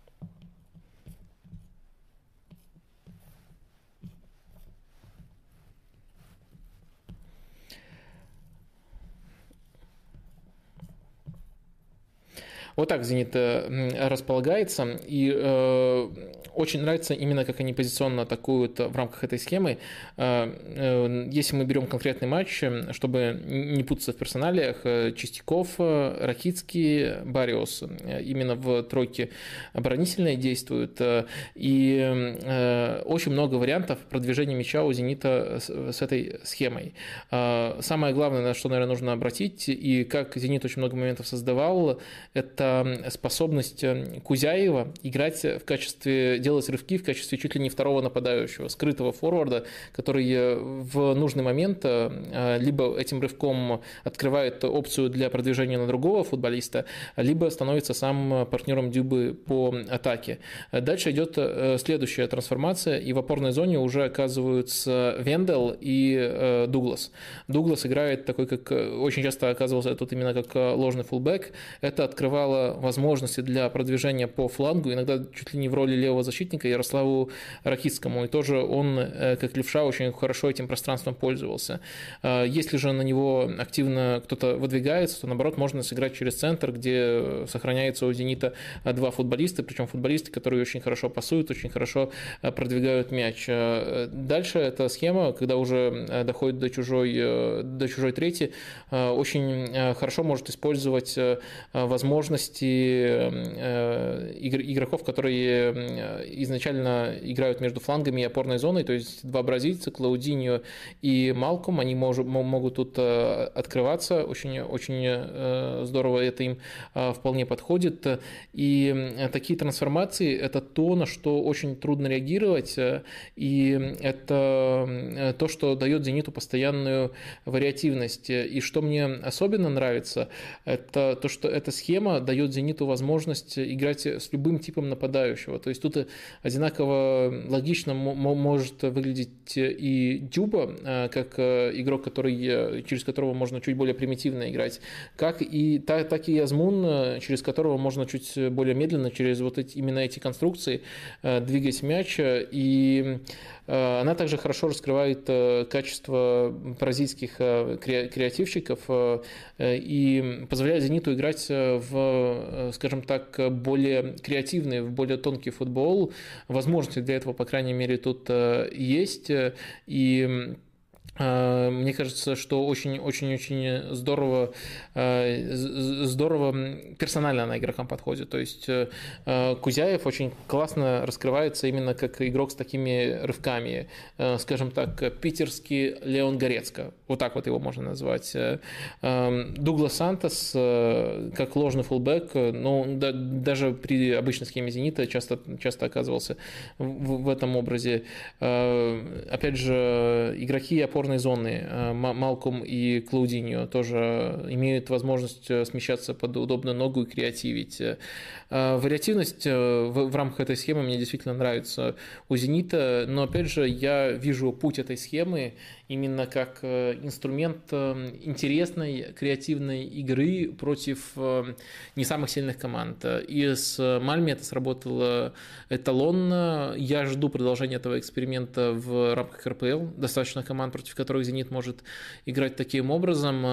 Вот так «Зенит» располагается, и э, очень нравится именно, как они позиционно атакуют в рамках этой схемы. Э, э, если мы берем конкретный матч, чтобы не путаться в персоналиях, Чистяков, Ракицкий, Барриос именно в тройке оборонительной действуют, и э, очень много вариантов продвижения мяча у «Зенита» с, с этой схемой. Э, самое главное, на что, наверное, нужно обратить, и как «Зенит» очень много моментов создавал, это способность Кузяева играть в качестве, делать рывки в качестве чуть ли не второго нападающего, скрытого форварда, который в нужный момент либо этим рывком открывает опцию для продвижения на другого футболиста, либо становится сам партнером Дюбы по атаке. Дальше идет следующая трансформация, и в опорной зоне уже оказываются Вендел и Дуглас. Дуглас играет такой, как очень часто оказывался тут именно как ложный фулбэк. Это открывало давала возможности для продвижения по флангу, иногда чуть ли не в роли левого защитника, Ярославу Ракитскому. И тоже он, как левша, очень хорошо этим пространством пользовался. Если же на него активно кто-то выдвигается, то, наоборот, можно сыграть через центр, где сохраняется у «Зенита» два футболиста, причем футболисты, которые очень хорошо пасуют, очень хорошо продвигают мяч. Дальше эта схема, когда уже доходит до чужой, до чужой трети, очень хорошо может использовать возможности игроков, которые изначально играют между флангами и опорной зоной, то есть два бразильца, Клаудиньо и Малком, они мож, могут тут открываться, очень, очень здорово это им вполне подходит. И такие трансформации – это то, на что очень трудно реагировать, и это то, что дает «Зениту» постоянную вариативность. И что мне особенно нравится, это то, что эта схема дает «Зениту» возможность играть с любым типом нападающего. То есть тут одинаково логично может выглядеть и Дюба, как игрок, который, через которого можно чуть более примитивно играть, как и, так, так и Азмун, через которого можно чуть более медленно, через вот эти, именно эти конструкции двигать мяч. И она также хорошо раскрывает качество бразильских креативщиков и позволяет «Зениту» играть в, скажем так, более креативный, в более тонкий футбол. Возможности для этого, по крайней мере, тут есть. И мне кажется, что очень-очень-очень здорово, здорово персонально она игрокам подходит. То есть Кузяев очень классно раскрывается именно как игрок с такими рывками. Скажем так, питерский Леон Горецко. Вот так вот его можно назвать. Дуглас Сантос как ложный фулбэк, но даже при обычной схеме «Зенита» часто, часто оказывался в, в этом образе. Опять же, игроки опорной зоны Малком и Клаудиньо тоже имеют возможность смещаться под удобную ногу и креативить. Вариативность в, в рамках этой схемы мне действительно нравится у «Зенита», но опять же я вижу путь этой схемы именно как инструмент интересной, креативной игры против не самых сильных команд. И с Мальме это сработало эталонно. Я жду продолжения этого эксперимента в рамках эр пэ эл. Достаточно команд, против которых «Зенит» может играть таким образом.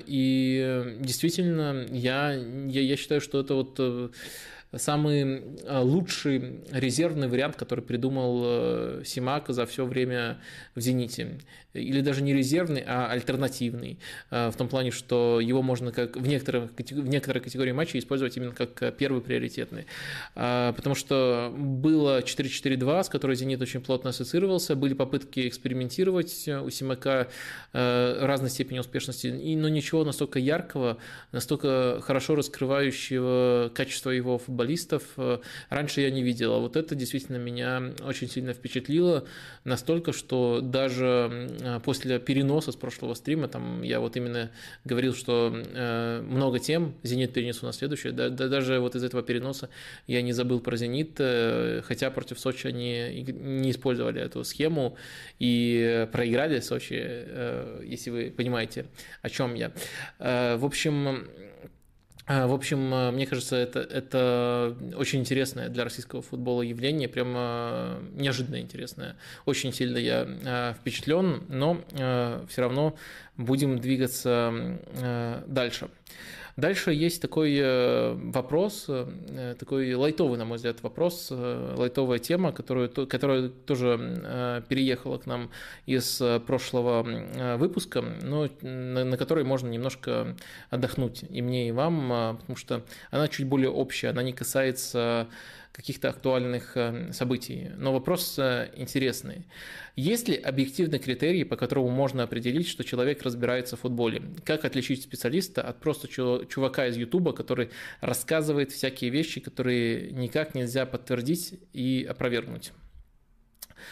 И действительно, я, я, я считаю, что это вот самый лучший резервный вариант, который придумал Симак за все время в «Зените». Или даже не резервный, а альтернативный. В том плане, что его можно как в, некоторых, в некоторой категории матчей использовать именно как первый приоритетный. Потому что было четыре четыре два, с которой «Зенит» очень плотно ассоциировался. Были попытки экспериментировать у Симака разной степени успешности, но ничего настолько яркого, настолько хорошо раскрывающего качество его футболистов раньше я не видел. А вот это действительно меня очень сильно впечатлило. Настолько, что даже после переноса с прошлого стрима, там я вот именно говорил, что э, много тем «Зенит» перенесу на следующее, да, да, даже вот из этого переноса я не забыл про «Зенит», э, хотя против Сочи они не использовали эту схему и проиграли Сочи, э, если вы понимаете, о чем я. Э, в общем... В общем, мне кажется, это, это очень интересное для российского футбола явление, прямо неожиданно интересное. Очень сильно я впечатлен, но все равно будем двигаться дальше. Дальше есть такой вопрос, такой лайтовый, на мой взгляд, вопрос, лайтовая тема, которую, которая тоже переехала к нам из прошлого выпуска, но на, на которой можно немножко отдохнуть и мне, и вам, потому что она чуть более общая, она не касается каких-то актуальных событий. Но вопрос интересный. Есть ли объективный критерий, по которому можно определить, что человек разбирается в футболе? Как отличить специалиста от просто чувака из Ютуба, который рассказывает всякие вещи, которые никак нельзя подтвердить и опровергнуть?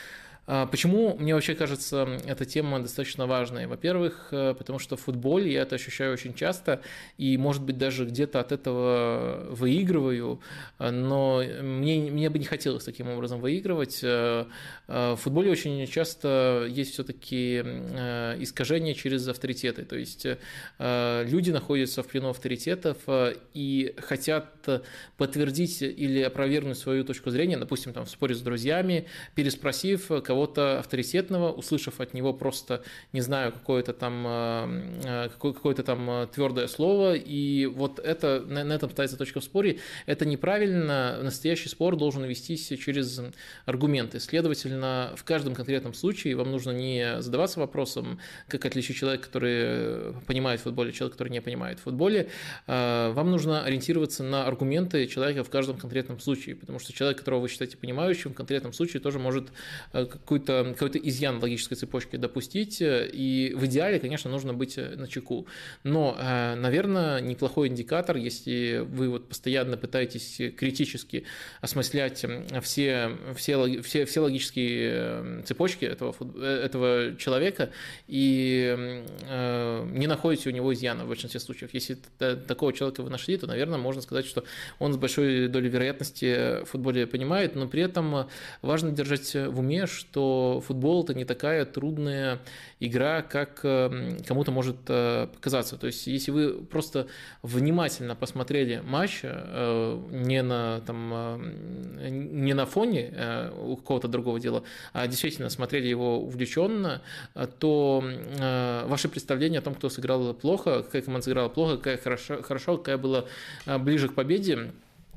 Почему мне вообще кажется эта тема достаточно важной? Во-первых, потому что в футболе я это ощущаю очень часто и, может быть, даже где-то от этого выигрываю, но мне, мне бы не хотелось таким образом выигрывать. В футболе очень часто есть все-таки искажение через авторитеты, то есть люди находятся в плену авторитетов и хотят подтвердить или опровергнуть свою точку зрения, допустим, там, в споре с друзьями, переспросив кого-то авторитетного, услышав от него просто, не знаю, какое-то там, какое-то там твердое слово, и вот это, на этом ставится точка в споре. Это неправильно, настоящий спор должен вестись через аргументы. Следовательно, в каждом конкретном случае вам нужно не задаваться вопросом, как отличить человека, который понимает в футболе, человека, который не понимает в футболе. Вам нужно ориентироваться на аргументы человека в каждом конкретном случае, потому что человек, которого вы считаете понимающим, в конкретном случае тоже может какой-то, какой-то изъян в логической цепочке допустить, и в идеале, конечно, нужно быть начеку. Но, наверное, неплохой индикатор, если вы вот постоянно пытаетесь критически осмыслять все, все, все, все логические цепочки этого, этого человека и не находите у него изъяна в большинстве случаев. Если такого человека вы нашли, то, наверное, можно сказать, что он с большой долей вероятности в футболе понимает, но при этом важно держать в уме, что футбол – это не такая трудная игра, как кому-то может показаться. То есть, если вы просто внимательно посмотрели матч, не на, там, не на фоне у какого-то другого дела, а действительно смотрели его увлеченно, то ваше представление о том, кто сыграл плохо, какая команда сыграла плохо, какая хорошо, хорошо, какая была ближе к победе,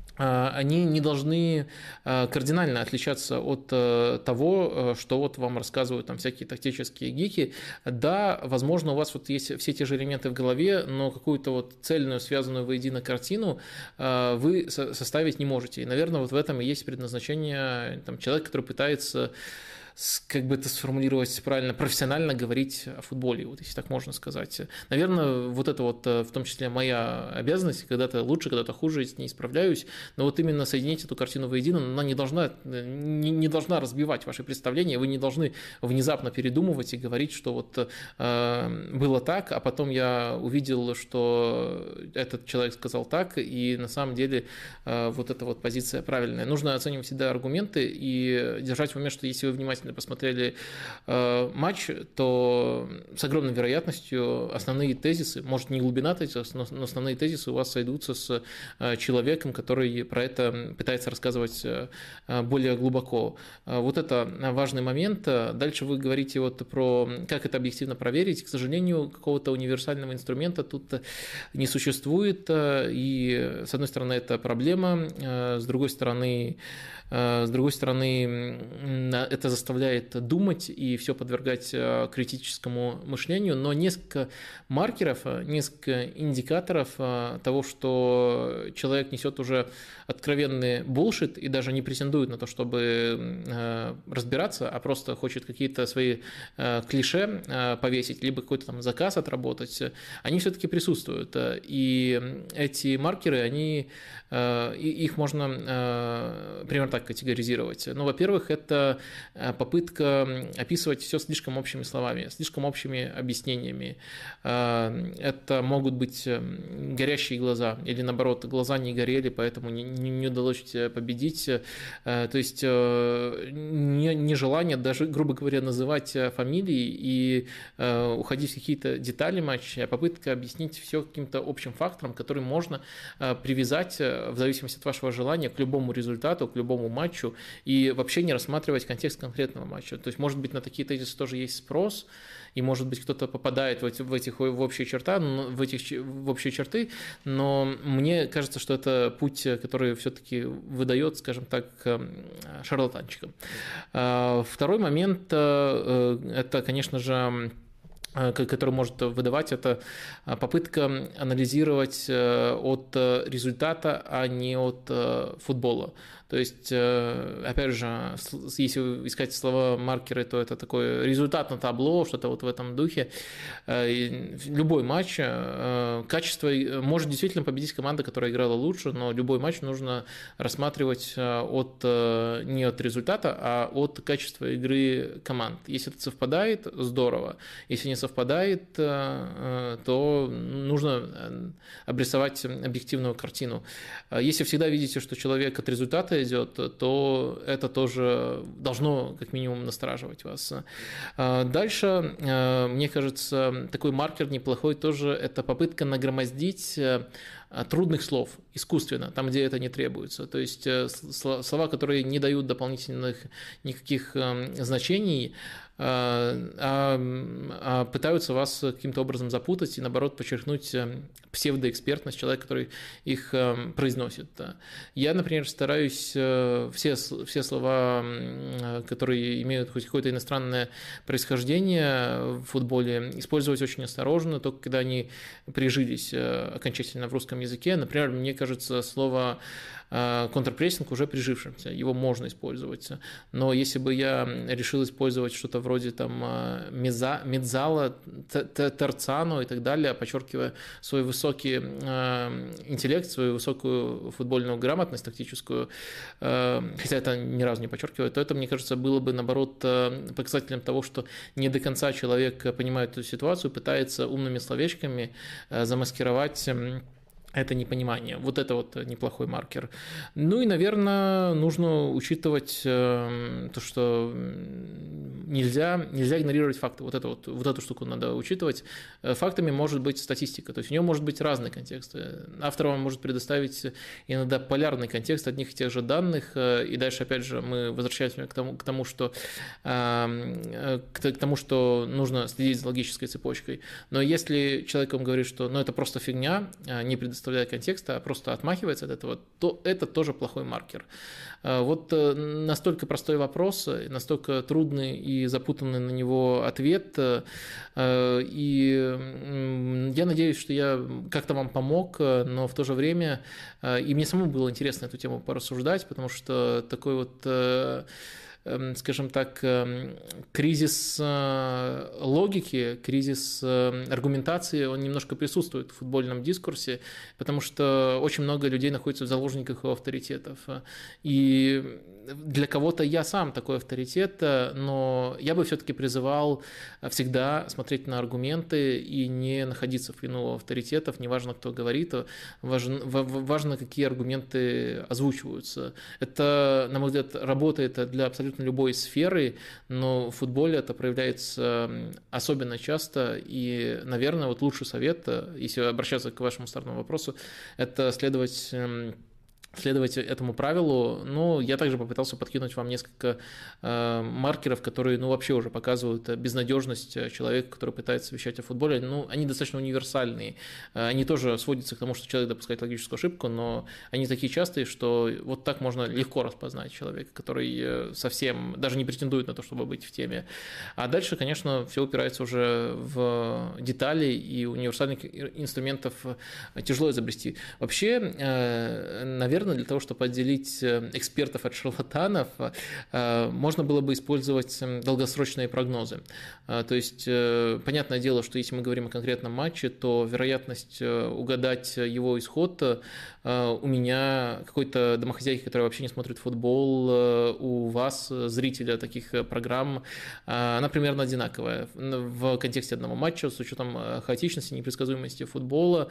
они не должны кардинально отличаться от того, что вот вам рассказывают там всякие тактические гики. Да, возможно, у вас вот есть все те же элементы в голове, но какую-то вот цельную, связанную воедино картину вы составить не можете. И, наверное, вот в этом и есть предназначение там, человека, который пытается, как бы это сформулировать правильно, профессионально говорить о футболе, вот если так можно сказать. Наверное, вот это вот в том числе моя обязанность, когда-то лучше, когда-то хуже, не исправляюсь, но вот именно соединить эту картину воедино, она не должна, не, не должна разбивать ваши представления, вы не должны внезапно передумывать и говорить, что вот э, было так, а потом я увидел, что этот человек сказал так, и на самом деле э, вот эта вот позиция правильная. Нужно оценивать всегда аргументы и держать в уме, что если вы внимательно посмотрели э, матч, то с огромной вероятностью основные тезисы, может не глубина тезисов, но, но основные тезисы у вас сойдутся с э, человеком, который про это пытается рассказывать э, более глубоко. Э, вот это важный момент. Дальше вы говорите вот про как это объективно проверить. К сожалению, какого-то универсального инструмента тут не существует. И с одной стороны это проблема, с другой стороны С другой стороны, это заставляет думать и все подвергать критическому мышлению, но несколько маркеров, несколько индикаторов того, что человек несет уже откровенный булшит и даже не претендует на то, чтобы разбираться, а просто хочет какие-то свои клише повесить, либо какой-то там заказ отработать, они все-таки присутствуют. И эти маркеры, они, их можно примерно так категоризировать. Ну, во-первых, это попытка описывать все слишком общими словами, слишком общими объяснениями. Это могут быть горящие глаза, или наоборот, глаза не горели, поэтому не, не удалось победить. То есть нежелание даже, грубо говоря, называть фамилии и уходить в какие-то детали матча, а попытка объяснить все каким-то общим фактором, который можно привязать в зависимости от вашего желания к любому результату, к любому матчу и вообще не рассматривать контекст конкретного матча. То есть, может быть, на такие тезисы тоже есть спрос, и, может быть, кто-то попадает в эти, в этих в общие черты, в этих в общие черты, но мне кажется, что это путь, который все-таки выдает, скажем так, шарлатанчикам. Второй момент – это, конечно же, который может выдавать, это попытка анализировать от результата, а не от футбола. То есть, опять же, если искать слова-маркеры, то это такой результат на табло, что-то вот в этом духе. Любой матч, качество, может действительно победить команда, которая играла лучше, но любой матч нужно рассматривать от, не от результата, а от качества игры команд. Если это совпадает, здорово. Если не совпадает, то нужно обрисовать объективную картину. Если всегда видите, что человек от результата идет, то это тоже должно как минимум настораживать вас. Дальше, мне кажется, такой маркер неплохой тоже – это попытка нагромоздить трудных слов искусственно, там, где это не требуется. То есть слова, которые не дают дополнительных никаких значений, а, а пытаются вас каким-то образом запутать и, наоборот, подчеркнуть псевдоэкспертность человека, который их произносит. Я, например, стараюсь все, все слова, которые имеют хоть какое-то иностранное происхождение в футболе, использовать очень осторожно, только когда они прижились окончательно в русском языке. Например, мне кажется, слово контрпрессинг уже прижившимся, его можно использовать. Но если бы я решил использовать что-то вроде там меза, медзала, терцано и так далее, подчеркивая свой высокий интеллект, свою высокую футбольную грамотность тактическую, хотя это ни разу не подчеркиваю, то это, мне кажется, было бы, наоборот, показателем того, что не до конца человек понимает эту ситуацию, пытается умными словечками замаскировать это непонимание. Вот это вот неплохой маркер. Ну и, наверное, нужно учитывать то, что нельзя, нельзя игнорировать факты. Вот, это вот, вот эту штуку надо учитывать. Фактами может быть статистика. То есть у нее может быть разный контекст. Автор вам может предоставить иногда полярный контекст одних и тех же данных. И дальше, опять же, мы возвращаемся к тому, к тому, что, к тому, что нужно следить за логической цепочкой. Но если человек вам говорит, что ну, это просто фигня, не предоставляет контекста, а просто отмахивается от этого, то это тоже плохой маркер. Вот настолько простой вопрос, настолько трудный и запутанный на него ответ, и я надеюсь, что я как-то вам помог, но в то же время и мне самому было интересно эту тему порассуждать, потому что такой вот, скажем так, кризис логики, кризис аргументации, он немножко присутствует в футбольном дискурсе, потому что очень много людей находится в заложниках его авторитетов. И для кого-то я сам такой авторитет, но я бы все-таки призывал всегда смотреть на аргументы и не находиться в плену авторитетов, неважно, кто говорит, важно, важно, какие аргументы озвучиваются. Это, на мой взгляд, работает для абсолютно любой сферы, но в футболе это проявляется особенно часто, и, наверное, вот лучший совет, если обращаться к вашему старому вопросу, это следовать следовать этому правилу. Ну, я также попытался подкинуть вам несколько э, маркеров, которые, ну, вообще уже показывают безнадежность человека, который пытается вещать о футболе. Ну, они достаточно универсальные. Они тоже сводятся к тому, что человек допускает логическую ошибку, но они такие частые, что вот так можно легко распознать человека, который совсем даже не претендует на то, чтобы быть в теме. А дальше, конечно, все упирается уже в детали, и универсальных инструментов тяжело изобрести. Вообще, э, наверное, для того, чтобы отделить экспертов от шарлатанов, можно было бы использовать долгосрочные прогнозы. То есть, понятное дело, что если мы говорим о конкретном матче, то вероятность угадать его исход у меня, какой-то домохозяйки, которая вообще не смотрит футбол, у вас, зрителя таких программ, она примерно одинаковая в контексте одного матча, с учетом хаотичности, непредсказуемости футбола,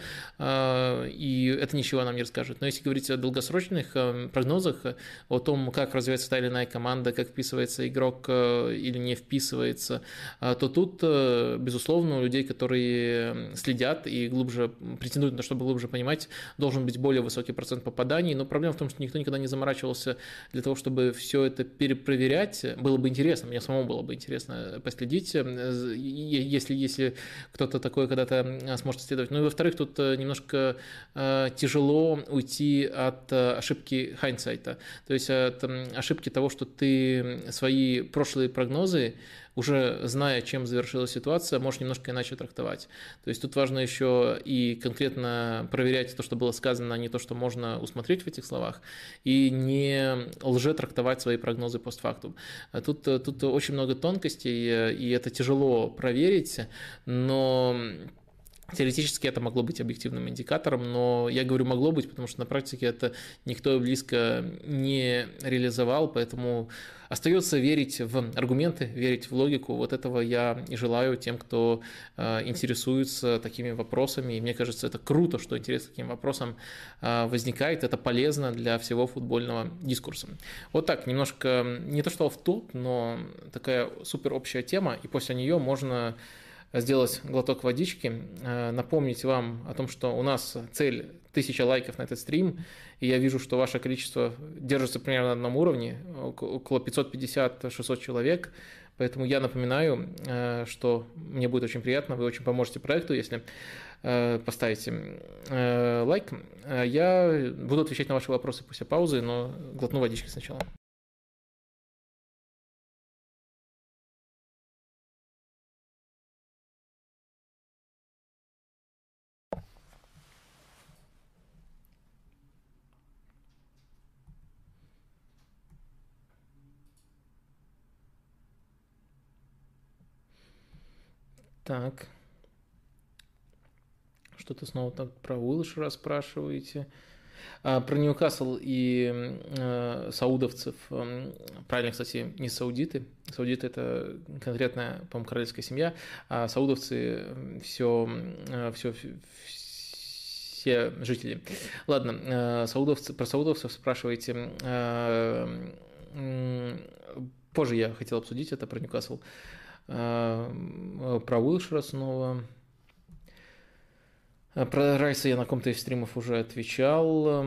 и это ничего нам не расскажет. Но если говорить о долгосрочных прогнозах, о том, как развивается та или иная команда, как вписывается игрок или не вписывается, то тут, безусловно, у людей, которые следят и глубже претендуют на то, чтобы глубже понимать, должен быть более высокий процент попаданий. Но проблема в том, что никто никогда не заморачивался для того, чтобы все это перепроверять. Было бы интересно, мне самому было бы интересно последить, если, если кто-то такое когда-то сможет исследовать. Ну и во-вторых, тут немножко тяжело уйти от это ошибки хайндсайта, то есть это ошибки того, что ты свои прошлые прогнозы, уже зная, чем завершилась ситуация, можешь немножко иначе трактовать. То есть тут важно еще и конкретно проверять то, что было сказано, а не то, что можно усмотреть в этих словах, и не лжетрактовать свои прогнозы постфактум. Тут, тут очень много тонкостей, и это тяжело проверить, но теоретически это могло быть объективным индикатором, но я говорю могло быть, потому что на практике это никто близко не реализовал, поэтому остается верить в аргументы, верить в логику. Вот этого я и желаю тем, кто интересуется такими вопросами. И мне кажется, это круто, что интерес к таким вопросам возникает. Это полезно для всего футбольного дискурса. Вот так, немножко, не то что в топ, но такая супер общая тема, и после нее можно сделать глоток водички, напомнить вам о том, что у нас цель тысяча лайков на этот стрим, и я вижу, что ваше количество держится примерно на одном уровне, около пятьсот пятьдесят - шестьсот человек, поэтому я напоминаю, что мне будет очень приятно, вы очень поможете проекту, если поставите лайк. Я буду отвечать на ваши вопросы после паузы, но глотну водички сначала. Так, что-то снова так про Уилшера спрашиваете. А, про Ньюкасл и э, саудовцев. Правильно, кстати, не саудиты. Саудиты – это конкретная, по-моему, королевская семья, а саудовцы все, все, все жители. Ладно, э, саудовцы, про саудовцев спрашиваете. Э, э, позже я хотел обсудить это, про Ньюкасл. Про Уилшера снова. Про Райса я на каком-то из стримов уже отвечал.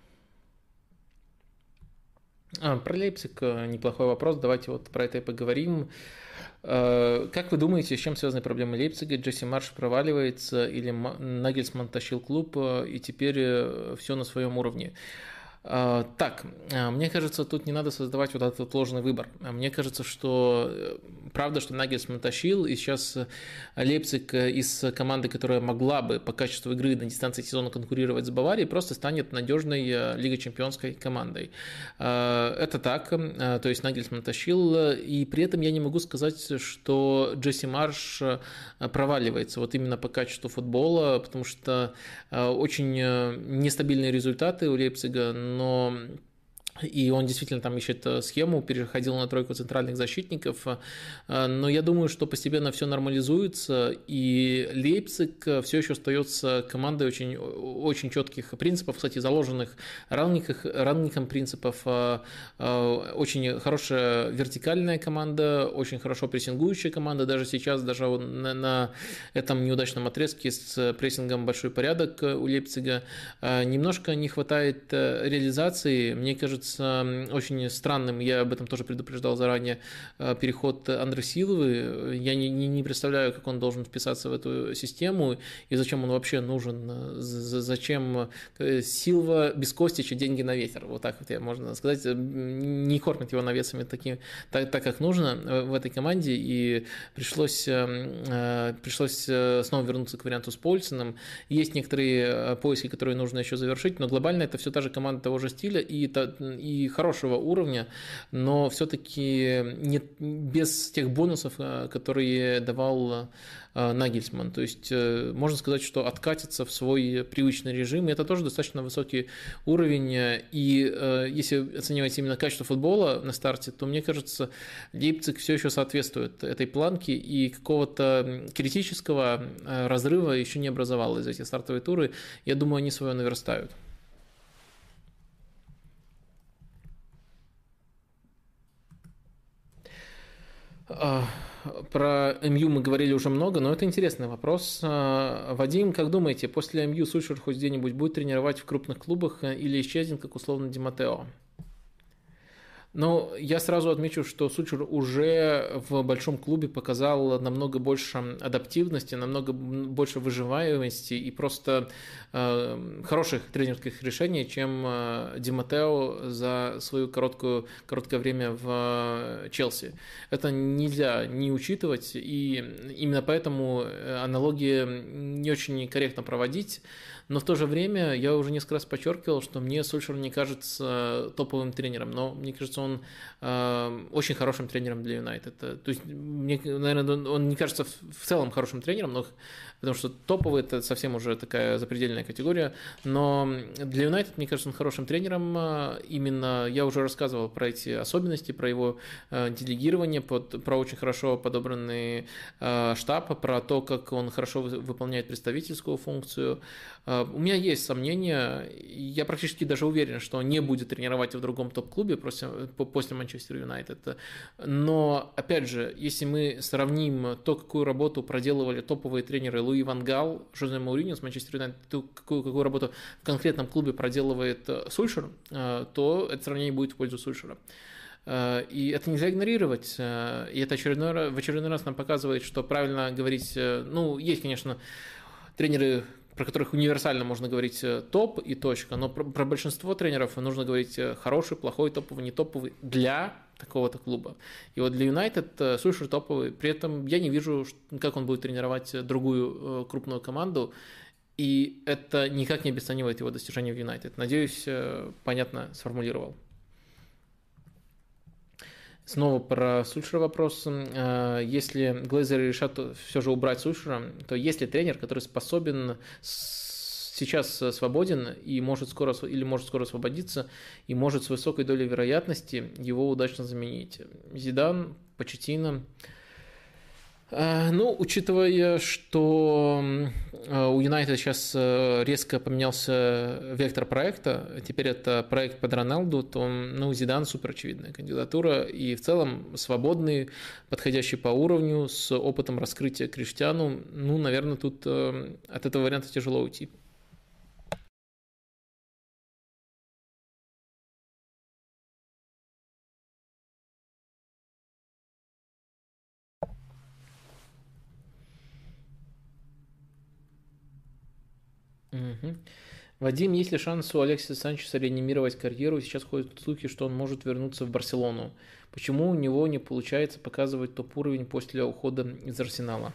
А, про Лейпциг неплохой вопрос. Давайте вот про это и поговорим. Как вы думаете, с чем связаны проблемы Лейпцига? Джесси Марш проваливается или Нагельсман тащил клуб и теперь все на своем уровне? Так, мне кажется, тут не надо создавать вот этот ложный выбор. Мне кажется, что правда, что Нагельсман тащил, и сейчас Лейпциг из команды, которая могла бы по качеству игры на дистанции сезона конкурировать с Баварией, просто станет надежной Лига Чемпионской командой. Это так, то есть Нагельсман тащил, и при этом я не могу сказать, что Джесси Марш проваливается вот именно по качеству футбола, потому что очень нестабильные результаты у Лейпцига, но и он действительно там ищет схему, переходил на тройку центральных защитников, но я думаю, что постепенно все нормализуется, и Лейпциг все еще остается командой очень, очень четких принципов, кстати, заложенных Рангником, Рангником принципов, очень хорошая вертикальная команда, очень хорошо прессингующая команда, даже сейчас, даже на, на этом неудачном отрезке с прессингом большой порядок у Лейпцига, немножко не хватает реализации, мне кажется, очень странным, я об этом тоже предупреждал заранее, переход Андре Силвы. Я не, не, не представляю, как он должен вписаться в эту систему и зачем он вообще нужен, зачем Силва без Костича деньги на ветер, вот так вот можно сказать, не кормят его навесами таким, так, так как нужно в этой команде, и пришлось, пришлось снова вернуться к варианту с Польсеном. Есть некоторые поиски, которые нужно еще завершить, но глобально это все та же команда того же стиля, и и хорошего уровня, но все-таки не, без тех бонусов, которые давал Нагельсман. То есть можно сказать, что откатится в свой привычный режим, и это тоже достаточно высокий уровень. И если оценивать именно качество футбола на старте, то мне кажется, Лейпциг все еще соответствует этой планке, и какого-то критического разрыва еще не образовалось за эти стартовые туры. Я думаю, они свое наверстают. Про МЮ мы говорили уже много, но это интересный вопрос. Вадим, как думаете, после МЮ Сульшер хоть где-нибудь будет тренировать в крупных клубах или исчезнет, как условно Ди Маттео? Но я сразу отмечу, что Сульшер уже в большом клубе показал намного больше адаптивности, намного больше выживаемости и просто э, хороших тренерских решений, чем э, Ди Маттео за свою короткую, короткое время в Челси. Это нельзя не учитывать, и именно поэтому аналогии не очень корректно проводить. Но в то же время я уже несколько раз подчеркивал, что мне Сульшер не кажется топовым тренером, но мне кажется, он э, очень хорошим тренером для Юнайтед. То есть, мне, наверное, он не кажется в целом хорошим тренером, но, потому что топовый – это совсем уже такая запредельная категория, но для Юнайтед, мне кажется, он хорошим тренером. Именно я уже рассказывал про эти особенности, про его э, делегирование, под, про очень хорошо подобранный э, штаб, про то, как он хорошо выполняет представительскую функцию. У меня есть сомнения, я практически даже уверен, что он не будет тренировать в другом топ-клубе после, после Манчестер Юнайтед. Но, опять же, если мы сравним то, какую работу проделывали топовые тренеры Луи ван Гал, Жозе Мауриньо с Манчестер Юнайтед, то, какую, какую работу в конкретном клубе проделывает Сульшер, то это сравнение будет в пользу Сульшера. И это нельзя игнорировать. И это очередной, в очередной раз нам показывает, что правильно говорить, ну, есть, конечно, тренеры, про которых универсально можно говорить топ и точка, но про, про большинство тренеров нужно говорить хороший, плохой, топовый, не топовый для такого-то клуба. И вот для Юнайтед Сульшер топовый, при этом я не вижу, как он будет тренировать другую крупную команду, и это никак не обесценивает его достижения в Юнайтед. Надеюсь, понятно сформулировал. Снова про Сульшера вопрос. Если Глейзеры решат все же убрать Сульшера, то есть ли тренер, который способен сейчас свободен и может скоро, или может скоро освободиться, и может с высокой долей вероятности его удачно заменить? Зидан, Почеттино. Ну, учитывая, что у Юнайтед сейчас резко поменялся вектор проекта, теперь это проект под Роналду, то, ну, Зидан супер очевидная кандидатура, и в целом свободный, подходящий по уровню, с опытом раскрытия Криштиану, ну, наверное, тут от этого варианта тяжело уйти. Угу. Вадим, есть ли шанс у Алексиса Санчеса реанимировать карьеру? Сейчас ходят слухи, что он может вернуться в Барселону. Почему у него не получается показывать топ-уровень после ухода из Арсенала?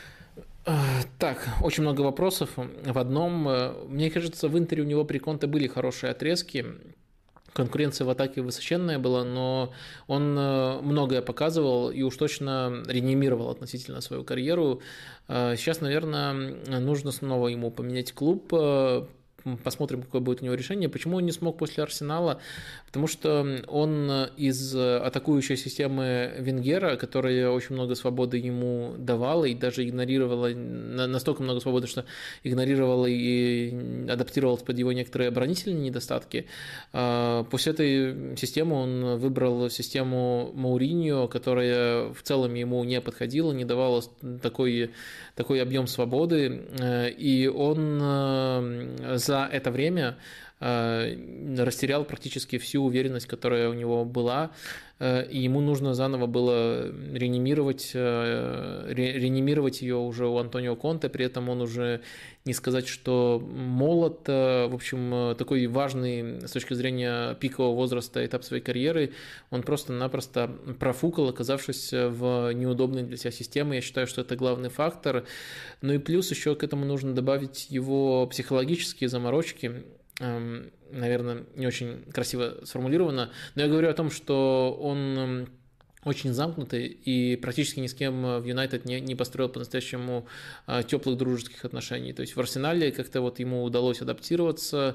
Так, очень много вопросов в одном. Мне кажется, в Интере у него при Конте были хорошие отрезки. Конкуренция в атаке высоченная была, но он многое показывал и уж точно реанимировал относительно свою карьеру. Сейчас, наверное, нужно снова ему поменять клуб. Посмотрим, какое будет у него решение. Почему он не смог после Арсенала? Потому что он из атакующей системы Венгера, которая очень много свободы ему давала и даже игнорировала, настолько много свободы, что игнорировала и адаптировалась под его некоторые оборонительные недостатки. После этой системы он выбрал систему Мауриньо, которая в целом ему не подходила, не давала такой, такой объем свободы. И он за это время растерял практически всю уверенность, которая у него была, и ему нужно заново было реанимировать, ре, реанимировать ее уже у Антонио Конте, при этом он уже, не сказать, что молод, в общем, такой важный с точки зрения пикового возраста этап своей карьеры, он просто-напросто профукал, оказавшись в неудобной для себя системе. Я считаю, что это главный фактор. Ну и плюс еще к этому нужно добавить его психологические заморочки. Наверное, не очень красиво сформулировано, но я говорю о том, что он очень замкнутый и практически ни с кем в Юнайтед не, не построил по-настоящему теплых дружеских отношений. То есть в Арсенале как-то вот ему удалось адаптироваться,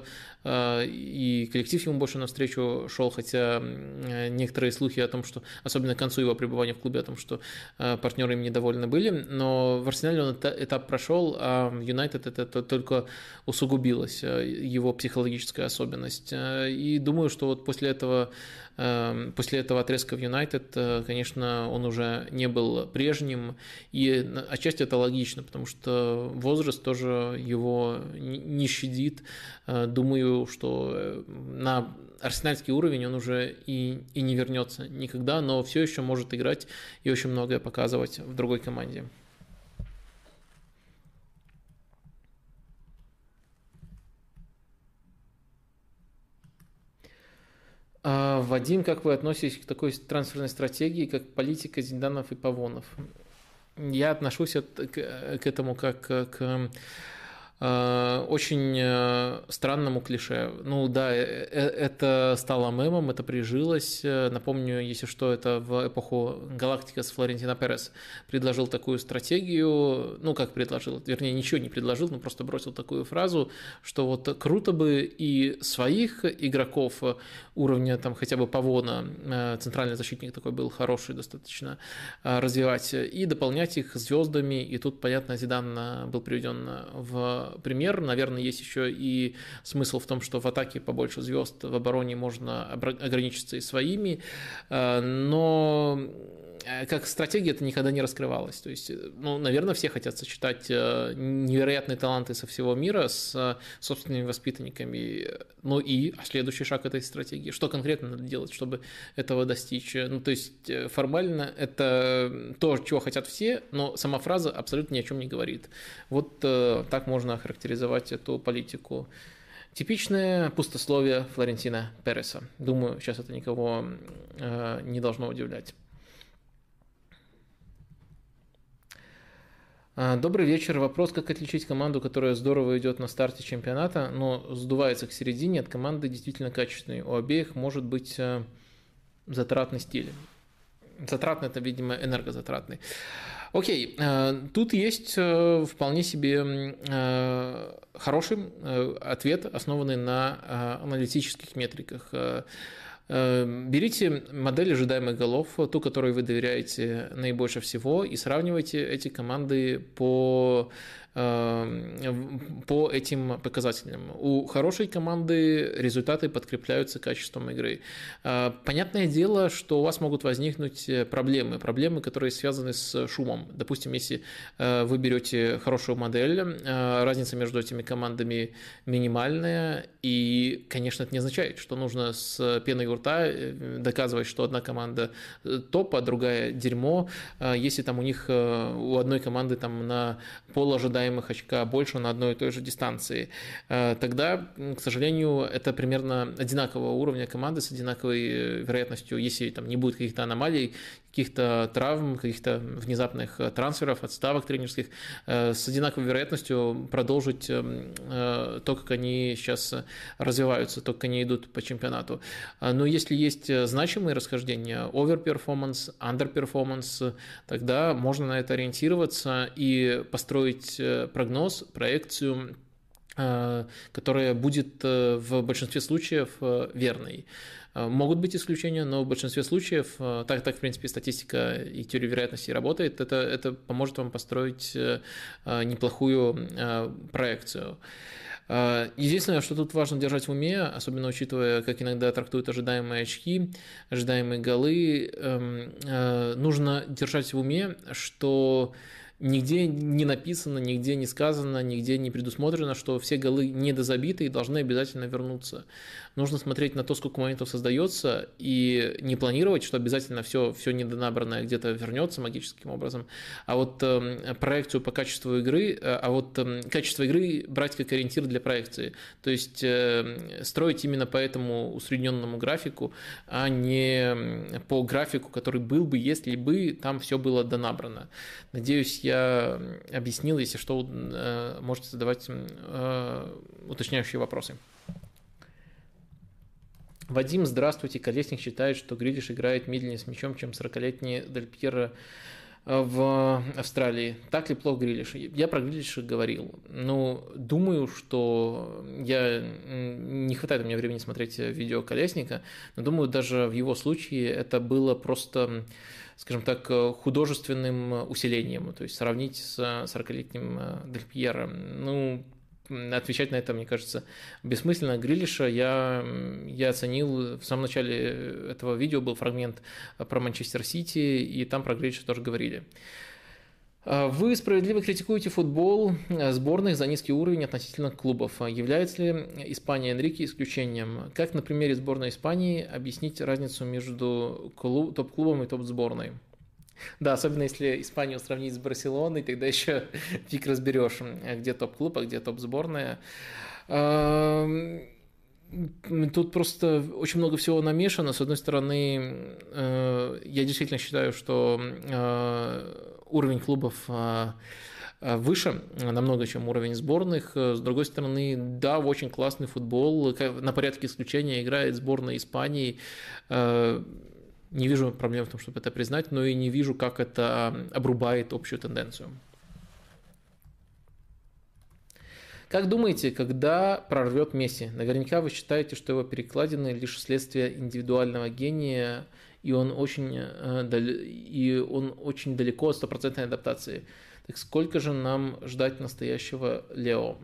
и коллектив ему больше навстречу шел, хотя некоторые слухи о том, что, особенно к концу его пребывания в клубе, о том, что партнеры им недовольны были, но в Арсенале он этап прошел, а в Юнайтед это только усугубилось, его психологическая особенность. И думаю, что вот после этого после этого отрезка в Юнайтед, конечно, он уже не был прежним, и отчасти это логично, потому что возраст тоже его не щадит. Думаю, что на арсенальский уровень он уже и, и не вернется никогда, но все еще может играть и очень многое показывать в другой команде. Вадим, как вы относитесь к такой трансферной стратегии, как политика Зинданов и Павонов? Я отношусь к этому как к очень странному клише. Ну да, это стало мемом, это прижилось. Напомню, если что, это в эпоху Галактикос Флорентино Перес предложил такую стратегию, ну как предложил, вернее ничего не предложил, но просто бросил такую фразу, что вот круто бы и своих игроков уровня там хотя бы Павона, центральный защитник такой был хороший достаточно, развивать и дополнять их звездами. И тут, понятно, Зидан был приведен в пример. Наверное, есть еще и смысл в том, что в атаке побольше звезд, в обороне можно ограничиться и своими, но как стратегия это никогда не раскрывалось. То есть, ну, наверное, все хотят сочетать невероятные таланты со всего мира с собственными воспитанниками. Ну и следующий шаг этой стратегии. Что конкретно надо делать, чтобы этого достичь? Ну, то есть, формально это то, чего хотят все, но сама фраза абсолютно ни о чем не говорит. Вот так можно охарактеризовать эту политику. Типичное пустословие Флорентино Переса. Думаю, сейчас это никого не должно удивлять. Добрый вечер. Вопрос, как отличить команду, которая здорово идет на старте чемпионата, но сдувается к середине, от команды действительно качественной. У обеих может быть затратный стиль. Затратный – это, видимо, энергозатратный. Окей, тут есть вполне себе хороший ответ, основанный на аналитических метриках. Берите модель ожидаемых голов, ту, которой вы доверяете наибольше всего, и сравнивайте эти команды по, по этим показателям. У хорошей команды результаты подкрепляются качеством игры. Понятное дело, что у вас могут возникнуть проблемы, проблемы, которые связаны с шумом. Допустим, если вы берете хорошую модель, разница между этими командами минимальная, и, конечно, это не означает, что нужно с пеной у рта доказывать, что одна команда топ, а другая дерьмо. Если там у них, у одной команды там на пол ожидаемых очка больше на одной и той же дистанции, тогда, к сожалению, это примерно одинакового уровня команды с одинаковой вероятностью, если там не будет каких-то аномалий, каких-то травм, каких-то внезапных трансферов, отставок тренерских, с одинаковой вероятностью продолжить то, как они сейчас развиваются, то, как они идут по чемпионату. Но если есть значимые расхождения, оверперформанс, андерперформанс, тогда можно на это ориентироваться и построить прогноз, проекцию, которая будет в большинстве случаев верной. Могут быть исключения, но в большинстве случаев, так, так в принципе, статистика и теория вероятности работает, это, это поможет вам построить неплохую проекцию. Единственное, что тут важно держать в уме, особенно учитывая, как иногда трактуют ожидаемые очки, ожидаемые голы, нужно держать в уме, что нигде не написано, нигде не сказано, нигде не предусмотрено, что все голы недозабиты и должны обязательно вернуться. Нужно смотреть на то, сколько моментов создается, и не планировать, что обязательно все, все недонабранное где-то вернется магическим образом, а вот э, проекцию по качеству игры, а вот э, качество игры брать как ориентир для проекции. То есть э, строить именно по этому усредненному графику, а не по графику, который был бы, если бы там все было донабрано. Надеюсь, я объяснил. Если что, э, можете задавать э, уточняющие вопросы. Вадим, здравствуйте. Колесник считает, что Грилиш играет медленнее с мячом, чем сорокалетний Дель Пьеро в Австралии. Так ли плохо Грилиш? Я про Грилиша говорил. Ну, думаю, что я... Не хватает у меня времени смотреть видео Колесника, но думаю, даже в его случае это было просто, скажем так, художественным усилением. То есть сравнить с сорокалетним Дель Пьеро. Ну, отвечать на это, мне кажется, бессмысленно. Грилиша я, я оценил, в самом начале этого видео был фрагмент про Манчестер Сити, и там про Грилиша тоже говорили. Вы справедливо критикуете футбол сборных за низкий уровень относительно клубов. Является ли Испания Энрике исключением? Как на примере сборной Испании объяснить разницу между клуб, топ-клубом и топ-сборной? Да, особенно если Испанию сравнить с Барселоной, тогда еще фиг разберешь, где топ-клуб, а где топ-сборная. Тут просто очень много всего намешано. С одной стороны, я действительно считаю, что уровень клубов выше намного, чем уровень сборных. С другой стороны, да, очень классный футбол. На порядке исключения играет сборная Испании. Не вижу проблем в том, чтобы это признать, но и не вижу, как это обрубает общую тенденцию. Как думаете, когда прорвет Месси? Наверняка вы считаете, что его перекладины лишь следствие индивидуального гения, и он очень, и он очень далеко от стопроцентной адаптации. Так сколько же нам ждать настоящего Лео?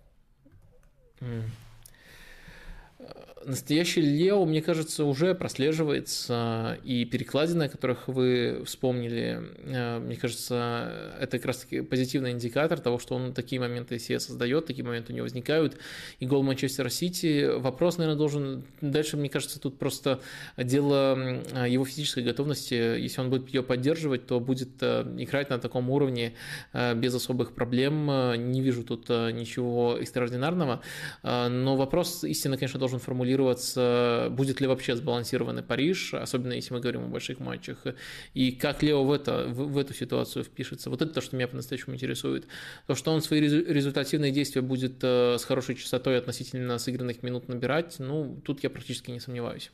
Настоящий Лео, мне кажется, уже прослеживается, и перекладины, о которых вы вспомнили, мне кажется, это как раз-таки позитивный индикатор того, что он такие моменты себе создает, такие моменты у него возникают. И гол Манчестера Сити, вопрос, наверное, должен... Дальше, мне кажется, тут просто дело его физической готовности. Если он будет ее поддерживать, то будет играть на таком уровне без особых проблем. Не вижу тут ничего экстраординарного, но вопрос, истинно, конечно, должен формулироваться, будет ли вообще сбалансированный Париж, особенно если мы говорим о больших матчах, и как Лео в, это, в, в эту ситуацию впишется. Вот это то, что меня по-настоящему интересует. То, что он свои результативные действия будет с хорошей частотой относительно сыгранных минут набирать, ну, тут я практически не сомневаюсь.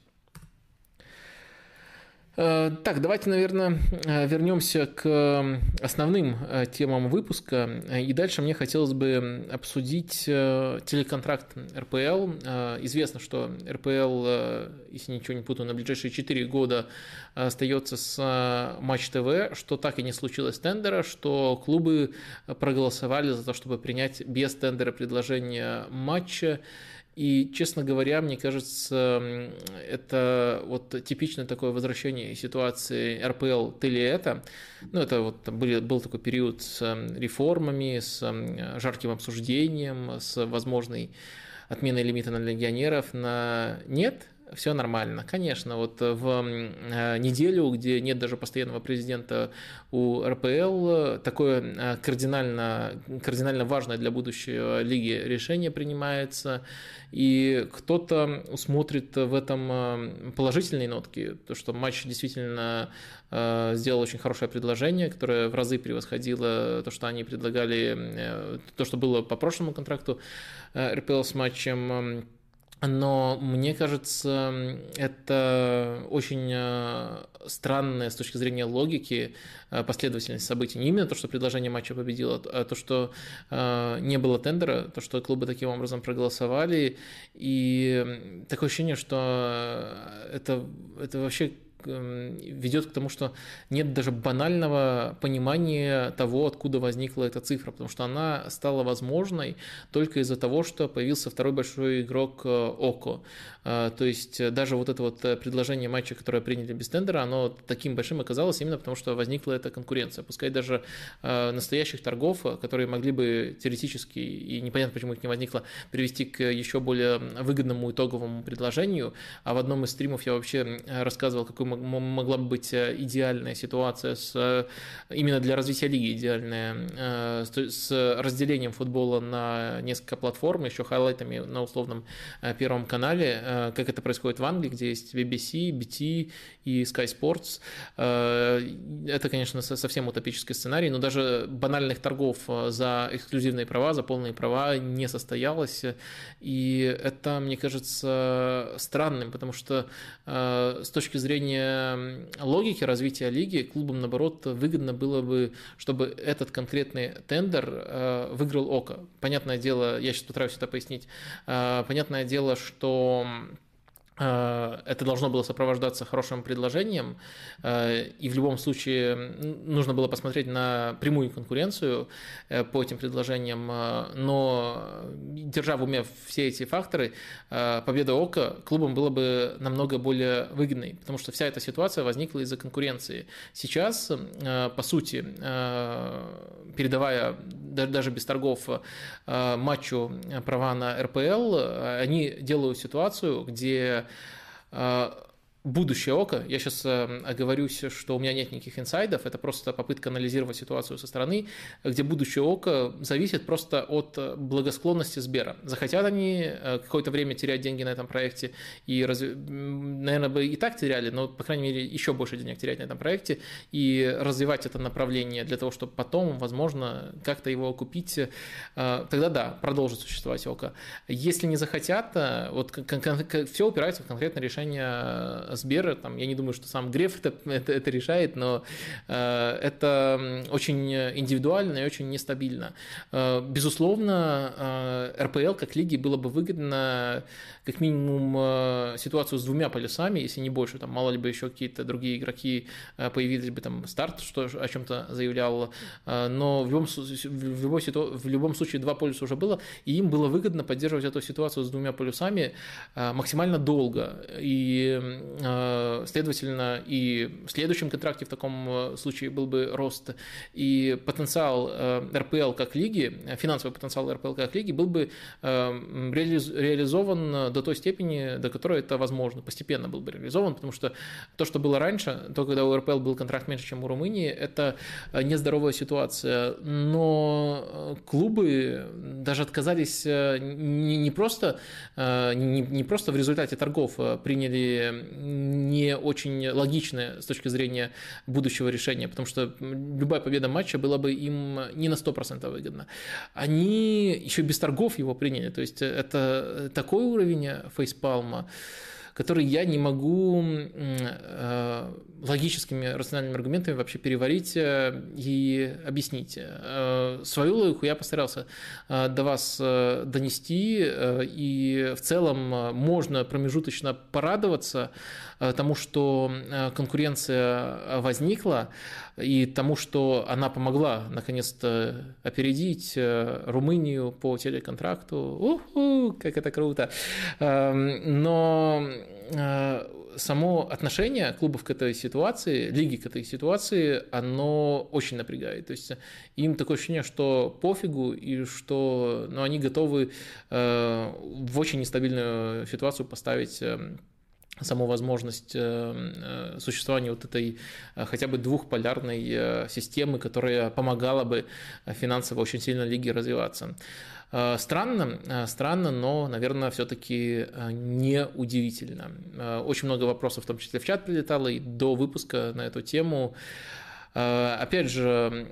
Так, давайте, наверное, вернемся к основным темам выпуска. И дальше мне хотелось бы обсудить телеконтракт эр пэ эл. Известно, что эр пэ эл, если ничего не путаю, на ближайшие четыре года остается с Матч ТВ, что так и не случилось тендера, что клубы проголосовали за то, чтобы принять без тендера предложение матча. И, честно говоря, мне кажется, это вот типичное такое возвращение ситуации эр пэ эл «ты ли это?». Ну, это вот были, был такой период с реформами, с жарким обсуждением, с возможной отменой лимита на легионеров. На нет, все нормально. Конечно, вот в неделю, где нет даже постоянного президента у эр пэ эл, такое кардинально, кардинально важное для будущего лиги решение принимается, и кто-то усмотрит в этом положительные нотки, то, что матч действительно сделал очень хорошее предложение, которое в разы превосходило то, что они предлагали, то, что было по прошлому контракту эр пэ эл с матчем. Но мне кажется, это очень странная с точки зрения логики последовательность событий. Не именно то, что предложение матча победило, а то, что не было тендера, то, что клубы таким образом проголосовали. И такое ощущение, что это, это вообще ведет к тому, что нет даже банального понимания того, откуда возникла эта цифра, потому что она стала возможной только из-за того, что появился второй большой игрок Око. То есть даже вот это вот предложение матча, которое приняли без тендера, оно таким большим оказалось именно потому, что возникла эта конкуренция. Пускай даже настоящих торгов, которые могли бы теоретически, и непонятно, почему их не возникло, привести к еще более выгодному итоговому предложению. А в одном из стримов я вообще рассказывал, какой могла бы быть идеальная ситуация с, именно для развития лиги, идеальная, с разделением футбола на несколько платформ, еще хайлайтами на условном Первом канале, как это происходит в Англии, где есть би би си, би ти и Sky Sports. Это, конечно, совсем утопический сценарий, но даже банальных торгов за эксклюзивные права, за полные права не состоялось, и это, мне кажется, странным, потому что с точки зрения логики развития лиги клубам, наоборот, выгодно было бы, чтобы этот конкретный тендер выиграл Око. Понятное дело, я сейчас постараюсь это пояснить, понятное дело, что это должно было сопровождаться хорошим предложением, и в любом случае нужно было посмотреть на прямую конкуренцию по этим предложениям, но держа в уме все эти факторы, победа ОК клубам было бы намного более выгодной, потому что вся эта ситуация возникла из-за конкуренции. Сейчас, по сути, передавая даже без торгов матчу права на эр пэ эл, они делают ситуацию, где будущее ОК, я сейчас оговорюсь, что у меня нет никаких инсайдов, это просто попытка анализировать ситуацию со стороны, где будущее ОК зависит просто от благосклонности Сбера. Захотят они какое-то время терять деньги на этом проекте, и, разве... наверное, бы и так теряли, но, по крайней мере, еще больше денег терять на этом проекте, и развивать это направление для того, чтобы потом, возможно, как-то его купить, тогда да, продолжит существовать ОК. Если не захотят, вот все упирается в конкретное решение Сбер, там, я не думаю, что сам Греф это, это, это решает, но э, это очень индивидуально и очень нестабильно. Э, безусловно, э, эр пэ эл как лиги было бы выгодно как минимум э, ситуацию с двумя полюсами, если не больше, там, мало ли бы еще какие-то другие игроки э, появились бы, там, Старт, что о чем-то заявлял, э, но в любом, в, любой ситу... в любом случае два полюса уже было, и им было выгодно поддерживать эту ситуацию с двумя полюсами э, максимально долго, и следовательно, и в следующем контракте в таком случае был бы рост, и потенциал эр пэ эл как лиги, финансовый потенциал эр пэ эл как лиги был бы реализован до той степени, до которой это возможно, постепенно был бы реализован, потому что то, что было раньше, то, когда у эр пэ эл был контракт меньше, чем у Румынии, это нездоровая ситуация, но клубы даже отказались не, не, просто, не, не просто в результате торгов приняли не очень логичное с точки зрения будущего решения, потому что любая победа матча была бы им не на сто процентов выгодна. Они еще без торгов его приняли, то есть это такой уровень фейспалма, который я не могу э, логическими, рациональными аргументами вообще переварить э, и объяснить. Э, свою логику я постарался э, до вас э, донести, э, и в целом можно промежуточно порадоваться э, тому, что конкуренция возникла, и тому, что она помогла наконец-то опередить Румынию по телеконтракту. У-ху, как это круто! Э, но само отношение клубов к этой ситуации, лиги к этой ситуации, оно очень напрягает. То есть им такое ощущение, что пофигу, и что ну, они готовы э, в очень нестабильную ситуацию поставить э, саму возможность э, существования вот этой э, хотя бы двухполярной э, системы, которая помогала бы финансово очень сильно лиге развиваться. Странно, странно, но, наверное, все-таки не удивительно. Очень много вопросов, в том числе в чат прилетало, и до выпуска на эту тему. Опять же,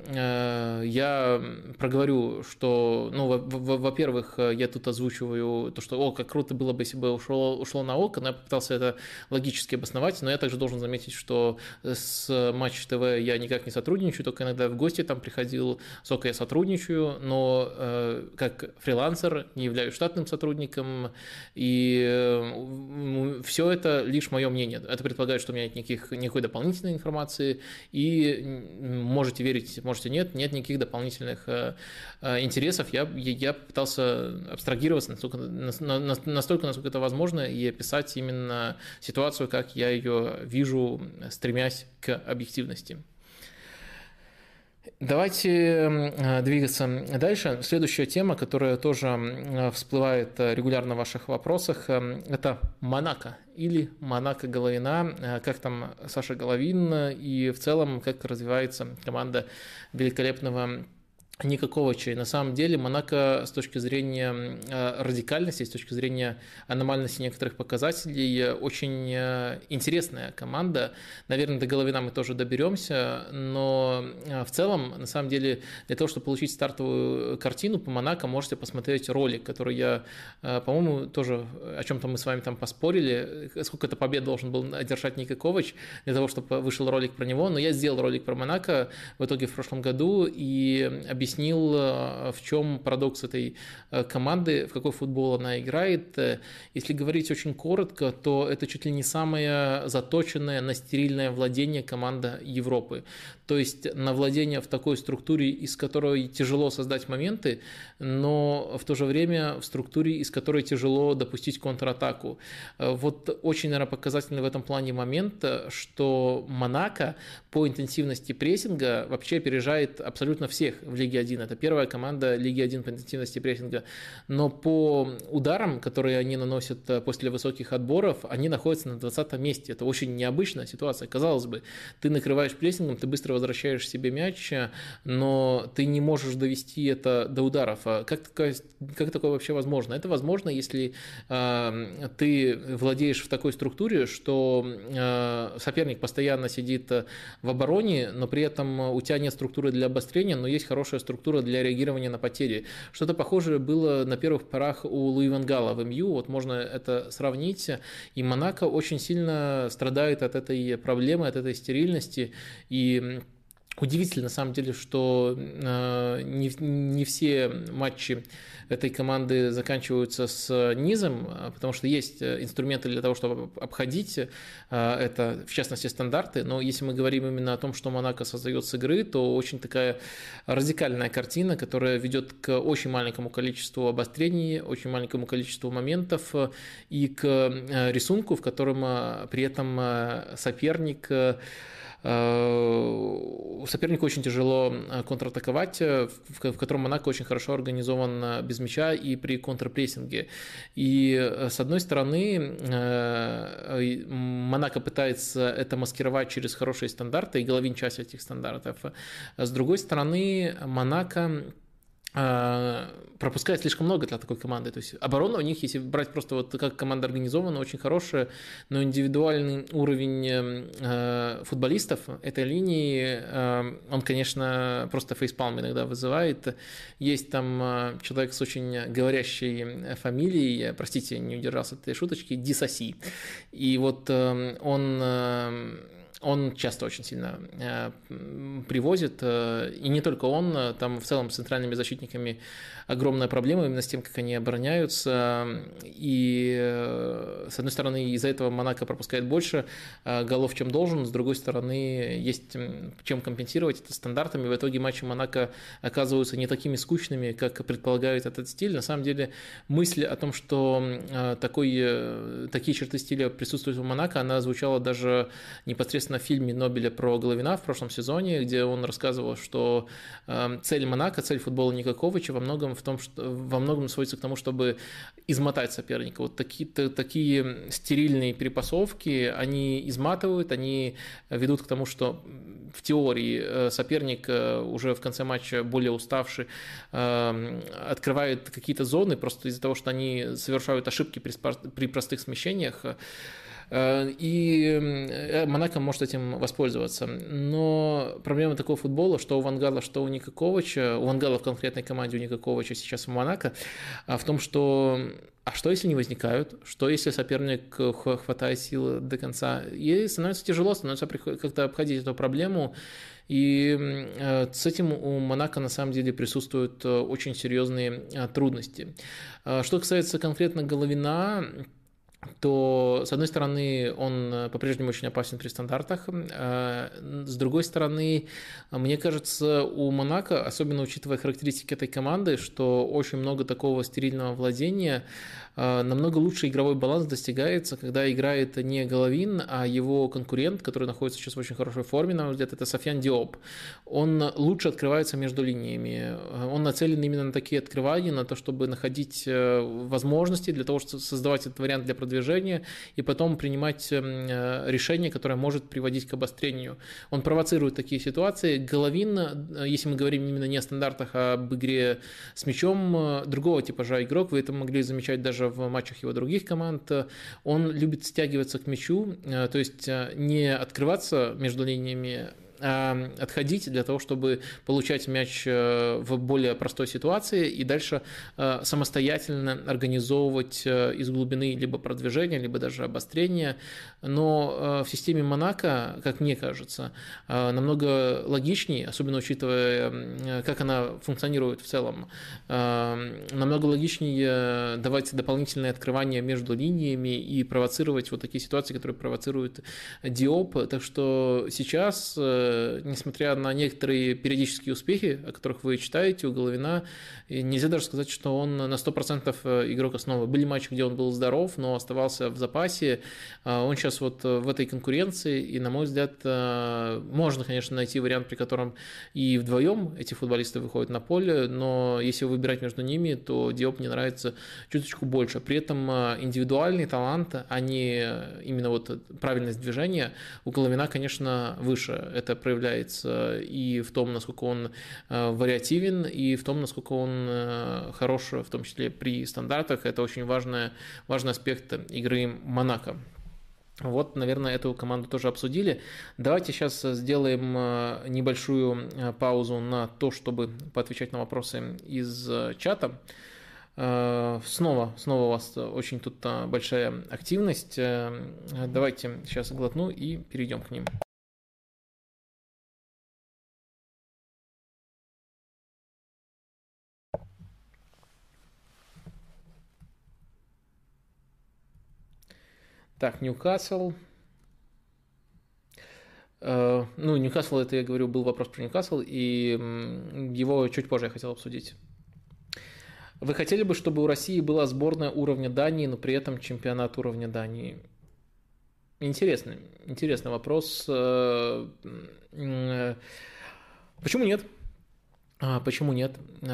я проговорю, что, ну, во-первых, я тут озвучиваю то, что, о, как круто было бы, если бы ушло, ушло на ОК, но я попытался это логически обосновать, но я также должен заметить, что с Матч ТВ я никак не сотрудничаю, только иногда в гости там приходил, с ОК я сотрудничаю, но как фрилансер не являюсь штатным сотрудником, и все это лишь мое мнение. Это предполагает, что у меня нет никаких, никакой дополнительной информации, и можете верить, можете нет, нет никаких дополнительных э, интересов. Я, я пытался абстрагироваться настолько, на, на, настолько, насколько это возможно, и описать именно ситуацию, как я ее вижу, стремясь к объективности. Давайте двигаться дальше. Следующая тема, которая тоже всплывает регулярно в ваших вопросах, это Монако или Монако Головина. Как там Саша Головин и в целом, как развивается команда великолепного Никаковича. И на самом деле Монако с точки зрения радикальности, с точки зрения аномальности некоторых показателей очень интересная команда. Наверное, до Головина мы тоже доберемся, но в целом, на самом деле, для того, чтобы получить стартовую картину по Монако, можете посмотреть ролик, который я, по-моему, тоже о чем-то мы с вами там поспорили, сколько-то побед должен был одержать Никакович для того, чтобы вышел ролик про него, но я сделал ролик про Монако в итоге в прошлом году и объяснил, объяснил, в чем парадокс этой команды, в какой футбол она играет. Если говорить очень коротко, то это чуть ли не самое заточенное на стерильное владение команда Европы. То есть на владение в такой структуре, из которой тяжело создать моменты, но в то же время в структуре, из которой тяжело допустить контратаку. Вот очень, наверное, показательный в этом плане момент, что Монако по интенсивности прессинга вообще опережает абсолютно всех в Лиге один. Это первая команда Лиги один по интенсивности прессинга. Но по ударам, которые они наносят после высоких отборов, они находятся на двадцатом месте. Это очень необычная ситуация. Казалось бы, ты накрываешь прессингом, ты быстро возвращаешь себе мяч, но ты не можешь довести это до ударов. Как такое, как такое вообще возможно? Это возможно, если э, ты владеешь в такой структуре, что э, соперник постоянно сидит в обороне, но при этом у тебя нет структуры для обострения, но есть хорошая структура для реагирования на потери. Что-то похожее было на первых порах у Луи ван Гала в эм ю, вот можно это сравнить, и Монако очень сильно страдает от этой проблемы, от этой стерильности, и удивительно, на самом деле, что э, не, не все матчи этой команды заканчиваются с низом, потому что есть инструменты для того, чтобы обходить э, это, в частности, стандарты. Но если мы говорим именно о том, что Монако создает с игры, то очень такая радикальная картина, которая ведет к очень маленькому количеству обострений, очень маленькому количеству моментов и к рисунку, в котором при этом соперник... Сопернику очень тяжело контратаковать, в котором Монако очень хорошо организован без мяча и при контрпрессинге. И с одной стороны, Монако пытается это маскировать через хорошие стандарты, и Головин часть этих стандартов. С другой стороны, Монако пропускает слишком много для такой команды. То есть оборона у них, если брать просто вот как команда организована, очень хорошая, но индивидуальный уровень э, футболистов этой линии, э, он, конечно, просто фейспалм иногда вызывает. Есть там человек с очень говорящей фамилией, простите, не удержался от этой шуточки, Дисаси. И вот э, он... Э, Он часто очень сильно привозит, и не только он, там в целом с центральными защитниками огромная проблема именно с тем, как они обороняются, и с одной стороны из-за этого Монако пропускает больше голов, чем должен, с другой стороны есть чем компенсировать это стандартами, в итоге матчи Монако оказываются не такими скучными, как предполагает этот стиль. На самом деле мысль о том, что такой, такие черты стиля присутствуют в Монако, она звучала даже непосредственно в фильме Нобеля про Головина в прошлом сезоне, где он рассказывал, что цель Монако, цель футбола Никаковича во многом в том, что во многом сводится к тому, чтобы измотать соперника. Вот такие, такие стерильные перепасовки, они изматывают, они ведут к тому, что в теории соперник уже в конце матча более уставший открывает какие-то зоны просто из-за того, что они совершают ошибки при простых смещениях. И Монако может этим воспользоваться. Но проблема такого футбола, что у Ван Гала, что у Никаковича, у Ван Гала в конкретной команде, у Никаковича сейчас в Монако, в том, что а что если не возникают? Что если соперник хватает сил до конца? И становится тяжело, становится как-то обходить эту проблему. И с этим у Монако на самом деле присутствуют очень серьезные трудности. Что касается конкретно Головина, то, с одной стороны, он по-прежнему очень опасен при стандартах, с другой стороны, мне кажется, у Монако, особенно учитывая характеристики этой команды, что очень много такого стерильного владения, намного лучше игровой баланс достигается, когда играет не Головин, а его конкурент, который находится сейчас в очень хорошей форме, на мой взгляд, это Софьян Диоп. Он лучше открывается между линиями, он нацелен именно на такие открывания, на то, чтобы находить возможности для того, чтобы создавать этот вариант для продвижения и потом принимать решение, которое может приводить к обострению. Он провоцирует такие ситуации. Головин, если мы говорим именно не о стандартах, а об игре с мячом, другого типажа игрок, вы это могли замечать даже в матчах его других команд, он любит стягиваться к мячу, то есть не открываться между линиями, отходить для того, чтобы получать мяч в более простой ситуации и дальше самостоятельно организовывать из глубины либо продвижение, либо даже обострение. Но в системе Монако, как мне кажется, намного логичнее, особенно учитывая, как она функционирует в целом, намного логичнее давать дополнительное открывание между линиями и провоцировать вот такие ситуации, которые провоцирует Диоп. Так что сейчас, несмотря на некоторые периодические успехи, о которых вы читаете у Головина, нельзя даже сказать, что он на сто процентов игрок основы. Были матчи, где он был здоров, но оставался в запасе. Он сейчас вот в этой конкуренции, и, на мой взгляд, можно, конечно, найти вариант, при котором и вдвоем эти футболисты выходят на поле, но если выбирать между ними, то Диоп мне нравится чуточку больше. При этом индивидуальный талант, а не именно вот правильность движения у Головина, конечно, выше. Это проявляется и в том, насколько он вариативен, и в том, насколько он хорош, в том числе при стандартах. Это очень важный, важный аспект игры Монако. Вот, наверное, эту команду тоже обсудили. Давайте сейчас сделаем небольшую паузу на то, чтобы поотвечать на вопросы из чата. Снова, снова у вас очень тут большая активность. Давайте сейчас глотну и перейдем к ним. Так, Ньюкасл. Ну, Ньюкасл, это, я говорю, был вопрос про Ньюкасл, и его чуть позже я хотел обсудить. Вы хотели бы, чтобы у России была сборная уровня Дании, но при этом чемпионат уровня Дании? Интересный, интересный вопрос. Почему нет? Почему нет?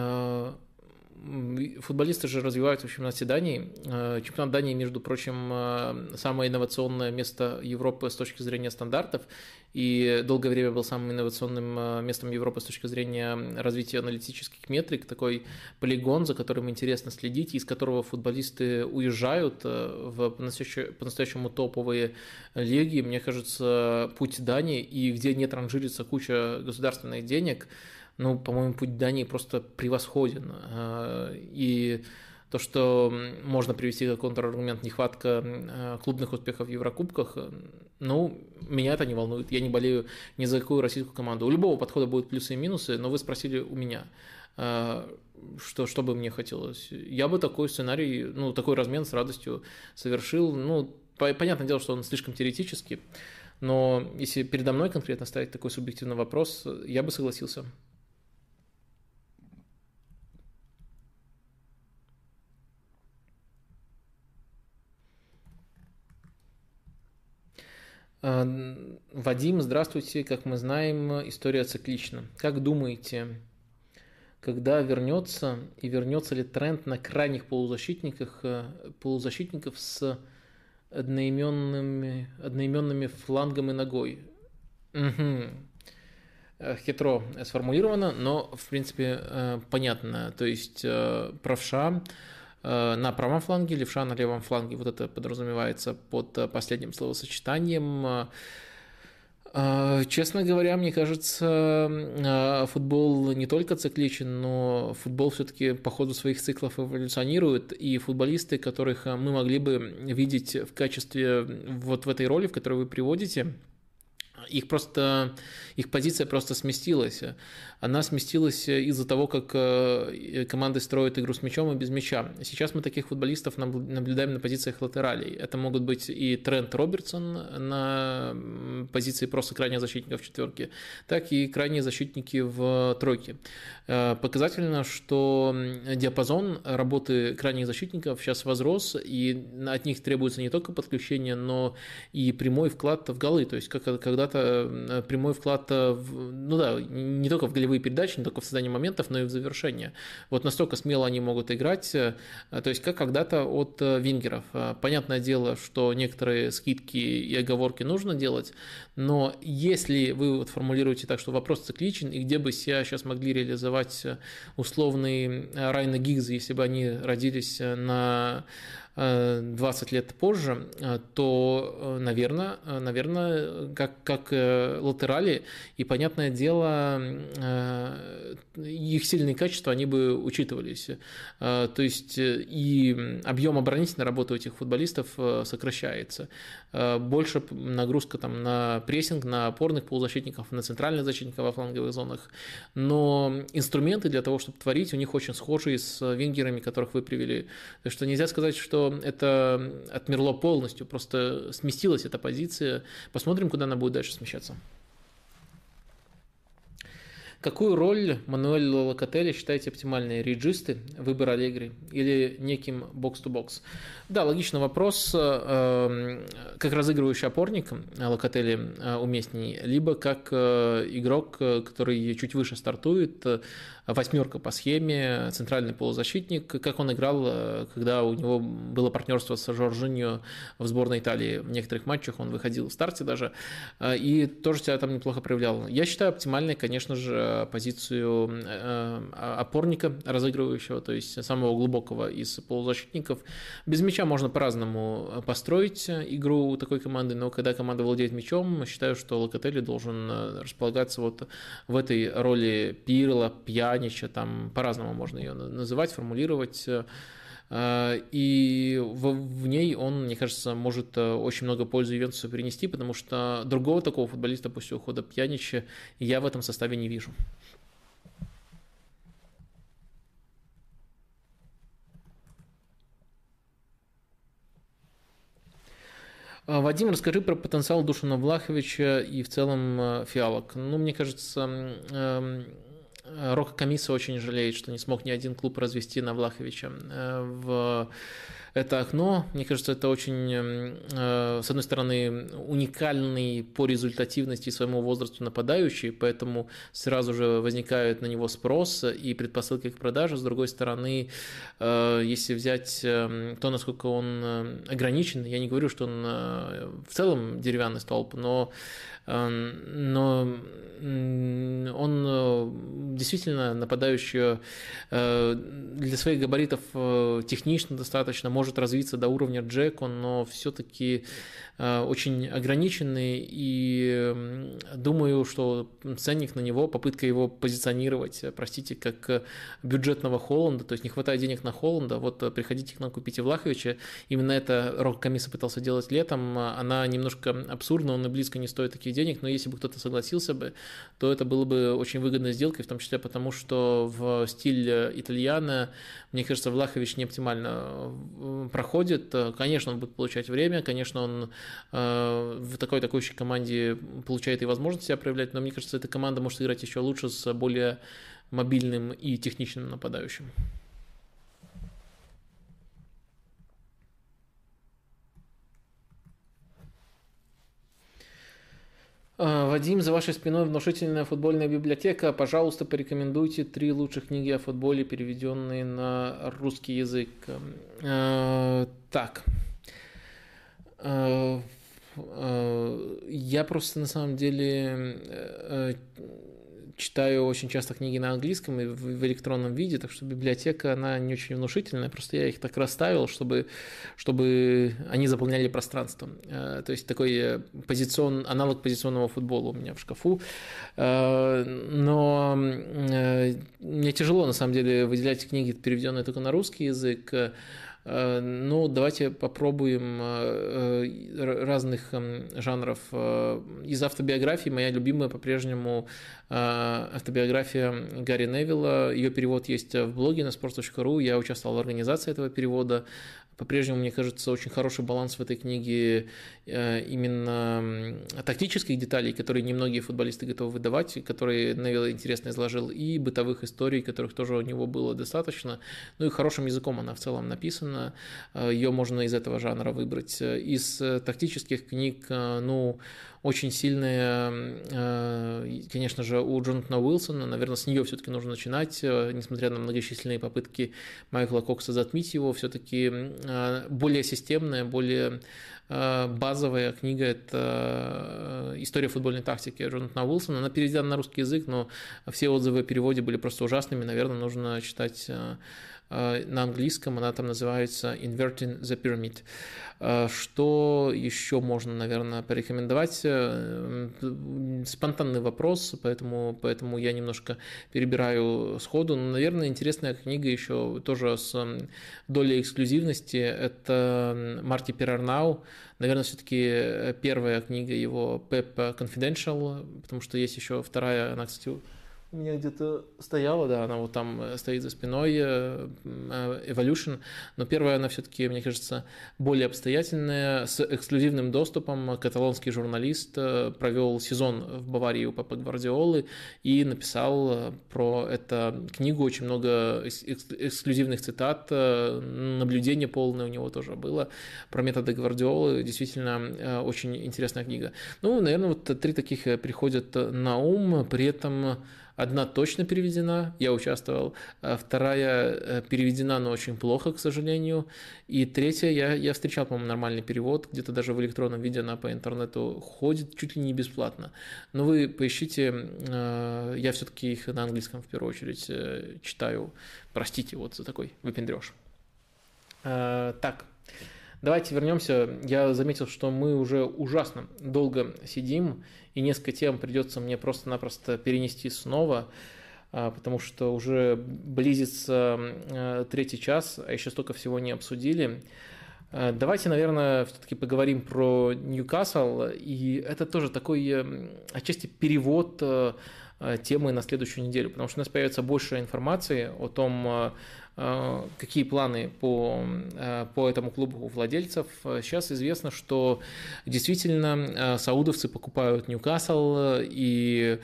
Футболисты же развиваются в чемпионате Дании. Чемпионат Дании, между прочим, самое инновационное место Европы с точки зрения стандартов, и долгое время был самым инновационным местом Европы с точки зрения развития аналитических метрик, такой полигон, за которым интересно следить, из которого футболисты уезжают в по-настоящему топовые лиги. Мне кажется, путь Дании, и где не транжирится куча государственных денег, ну, по-моему, путь Дании просто превосходен. И то, что можно привести как контраргумент нехватка клубных успехов в Еврокубках, ну, меня это не волнует. Я не болею ни за какую российскую команду. У любого подхода будут плюсы и минусы, но вы спросили у меня, что, что бы мне хотелось. Я бы такой сценарий, ну, такой размен с радостью совершил. Ну, понятное дело, что он слишком теоретический, но если передо мной конкретно ставить такой субъективный вопрос, я бы согласился. Вадим, здравствуйте. Как мы знаем, история циклична. Как думаете, когда вернется и вернется ли тренд на крайних полузащитниках, полузащитников с одноименными, одноименными флангом и ногой? Угу. Хитро сформулировано, но в принципе понятно. То есть правша на правом фланге, левша на левом фланге. Вот это подразумевается под последним словосочетанием. Честно говоря, мне кажется, футбол не только цикличен, но футбол все-таки по ходу своих циклов эволюционирует, и футболисты, которых мы могли бы видеть в качестве вот в этой роли, в которой вы приводите, их просто, их позиция просто сместилась. Она сместилась из-за того, как команды строят игру с мячом и без мяча. Сейчас мы таких футболистов наблюдаем на позициях латералей. Это могут быть и Трент Робертсон на позиции просто крайних защитников в четверке, так и крайние защитники в тройке. Показательно, что диапазон работы крайних защитников сейчас возрос, и от них требуется не только подключение, но и прямой вклад в голы. То есть, как когда-то прямой вклад, в, ну да, не только в голевые передачи, не только в создании моментов, но и в завершение. Вот настолько смело они могут играть, то есть как когда-то от вингеров. Понятное дело, что некоторые скидки и оговорки нужно делать, но если вы вот формулируете так, что вопрос цикличен, и где бы себя сейчас могли реализовать условные Райана Гиггса, если бы они родились на двадцать лет позже, то, наверное, наверное как, как латерали, и, понятное дело, их сильные качества, они бы учитывались. То есть и объем оборонительной работы у этих футболистов сокращается. Больше нагрузка там на прессинг, на опорных полузащитников, на центральных защитников во фланговых зонах. Но инструменты для того, чтобы творить, у них очень схожие с вингерами, которых вы привели. Так что нельзя сказать, что это отмерло полностью, просто сместилась эта позиция. Посмотрим, куда она будет дальше смещаться. Какую роль Мануэль Локотелли считаете оптимальной? Реджисты, выбор Аллегри или неким бокс-то-бокс? Да, логичный вопрос. Как разыгрывающий опорник Локотелли уместней, либо как игрок, который чуть выше стартует, восьмерка по схеме, центральный полузащитник, как он играл, когда у него было партнерство с Жоржиньо в сборной Италии. В некоторых матчах он выходил в старте даже, и тоже себя там неплохо проявлял. Я считаю оптимальной, конечно же, позицию опорника разыгрывающего, то есть самого глубокого из полузащитников. Без мяча можно по-разному построить игру такой команды, но когда команда владеет мячом, считаю, что Локотелли должен располагаться вот в этой роли Пирла, Пьянича, там по-разному можно ее называть, формулировать. И в, в ней он, мне кажется, может очень много пользы Ювентусу принести, потому что другого такого футболиста после ухода Пьянича я в этом составе не вижу. Вадим, расскажи про потенциал Душана Влаховича и в целом фиалок. Ну, мне кажется, Рока Камиса очень жалеет, что не смог ни один клуб развести на Влаховича в это окно. Мне кажется, это очень, с одной стороны, уникальный по результативности и своему возрасту нападающий, поэтому сразу же возникает на него спрос и предпосылки к продаже. С другой стороны, если взять то, насколько он ограничен, я не говорю, что он в целом деревянный столб, но но он действительно нападающий для своих габаритов технично достаточно, может развиться до уровня Джеко, но все-таки очень ограниченный, и думаю, что ценник на него, попытка его позиционировать, простите, как бюджетного Холланда, то есть не хватает денег на Холланда, вот приходите к нам, купите Влаховича, именно это Рока Камиса пытался делать летом, она немножко абсурдна, он и близко не стоит таких денег, но если бы кто-то согласился бы, то это было бы очень выгодной сделкой, в том числе потому, что в стиль итальяно, мне кажется, Влахович не оптимально проходит, конечно, он будет получать время, конечно, он в такой атакующей команде получает и возможность себя проявлять, но мне кажется, эта команда может играть еще лучше с более мобильным и техничным нападающим. Вадим, за вашей спиной внушительная футбольная библиотека. Пожалуйста, порекомендуйте три лучших книги о футболе, переведенные на русский язык. Так. Я просто на самом деле читаю очень часто книги на английском и в электронном виде, так что библиотека, она не очень внушительная, просто я их так расставил, чтобы, чтобы они заполняли пространство. То есть такой позицион, аналог позиционного футбола у меня в шкафу. Но мне тяжело, на самом деле, выделять книги, переведенные только на русский язык. Ну, давайте попробуем разных жанров. Из автобиографии моя любимая по-прежнему автобиография Гарри Невилла. Ее перевод есть в блоге на sports точка ру. Я участвовал в организации этого перевода. По-прежнему, мне кажется, очень хороший баланс в этой книге именно тактических деталей, которые немногие футболисты готовы выдавать, которые Невилл интересно изложил, и бытовых историй, которых тоже у него было достаточно. Ну и хорошим языком она в целом написана. Ее можно из этого жанра выбрать. Из тактических книг, ну, очень сильная, конечно же, у Джонатана Уилсона. Наверное, с нее все-таки нужно начинать, несмотря на многочисленные попытки Майкла Кокса затмить его. Все-таки более системная, более базовая книга – это «История футбольной тактики» Джонатана Уилсона. Она переведена на русский язык, но все отзывы о переводе были просто ужасными. Наверное, нужно читать на английском она там называется Inverting the Pyramid. Что еще можно, наверное, порекомендовать? Спонтанный вопрос, поэтому, поэтому я немножко перебираю сходу. Но, наверное, интересная книга еще тоже с долей эксклюзивности. Это Марти Перарнау. Наверное, все-таки первая книга его Pep Confidential, потому что есть еще вторая, она, кстати, у меня где-то стояла, да, она вот там стоит за спиной, Evolution, но первая она все-таки, мне кажется, более обстоятельная, с эксклюзивным доступом. Каталонский журналист провел сезон в Баварии у Пепа Гвардиолы и написал про эту книгу очень много эксклюзивных цитат, наблюдение полное у него тоже было про методы Гвардиолы, действительно очень интересная книга. Ну, наверное, вот три таких приходят на ум, при этом одна точно переведена, я участвовал, вторая переведена, но очень плохо, к сожалению, и третья, я, я встречал, по-моему, нормальный перевод, где-то даже в электронном виде она по интернету ходит чуть ли не бесплатно. Но вы поищите, я все-таки их на английском в первую очередь читаю, простите вот за такой выпендрёж. Так. Давайте вернемся. Я заметил, что мы уже ужасно долго сидим, и несколько тем придется мне просто-напросто перенести снова, потому что уже близится третий час, а еще столько всего не обсудили. Давайте, наверное, все-таки поговорим про Ньюкасл, и это тоже такой отчасти перевод темы на следующую неделю, потому что у нас появится больше информации о том, какие планы по, по этому клубу у владельцев. Сейчас известно, что действительно саудовцы покупают Ньюкасл, и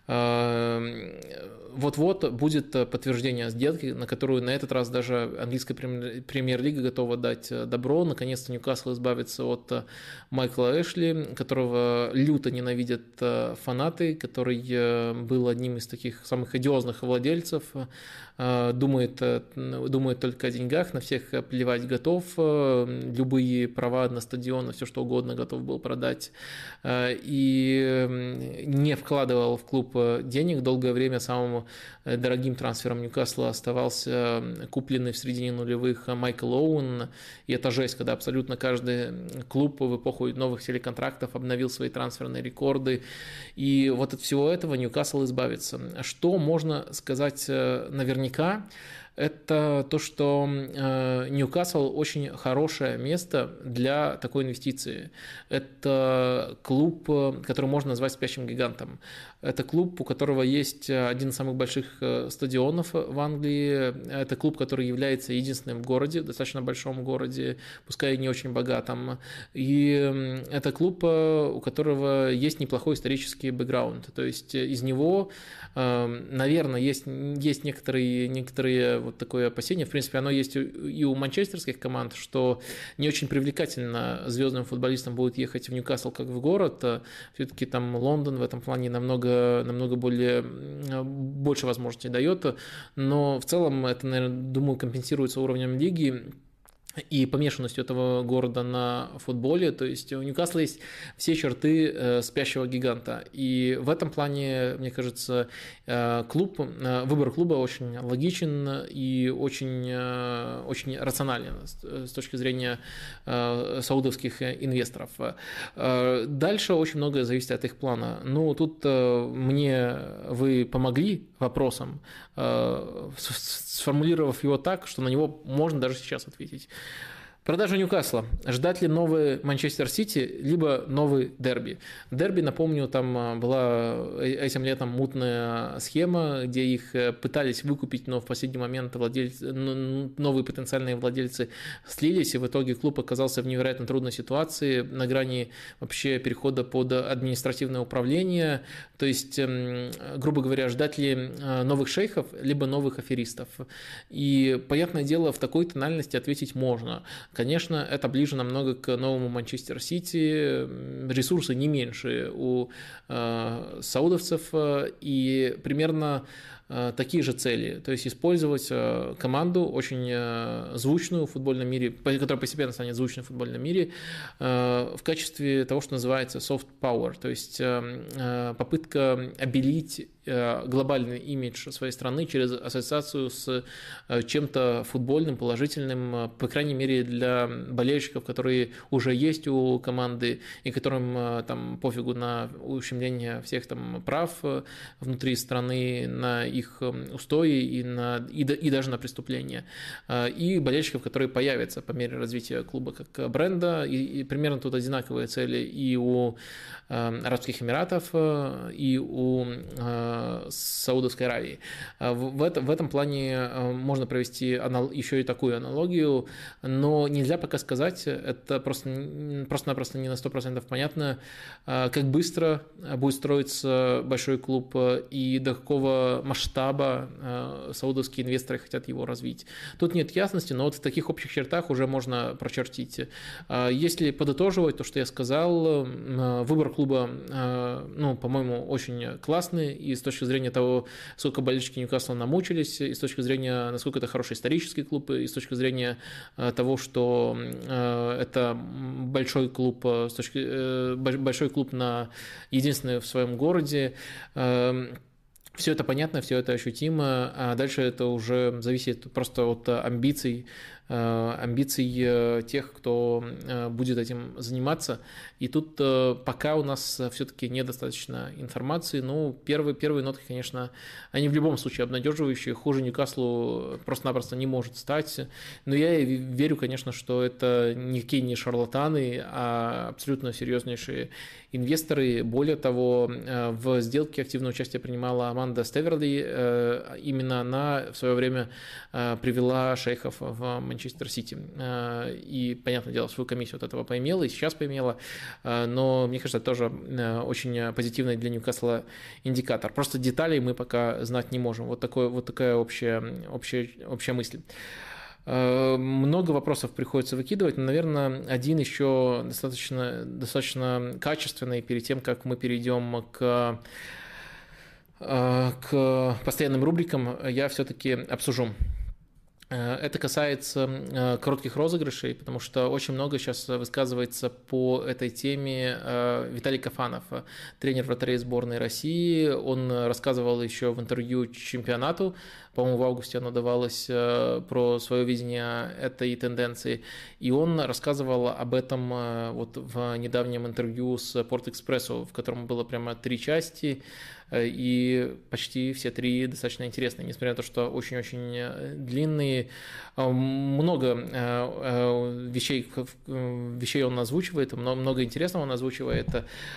вот-вот будет подтверждение сделки, на которую на этот раз даже английская премьер-лига готова дать добро. Наконец-то Ньюкасл избавится от Майкла Эшли, которого люто ненавидят фанаты, который был одним из таких самых одиозных владельцев, думает, думает только о деньгах, на всех плевать готов, любые права на стадион, все что угодно готов был продать, и не вкладывал в клуб денег. Долгое время самым дорогим трансфером Ньюкасла оставался купленный в середине нулевых Майкл Оуэн, и это жесть, когда абсолютно каждый клуб в эпоху новых телеконтрактов обновил свои трансферные рекорды, и вот от всего этого Ньюкасл избавится. Что можно сказать наверняка? Это то, что Ньюкасл очень хорошее место для такой инвестиции. Это клуб, который можно назвать спящим гигантом. Это клуб, у которого есть один из самых больших стадионов в Англии. Это клуб, который является единственным в городе, достаточно большом городе, пускай и не очень богатом. И это клуб, у которого есть неплохой исторический бэкграунд. То есть из него, наверное, есть, есть некоторые, некоторые вот такое опасение. В принципе, оно есть и у манчестерских команд, что не очень привлекательно звездным футболистам будет ехать в Ньюкасл как в город. Все-таки там Лондон в этом плане намного намного более, больше возможностей дает, но в целом это, наверное, думаю, компенсируется уровнем лиги и помешанностью этого города на футболе. То есть у Ньюкасла есть все черты спящего гиганта. И в этом плане, мне кажется, клуб, выбор клуба очень логичен и очень, очень рационален с точки зрения саудовских инвесторов. Дальше очень многое зависит от их плана. Ну, тут мне вы помогли вопросом, сформулировав его так, что на него можно даже сейчас ответить. Продажа Ньюкасла. Ждать ли новый Манчестер Сити, либо новый дерби? Дерби, напомню, там была этим летом мутная схема, где их пытались выкупить, но в последний момент владельцы, новые потенциальные владельцы слились, и в итоге клуб оказался в невероятно трудной ситуации, на грани вообще перехода под административное управление. То есть, грубо говоря, ждать ли новых шейхов, либо новых аферистов? И, понятное дело, в такой тональности ответить можно. Конечно, это ближе намного к новому Манчестер Сити, ресурсы не меньше у э, саудовцев, и примерно э, такие же цели, то есть использовать э, команду очень э, звучную в футбольном мире, которая постепенно станет звучной в футбольном мире, э, в качестве того, что называется soft power, то есть э, попытка обелить глобальный имидж своей страны через ассоциацию с чем-то футбольным, положительным, по крайней мере, для болельщиков, которые уже есть у команды и которым там пофигу на ущемление всех там прав внутри страны, на их устои и, на, и, и даже на преступления. И болельщиков, которые появятся по мере развития клуба как бренда. И, и примерно тут одинаковые цели и у Арабских Эмиратов, и у Саудовской Аравии. В, это, в этом плане можно провести анал, еще и такую аналогию, но нельзя пока сказать, это просто, просто-напросто не на сто процентов понятно, как быстро будет строиться большой клуб и до какого масштаба саудовские инвесторы хотят его развить. Тут нет ясности, но вот в таких общих чертах уже можно прочертить. Если подытоживать то, что я сказал, выбор клуба, ну, по-моему, очень классный, и с точки зрения того, сколько болельщики Ньюкасла намучились, и с точки зрения, насколько это хороший исторический клуб, и с точки зрения того, что это большой клуб, с точки, большой клуб на единственный в своем городе. Все это понятно, все это ощутимо, а дальше это уже зависит просто от амбиций, амбиций тех, кто будет этим заниматься. И тут пока у нас все-таки недостаточно информации. Ну, первые, первые нотки, конечно, они в любом случае обнадеживающие. Хуже Ньюкаслу просто-напросто не может стать. Но я верю, конечно, что это никакие не шарлатаны, а абсолютно серьезнейшие инвесторы. Более того, в сделке активное участие принимала Аманда Стеверли. Именно она в свое время привела шейхов в Манчестер Сити. И, понятное дело, свою комиссию от этого поимела, и сейчас поимела. Но, мне кажется, это тоже очень позитивный для Ньюкасла индикатор. Просто деталей мы пока знать не можем. Вот, такой, вот такая общая, общая, общая мысль. Много вопросов приходится выкидывать, но, наверное, один еще достаточно, достаточно качественный перед тем, как мы перейдем к, к постоянным рубрикам, я все-таки обсужу. Это касается коротких розыгрышей, потому что очень много сейчас высказывается по этой теме Виталий Кафанов, тренер вратарей сборной России. Он рассказывал еще в интервью чемпионату, по-моему, в августе оно давалось, про свое видение этой тенденции. И он рассказывал об этом вот в недавнем интервью с Порт-Экспрессо, в котором было прямо три части. И почти все три достаточно интересные, несмотря на то, что очень-очень длинные. Много вещей, вещей он озвучивает, много интересного он озвучивает.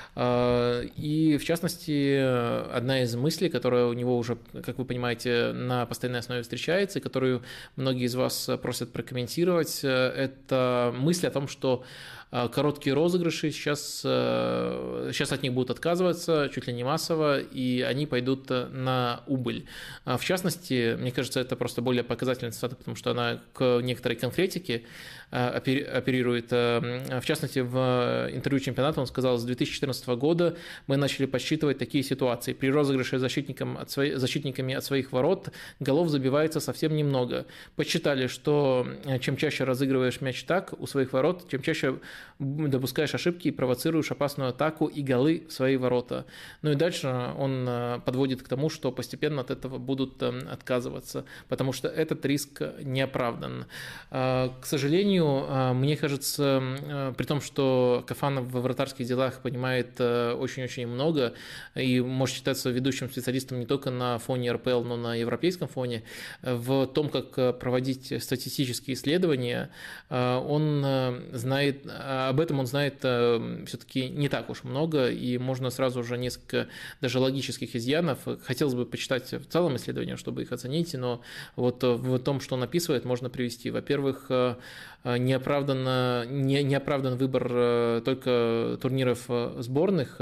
И, в частности, одна из мыслей, которая у него уже, как вы понимаете, на постоянной основе встречается, и которую многие из вас просят прокомментировать, это мысль о том, что короткие розыгрыши сейчас, сейчас от них будут отказываться чуть ли не массово, и они пойдут на убыль. В частности, мне кажется, это просто более показательная цитата, потому что она к некоторой конкретике оперирует. В частности, в интервью чемпионата он сказал, с две тысячи четырнадцатого года мы начали подсчитывать такие ситуации. При розыгрыше защитникам от свои, защитниками от своих ворот голов забивается совсем немного. Подсчитали, что чем чаще разыгрываешь мяч так у своих ворот, тем чаще допускаешь ошибки и провоцируешь опасную атаку и голы в свои ворота. Ну и дальше он подводит к тому, что постепенно от этого будут отказываться, потому что этот риск не оправдан. К сожалению, мне кажется, при том, что Кафанов во вратарских делах понимает очень-очень много и может считаться ведущим специалистом не только на фоне эр пэ эл, но на европейском фоне, в том, как проводить статистические исследования, он знает, об этом он знает все-таки не так уж много, и можно сразу же несколько даже логических изъянов. Хотелось бы почитать в целом исследования, чтобы их оценить, но вот в том, что он описывает, можно привести. Во-первых, неоправданно, не, неоправдан выбор только турниров сборных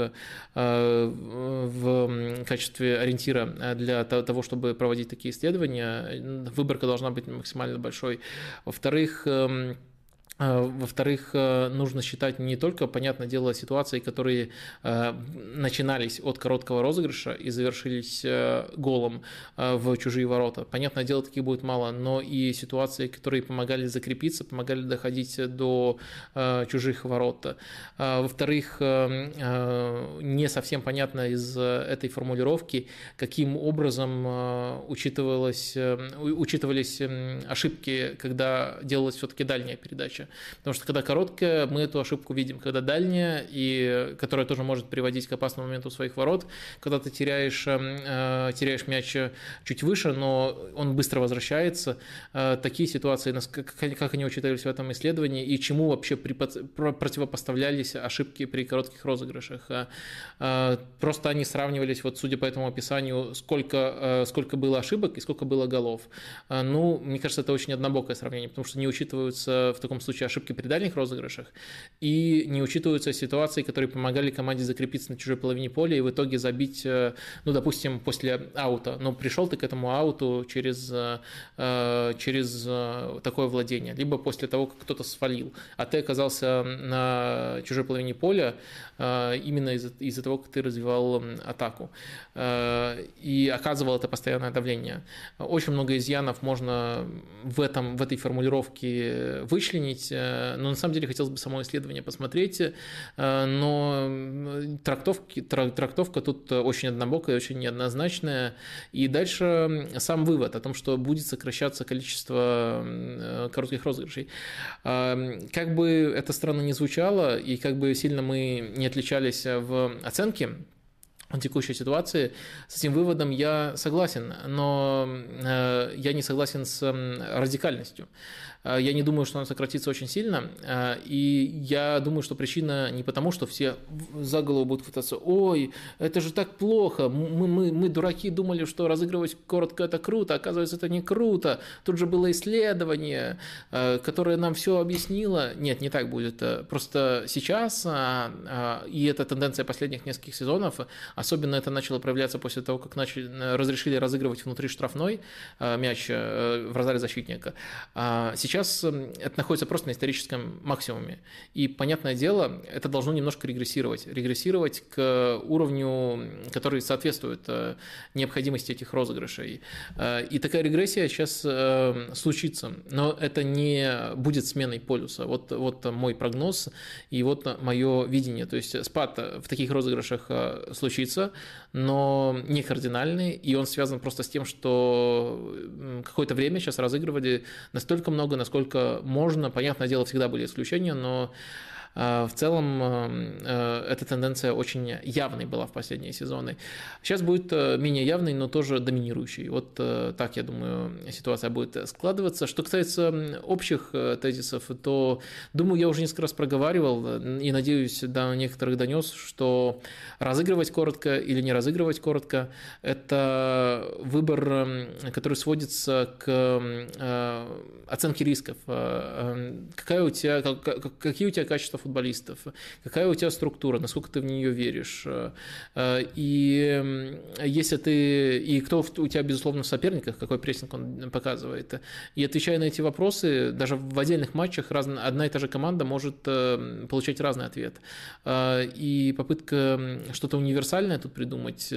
в качестве ориентира для того, чтобы проводить такие исследования. Выборка должна быть максимально большой. Во-вторых, Во-вторых, нужно считать не только, понятное дело, ситуации, которые начинались от короткого розыгрыша и завершились голом в чужие ворота. Понятное дело, таких будет мало, но и ситуации, которые помогали закрепиться, помогали доходить до чужих ворот. Во-вторых, не совсем понятно из этой формулировки, каким образом учитывалось, учитывались ошибки, когда делалась все-таки дальняя передача. Потому что когда короткая, мы эту ошибку видим. Когда дальняя, и которая тоже может приводить к опасному моменту своих ворот, когда ты теряешь, э, теряешь мяч чуть выше, но он быстро возвращается. Э, такие ситуации, как, как они учитывались в этом исследовании, и чему вообще при, противопоставлялись ошибки при коротких розыгрышах. Э, просто они сравнивались, вот судя по этому описанию, сколько, э, сколько было ошибок и сколько было голов. Э, ну, мне кажется, это очень однобокое сравнение, потому что не учитываются в таком случае ошибки при дальних розыгрышах, и не учитываются ситуации, которые помогали команде закрепиться на чужой половине поля и в итоге забить, ну, допустим, после аута. Но пришел ты к этому ауту через, через такое владение, либо после того, как кто-то свалил, а ты оказался на чужой половине поля именно из-за, из-за того, как ты развивал атаку и оказывал это постоянное давление. Очень много изъянов можно в, этом, в этой формулировке вычленить, но на самом деле хотелось бы само исследование посмотреть, но трактовки, трактовка тут очень однобокая, очень неоднозначная. И дальше сам вывод о том, что будет сокращаться количество коротких розыгрышей. Как бы это странно ни звучало, и как бы сильно мы не отличались в оценке текущей ситуации, с этим выводом я согласен, но я не согласен с радикальностью. Я не думаю, что она сократится очень сильно, и я думаю, что причина не потому, что все за голову будут хвататься: ой, это же так плохо, мы, мы, мы дураки думали, что разыгрывать коротко это круто, оказывается, это не круто, тут же было исследование, которое нам все объяснило. Нет, не так будет, просто сейчас, и это тенденция последних нескольких сезонов, особенно это начало проявляться после того, как начали, разрешили разыгрывать внутри штрафной мяч в раздаре защитника. Сейчас это находится просто на историческом максимуме. И, понятное дело, это должно немножко регрессировать. Регрессировать к уровню, который соответствует необходимости этих розыгрышей. И такая регрессия сейчас случится. Но это не будет сменой полюса. Вот, вот мой прогноз и вот мое видение. То есть спад в таких розыгрышах случится, но не кардинальный. И он связан просто с тем, что какое-то время сейчас разыгрывали настолько много, насколько можно. Понятное дело, всегда были исключения, но в целом эта тенденция очень явной была в последние сезоны. Сейчас будет менее явной, но тоже доминирующей. Вот так, я думаю, ситуация будет складываться. Что касается общих тезисов, то, думаю, я уже несколько раз проговаривал и, надеюсь, до некоторых донес, что разыгрывать коротко или не разыгрывать коротко – это выбор, который сводится к оценке рисков. Какая у тебя, какие у тебя качества футболистов, какая у тебя структура, насколько ты в нее веришь, и если ты, и кто у тебя, безусловно, в соперниках, какой прессинг он показывает, и отвечая на эти вопросы, даже в отдельных матчах раз, одна и та же команда может получать разный ответ, и попытка что-то универсальное тут придумать,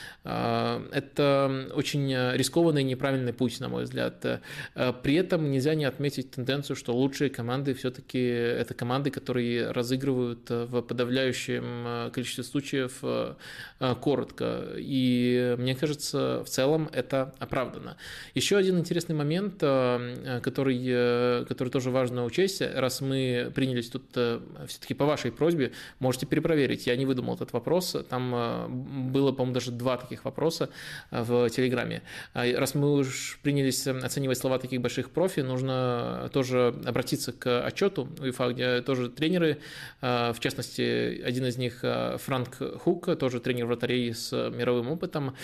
это очень рискованный и неправильный путь, на мой взгляд. При этом нельзя не отметить тенденцию, что лучшие команды все-таки это команды, которые разыгрывают в подавляющем количестве случаев коротко. И мне кажется, в целом это оправдано. Еще один интересный момент, который, который тоже важно учесть, раз мы принялись тут все-таки по вашей просьбе, можете перепроверить. Я не выдумал этот вопрос. Там было, по-моему, даже два таких вопроса в Телеграме. Раз мы уж принялись оценивать слова таких больших профи, нужно тоже обратиться к отчету УЕФА, где тоже тренеры, в частности, один из них Франк Хук, тоже тренер вратарей с мировым опытом.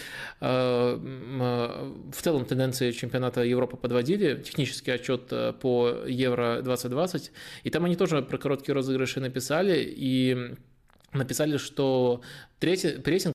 В целом тенденции чемпионата Европы подводили, технический отчет по Евро двадцать двадцать, и там они тоже про короткие розыгрыши написали, и написали, что прессинг